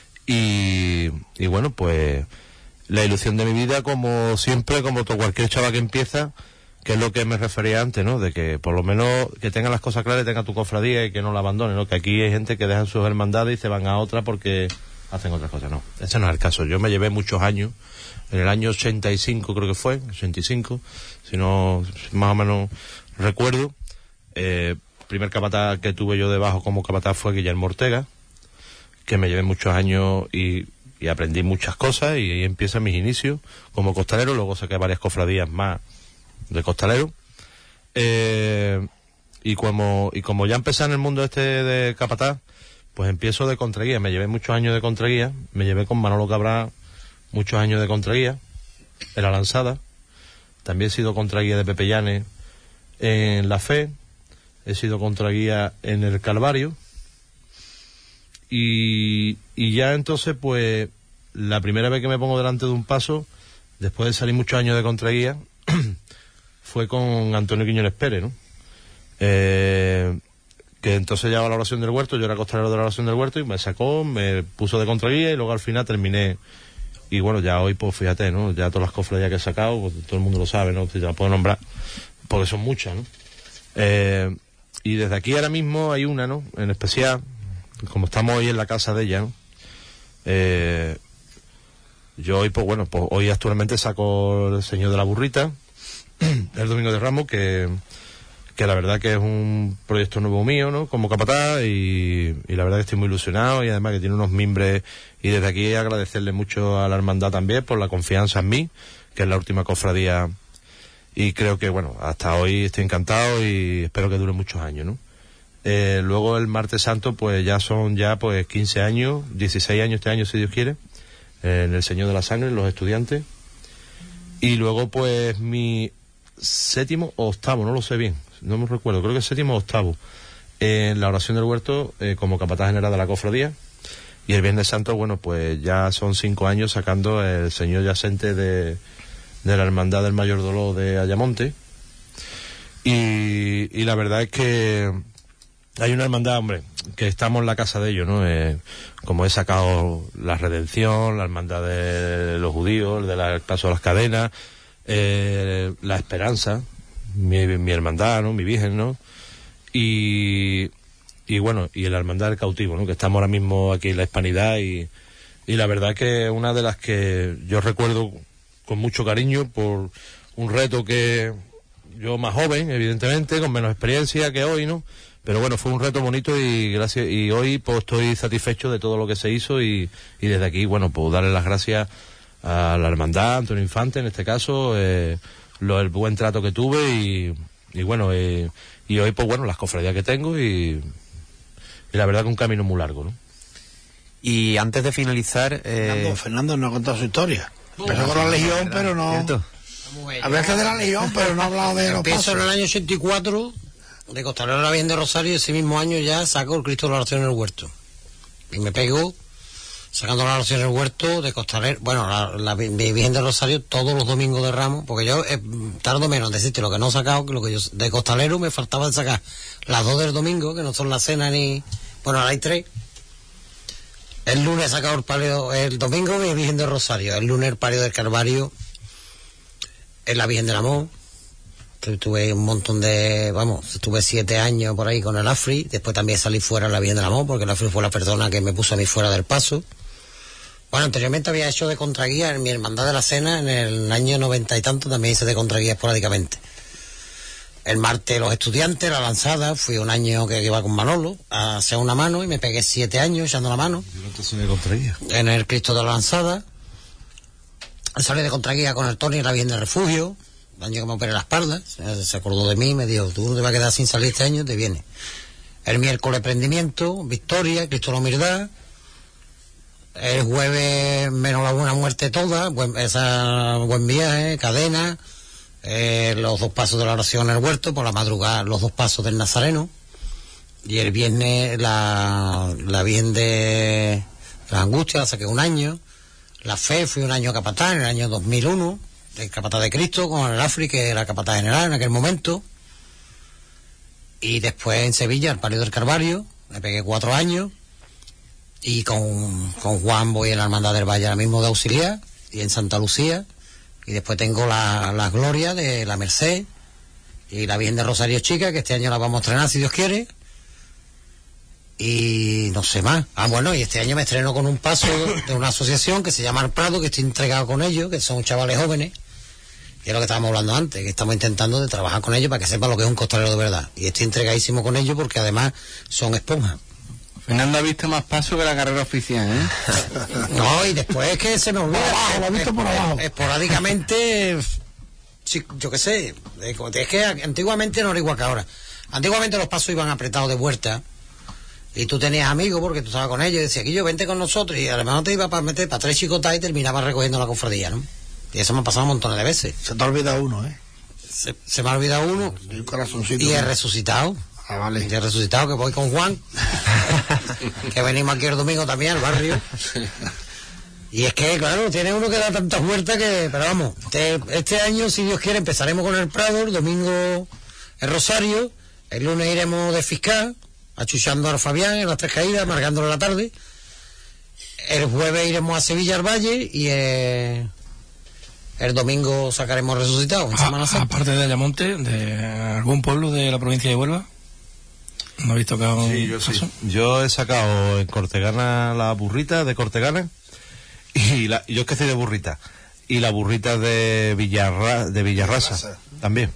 Y bueno, pues la ilusión de mi vida, como siempre, como cualquier chaval que empieza, que es lo que me refería antes, ¿no? De que por lo menos que tengan las cosas claras y tenga tu cofradía y que no la abandone, ¿no? Que aquí hay gente que dejan sus hermandades y se van a otra porque hacen otras cosas. No, ese no es el caso. Yo me llevé muchos años, en el año 85 creo que fue, 85, si no más o menos recuerdo. Primer capataz que tuve yo debajo como capataz fue Guillermo Ortega, que me llevé muchos años y y aprendí muchas cosas y ahí empiezan mis inicios como costalero. Luego saqué varias cofradías más de costalero. Y como ya empecé en el mundo este de capataz, pues empiezo de contraguía. Me llevé muchos años de contraguía, me llevé con Manolo Cabral muchos años de contraguía en la Lanzada. También he sido contraguía de Pepe Llanes en La Fe, he sido contraguía en el Calvario. Y ya entonces, pues, la primera vez que me pongo delante de un paso, después de salir muchos años de contraguía, fue con Antonio Quiñones Pérez, ¿no? Que entonces ya va la oración del huerto, yo era costalero de la oración del huerto, y me sacó, me puso de contraguía, y luego al final terminé. Y bueno, ya hoy, pues fíjate, ¿no? Ya todas las cofradías que he sacado, pues, todo el mundo lo sabe, ¿no? Ya puedo nombrar, porque son muchas, ¿no? Y desde aquí ahora mismo hay una, ¿no? En especial, como estamos hoy en la casa de ella, ¿no? Yo hoy, pues bueno, pues hoy actualmente saco el Señor de la Burrita, el Domingo de Ramos, que la verdad que es un proyecto nuevo mío, ¿no? Como capataz, y la verdad que estoy muy ilusionado, y además que tiene unos mimbres, y desde aquí agradecerle mucho a la hermandad también por la confianza en mí, que es la última cofradía, y creo que, bueno, hasta hoy estoy encantado y espero que dure muchos años, ¿no? Luego el martes santo, pues ya son 15 años, 16 años este año si Dios quiere, en el Señor de la Sangre, los estudiantes. Y luego pues mi séptimo o octavo, no lo sé bien, no me recuerdo, creo que séptimo o octavo, en la oración del huerto como capataz general de la cofradía. Y el Viernes Santo, bueno, pues ya son 5 años sacando el Señor Yacente de la Hermandad del Mayor Dolor de Ayamonte. Y la verdad es que hay una hermandad, hombre, que estamos en la casa de ellos, ¿no? Como he sacado la Redención, la hermandad de los judíos, el paso de las cadenas, la Esperanza, mi hermandad, ¿no? Mi Virgen, ¿no? Y bueno, y la hermandad del cautivo, ¿no? Que estamos ahora mismo aquí en la Hispanidad, y la verdad que es una de las que yo recuerdo con mucho cariño por un reto que yo, más joven, evidentemente, con menos experiencia que hoy, ¿no? Pero bueno, fue un reto bonito, y hoy pues estoy satisfecho de todo lo que se hizo, y desde aquí, bueno, pues darle las gracias a la hermandad, Antonio Infante en este caso, el buen trato que tuve, y bueno, y hoy pues bueno, las cofradías que tengo, y la verdad que un camino muy largo, ¿no? Y antes de finalizar... Fernando no ha contado su historia. Empezó con la Legión, pero no... ¿Cierto? Había que de la Legión, pero no ha hablado de los pasos. Empiezo en el año 84... de costalero de la Virgen de Rosario, y ese mismo año ya saco el Cristo de la Oración en el Huerto. Y me pego sacando la Oración en el Huerto de costalero. Bueno, la Virgen de Rosario todos los domingos de Ramos, porque yo tardo menos en decirte lo que no he sacado, que lo que yo de costalero me faltaba de sacar las 2 del domingo, que no son la cena ni... Bueno, ahora hay 3. El lunes he sacado el palio, el domingo mi Virgen de Rosario, el lunes el palio del Calvario, es la Virgen del Amor. Tuve un montón de... estuve 7 años por ahí con el AFRI. Después también salí fuera en la Virgen del Amor, porque el AFRI fue la persona que me puso a mí fuera del paso. Bueno, anteriormente había hecho de contraguía en mi Hermandad de la Cena, en el año 90 y tanto, también hice de contraguía esporádicamente. El martes los estudiantes, la Lanzada, fui un año que iba con Manolo a hacer una mano, y me pegué 7 años echando la mano. ¿De contraguía? En el Cristo de la Lanzada. Salí de contraguía con el Tony y la Virgen de Refugio. El año que me operé la espalda, se acordó de mí, me dijo, tú no te vas a quedar sin salir este año, te viene. El miércoles Prendimiento, Victoria, Cristo de la Humildad. El jueves menos la Buena Muerte toda, buen viaje, cadena. Los 2 pasos de la Oración en el Huerto, por la madrugada los 2 pasos del Nazareno. Y el viernes la Virgen de la Angustia, la saqué un año. La Fe, fui un año capataz en el año 2001. El capataz de Cristo con el AFRI, que era capataz general en aquel momento. Y después en Sevilla el palio del Calvario, me pegué 4 años, y con Juan voy en la Hermandad del Valle ahora mismo de auxiliar, y en Santa Lucía. Y después tengo la Gloria de la Merced y la Virgen de Rosario Chica, que este año la vamos a estrenar si Dios quiere, y no sé más. Bueno, y este año me estreno con un paso de una asociación que se llama El Prado, que estoy entregado con ellos, que son chavales jóvenes, que es lo que estábamos hablando antes, que estamos intentando de trabajar con ellos para que sepan lo que es un costalero de verdad. Y estoy entregadísimo con ellos, porque además son esponjas. Fernando ha visto más pasos que la carrera oficial, ¿eh? No, y después es que se me olvida. Lo ha visto por abajo. Esporádicamente, sí, yo qué sé, es que antiguamente no era igual que ahora. Antiguamente los pasos iban apretados de vuelta y tú tenías amigos porque tú estabas con ellos y decías, Quillo, vente con nosotros, y a lo mejor te iba para meter para 3 chicotas y terminabas recogiendo la cofradía, ¿no? Y eso me ha pasado montones de veces. Se te ha olvidado uno, ¿eh? Se me ha olvidado uno Y un corazoncito. y he resucitado. Ah, vale. Y he resucitado, que voy con Juan, que venimos aquí el domingo también al barrio. Y es que, claro, tiene uno que da tantas vueltas que... Pero vamos, este año, si Dios quiere, empezaremos con el Prado, el domingo el Rosario, el lunes iremos de fiscal, achuchando a Fabián en las Tres Caídas, amargándole la tarde. El jueves iremos a Sevilla al Valle y el domingo sacaremos resucitado en Semana Santa. Aparte de Ayamonte, ¿de algún pueblo de la provincia de Huelva? ¿No habéis tocado? Sí, yo he sacado en Cortegana la burrita de Cortegana y yo es que soy de burrita y la burrita de Villarrasa también.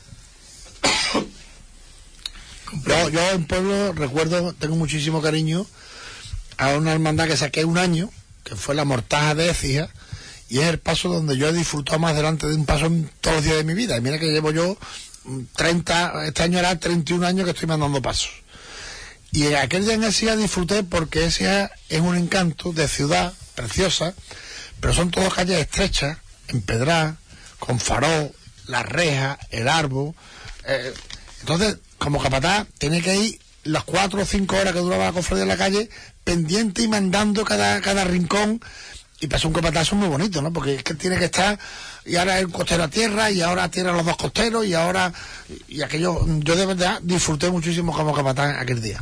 Yo en pueblo recuerdo, tengo muchísimo cariño a una hermandad que saqué un año, que fue la Mortaja de Écija, y es el paso donde yo he disfrutado más delante de un paso en todos los días de mi vida. Y mira que llevo yo 30, este año era 31 años que estoy mandando pasos. Y aquel día en Écija disfruté porque Écija es un encanto de ciudad preciosa, pero son todas calles estrechas, empedradas, con farol, la reja, el árbol. Entonces, como capataz, tiene que ir las 4 o 5 horas que duraba la cofradía en la calle, pendiente y mandando cada rincón. Y pasa un capatazo muy bonito, ¿no? Porque es que tiene que estar, y ahora el costero a tierra, y ahora tierra los dos costeros, y ahora, y aquello, yo de verdad disfruté muchísimo como capataz aquel día.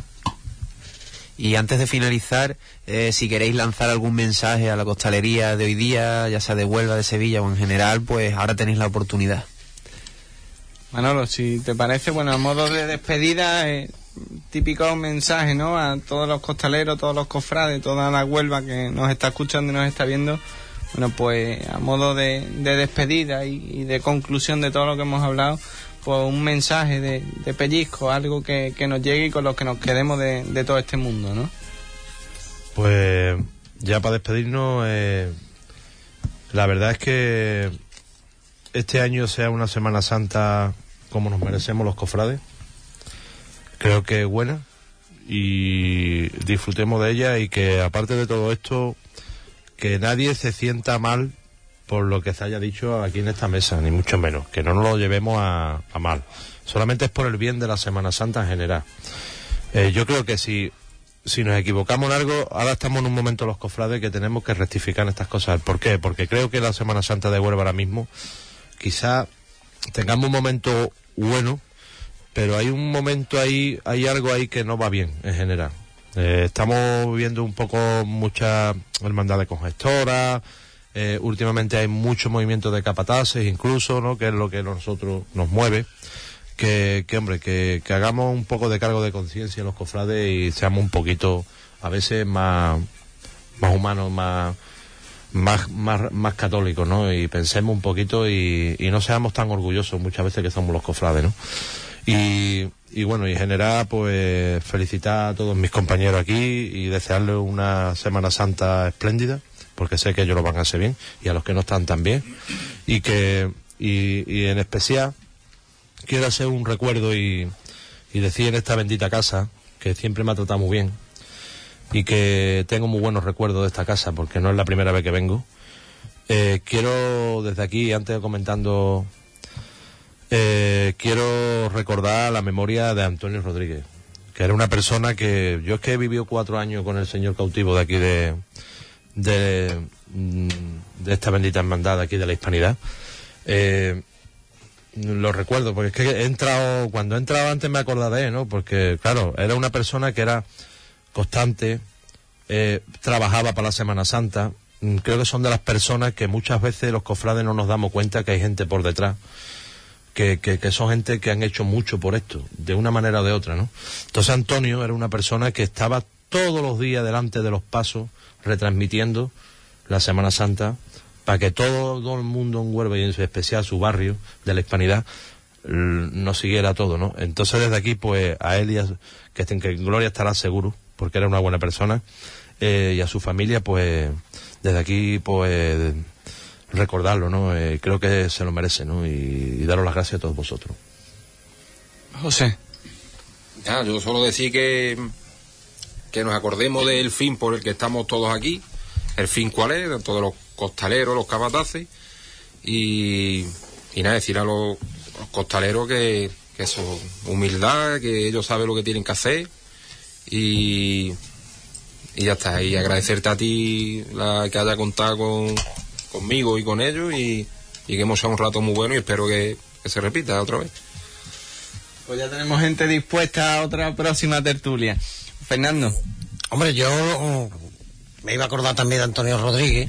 Y antes de finalizar, si queréis lanzar algún mensaje a la costalería de hoy día, ya sea de Huelva, de Sevilla o en general, pues ahora tenéis la oportunidad. Manolo, si te parece, bueno, a modo de despedida, típico mensaje, ¿no? A todos los costaleros, todos los cofrades, toda la Huelva que nos está escuchando y nos está viendo. Bueno, pues a modo de despedida y de conclusión de todo lo que hemos hablado, pues un mensaje de pellizco, algo que nos llegue y con lo que nos quedemos de todo este mundo, ¿no? Pues ya para despedirnos, la verdad es que este año sea una Semana Santa como nos merecemos los cofrades. Creo que es buena y disfrutemos de ella, y que aparte de todo esto, que nadie se sienta mal por lo que se haya dicho aquí en esta mesa, ni mucho menos, que no nos lo llevemos a mal. Solamente es por el bien de la Semana Santa en general. Yo creo que si nos equivocamos en algo, ahora estamos en un momento los cofrades que tenemos que rectificar estas cosas. ¿Por qué? Porque creo que la Semana Santa de Huelva ahora mismo, quizá tengamos un momento bueno, pero hay un momento ahí, hay algo ahí que no va bien en general. Estamos viendo un poco muchas hermandades con gestoras, últimamente hay mucho movimiento de capataces incluso, ¿no? Que es lo que a nosotros nos mueve. Que hombre, que hagamos un poco de cargo de conciencia los cofrades y seamos un poquito, a veces, más humanos, más católicos, ¿no? Y pensemos un poquito y no seamos tan orgullosos muchas veces que somos los cofrades, ¿no? Y bueno, y en general, pues felicitar a todos mis compañeros aquí y desearles una Semana Santa espléndida, porque sé que ellos lo van a hacer bien, y a los que no están también, y en especial quiero hacer un recuerdo y decir en esta bendita casa que siempre me ha tratado muy bien y que tengo muy buenos recuerdos de esta casa porque no es la primera vez que vengo. Quiero desde aquí, antes de comentando, quiero recordar la memoria de Antonio Rodríguez, que era una persona que yo es que he vivido 4 años con el señor cautivo de aquí de esta bendita hermandad de aquí de la Hispanidad. Lo recuerdo porque es que cuando he entrado antes me acordaba de él, ¿no? Porque claro, era una persona que era constante, trabajaba para la Semana Santa. Creo que son de las personas que muchas veces los cofrades no nos damos cuenta que hay gente por detrás, que son gente que han hecho mucho por esto, de una manera o de otra, ¿no? Entonces Antonio era una persona que estaba todos los días delante de los pasos retransmitiendo la Semana Santa para que todo el mundo en Huelva y en especial su barrio de la Hispanidad nos siguiera todo, ¿no? Entonces desde aquí, pues a él que en gloria estará seguro, porque era una buena persona, y a su familia, pues desde aquí, pues recordarlo, ¿no? Creo que se lo merece, ¿no? Y daros las gracias a todos vosotros. José. Yo solo decir que nos acordemos del fin por el que estamos todos aquí. El fin cuál es, todos los costaleros, los capataces, y nada, decir a los costaleros que eso, humildad, que ellos saben lo que tienen que hacer, y ya está, y agradecerte a ti que haya contado conmigo y con ellos, y que hemos hecho un rato muy bueno, y espero que se repita otra vez. Pues ya tenemos gente dispuesta a otra próxima tertulia. Fernando. Hombre, yo me iba a acordar también de Antonio Rodríguez.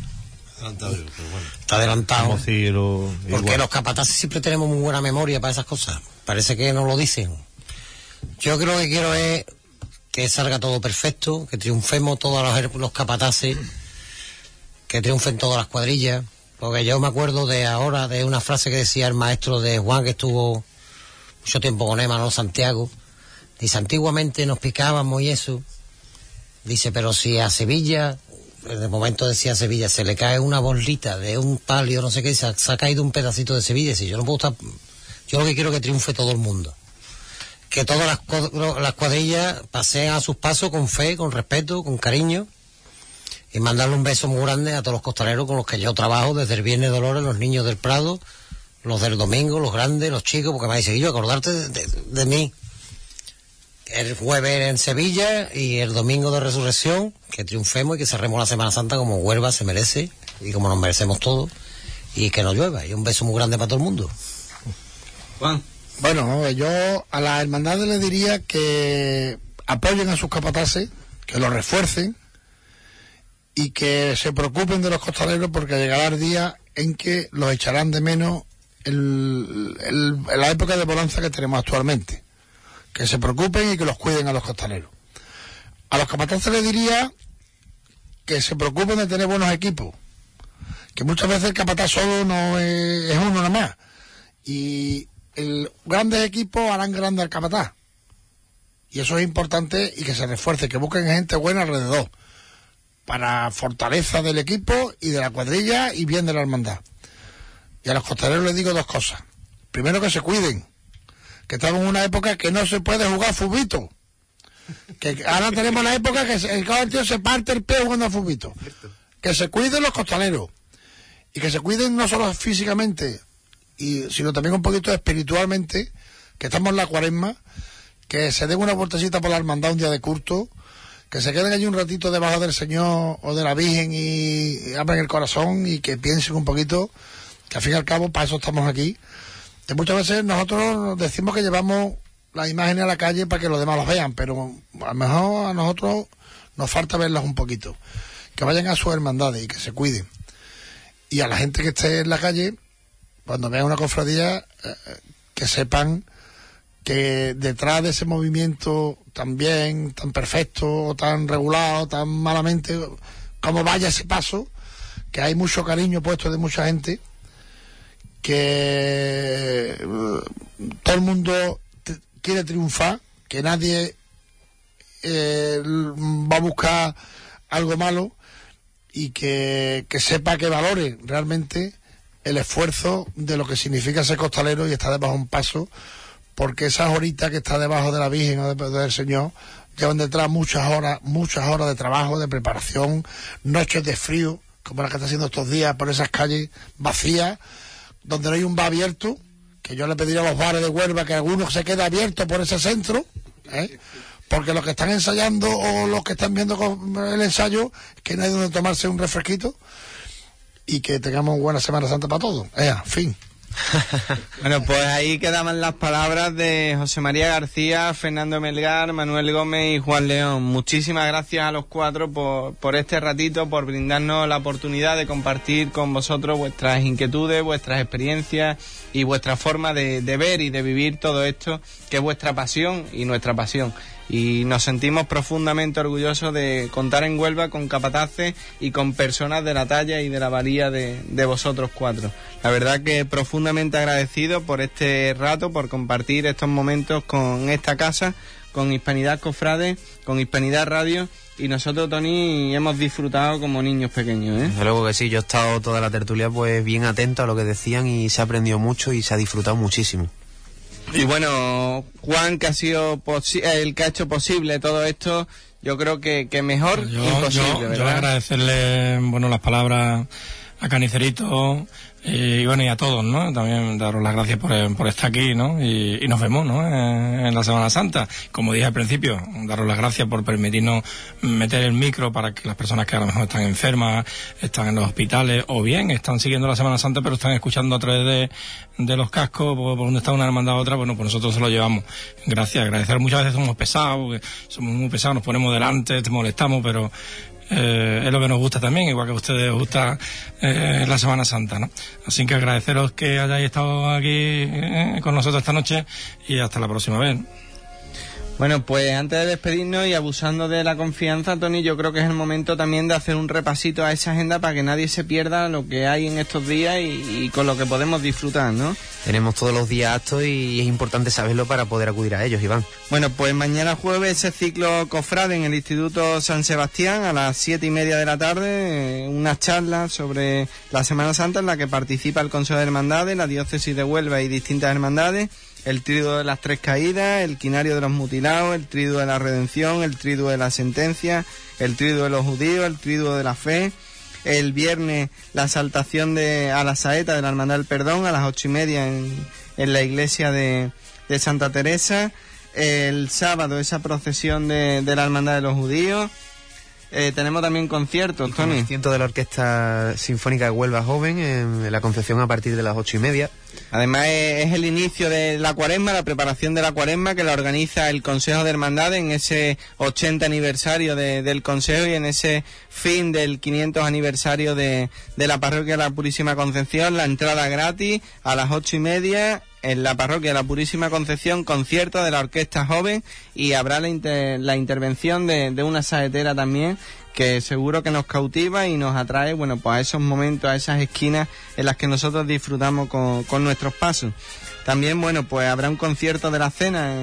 Está adelantado. Porque los capataces siempre tenemos muy buena memoria para esas cosas. Parece que no lo dicen. Yo creo que quiero es que salga todo perfecto, que triunfemos todos los capataces, que triunfen todas las cuadrillas. Porque yo me acuerdo de ahora de una frase que decía el maestro de Juan, que estuvo mucho tiempo con Manolo Santiago. Dice, antiguamente nos picábamos y eso. Dice, pero si a Sevilla, en el momento decía Sevilla, se le cae una bolita de un palio, no sé qué, se ha caído un pedacito de Sevilla. Y si yo no puedo estar, yo lo que quiero es que triunfe todo el mundo. Que todas las cuadrillas paseen a sus pasos con fe, con respeto, con cariño. Y mandarle un beso muy grande a todos los costaleros con los que yo trabajo desde el Viernes de Dolores, los niños del Prado, los del domingo, los grandes, los chicos, porque me dice, yo acordarte de mí. El jueves en Sevilla y el domingo de Resurrección, que triunfemos y que cerremos la Semana Santa como Huelva se merece y como nos merecemos todos, y que no llueva. Y un beso muy grande para todo el mundo. Juan. Bueno, yo a las hermandades les diría que apoyen a sus capataces, que los refuercen y que se preocupen de los costaleros, porque llegará el día en que los echarán de menos en la época de bonanza que tenemos actualmente. Que se preocupen y que los cuiden a los costaleros. A los capataces les diría que se preocupen de tener buenos equipos, que muchas veces el capataz solo no es uno nada más, y grandes equipos harán grande al capataz, y eso es importante, y que se refuerce, que busquen gente buena alrededor para fortaleza del equipo y de la cuadrilla y bien de la hermandad. Y a los costaleros les digo dos cosas. Primero, que se cuiden, que estamos en una época que no se puede jugar futbito, que ahora tenemos la época que el tío se parte el pie jugando a futbito. Que se cuiden los costaleros, y que se cuiden no solo físicamente, sino también un poquito espiritualmente, que estamos en la Cuaresma, que se den una vueltecita por la hermandad un día de culto, que se queden allí un ratito debajo del Señor o de la Virgen y abran el corazón, y que piensen un poquito que al fin y al cabo para eso estamos aquí. Que muchas veces nosotros decimos que llevamos las imágenes a la calle para que los demás los vean, pero a lo mejor a nosotros nos falta verlas un poquito. Que vayan a sus hermandades y que se cuiden. Y a la gente que esté en la calle, cuando vean una cofradía, que sepan que detrás de ese movimiento tan bien, tan perfecto, tan regulado, tan malamente, como vaya ese paso, que hay mucho cariño puesto de mucha gente, que todo el mundo quiere triunfar, que nadie va a buscar algo malo, y que sepa, que valore realmente el esfuerzo de lo que significa ser costalero y estar debajo de un paso, porque esas horitas que está debajo de la Virgen o del Señor llevan detrás muchas horas de trabajo, de preparación, noches de frío, como la que está haciendo estos días por esas calles vacías, donde no hay un bar abierto, que yo le pediría a los bares de Huelva que alguno se quede abierto por ese centro, porque los que están ensayando o los que están viendo el ensayo, que no hay donde tomarse un refresquito, y que tengamos buena Semana Santa para todos. Fin. Bueno, pues ahí quedaban las palabras de José María García, Fernando Melgar, Manuel Gómez y Juan León. Muchísimas gracias a los cuatro por este ratito, por brindarnos la oportunidad de compartir con vosotros vuestras inquietudes, vuestras experiencias y vuestra forma de ver y de vivir todo esto, que es vuestra pasión y nuestra pasión. Y nos sentimos profundamente orgullosos de contar en Huelva con capataces y con personas de la talla y de la valía de vosotros cuatro. La verdad que profundamente agradecido por este rato, por compartir estos momentos con esta casa, con Hispanidad Cofrade, con Hispanidad Radio, y nosotros, Tony, hemos disfrutado como niños pequeños, ¿eh? Desde luego que sí, yo he estado toda la tertulia pues bien atento a lo que decían y se ha aprendido mucho y se ha disfrutado muchísimo. Y bueno, Juan, que ha sido el que ha hecho posible todo esto, yo creo que mejor imposible, ¿verdad? Yo agradecerle, bueno, las palabras a Canicerito y bueno, y a todos, ¿no? También daros las gracias por estar aquí, ¿no? Y nos vemos, ¿no? En la Semana Santa. Como dije al principio, daros las gracias por permitirnos meter el micro para que las personas que a lo mejor están enfermas, están en los hospitales, o bien están siguiendo la Semana Santa pero están escuchando a través de los cascos por donde está una hermandad a otra, bueno, pues nosotros se lo llevamos. Gracias, agradecer. Muchas veces somos pesados, somos muy pesados, nos ponemos delante, te molestamos, pero es lo que nos gusta también, igual que a ustedes os gusta la Semana Santa, ¿no? Así que agradeceros que hayáis estado aquí con nosotros esta noche y hasta la próxima vez. Bueno, pues antes de despedirnos y abusando de la confianza, Tony, yo creo que es el momento también de hacer un repasito a esa agenda para que nadie se pierda lo que hay en estos días y con lo que podemos disfrutar, ¿no? Tenemos todos los días actos y es importante saberlo para poder acudir a ellos, Iván. Bueno, pues mañana jueves ese ciclo cofrade en el Instituto San Sebastián a las 7:30 de la tarde, unas charlas sobre la Semana Santa en la que participa el Consejo de Hermandades, la Diócesis de Huelva y distintas hermandades, el Tríduo de las Tres Caídas, el Quinario de los Mutilados, el Tríduo de la Redención, el Tríduo de la Sentencia, el Tríduo de los Judíos, el Tríduo de la Fe. El viernes la exaltación a la saeta de la Hermandad del Perdón a las 8:30 en la iglesia de Santa Teresa. El sábado esa procesión de la Hermandad de los Judíos. Tenemos también conciertos, Tony. El concierto de la Orquesta Sinfónica de Huelva Joven en la Concepción a partir de las 8:30. Además es el inicio de la Cuaresma, la preparación de la Cuaresma que la organiza el Consejo de Hermandades en ese 80 aniversario del Consejo y en ese fin del 500 aniversario de la Parroquia de la Purísima Concepción. La entrada gratis a las 8:30 en la Parroquia de la Purísima Concepción, concierto de la Orquesta Joven, y habrá la intervención de una saetera también, que seguro que nos cautiva y nos atrae, bueno, pues a esos momentos, a esas esquinas en las que nosotros disfrutamos con nuestros pasos. También, bueno, pues habrá un concierto de la cena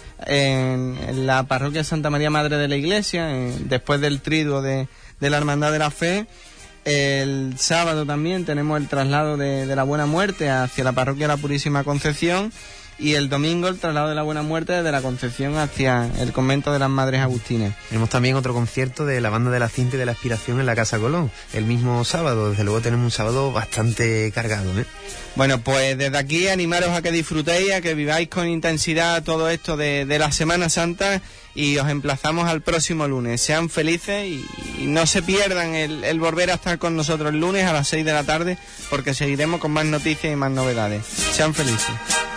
en la Parroquia de Santa María Madre de la Iglesia, después del Tríduo de la Hermandad de la Fe. El sábado también tenemos el traslado de la Buena Muerte hacia la Parroquia de la Purísima Concepción, y el domingo el traslado de la Buena Muerte desde la Concepción hacia el convento de las Madres Agustinas. Tenemos también otro concierto de la Banda de la Cinta y de la Aspiración en la Casa Colón, el mismo sábado. Desde luego tenemos un sábado bastante cargado, ¿eh? Bueno, pues desde aquí animaros a que disfrutéis, a que viváis con intensidad todo esto de la Semana Santa, y os emplazamos al próximo lunes. Sean felices y no se pierdan el volver a estar con nosotros el lunes a las 6 de la tarde, porque seguiremos con más noticias y más novedades. Sean felices.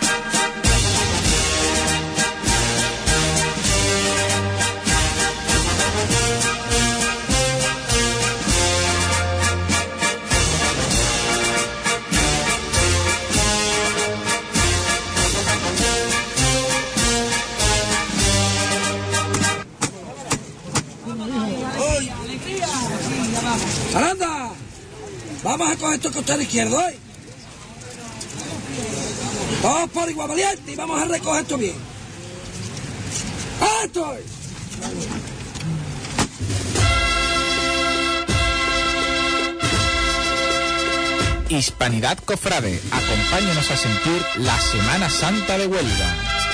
¡Aranda! Vamos a coger esto costado izquierdo, ¿eh? Todos por igual, valiente, y vamos a recoger esto bien. ¡Esto! Hispanidad Cofrade, acompáñanos a sentir la Semana Santa de Huelva.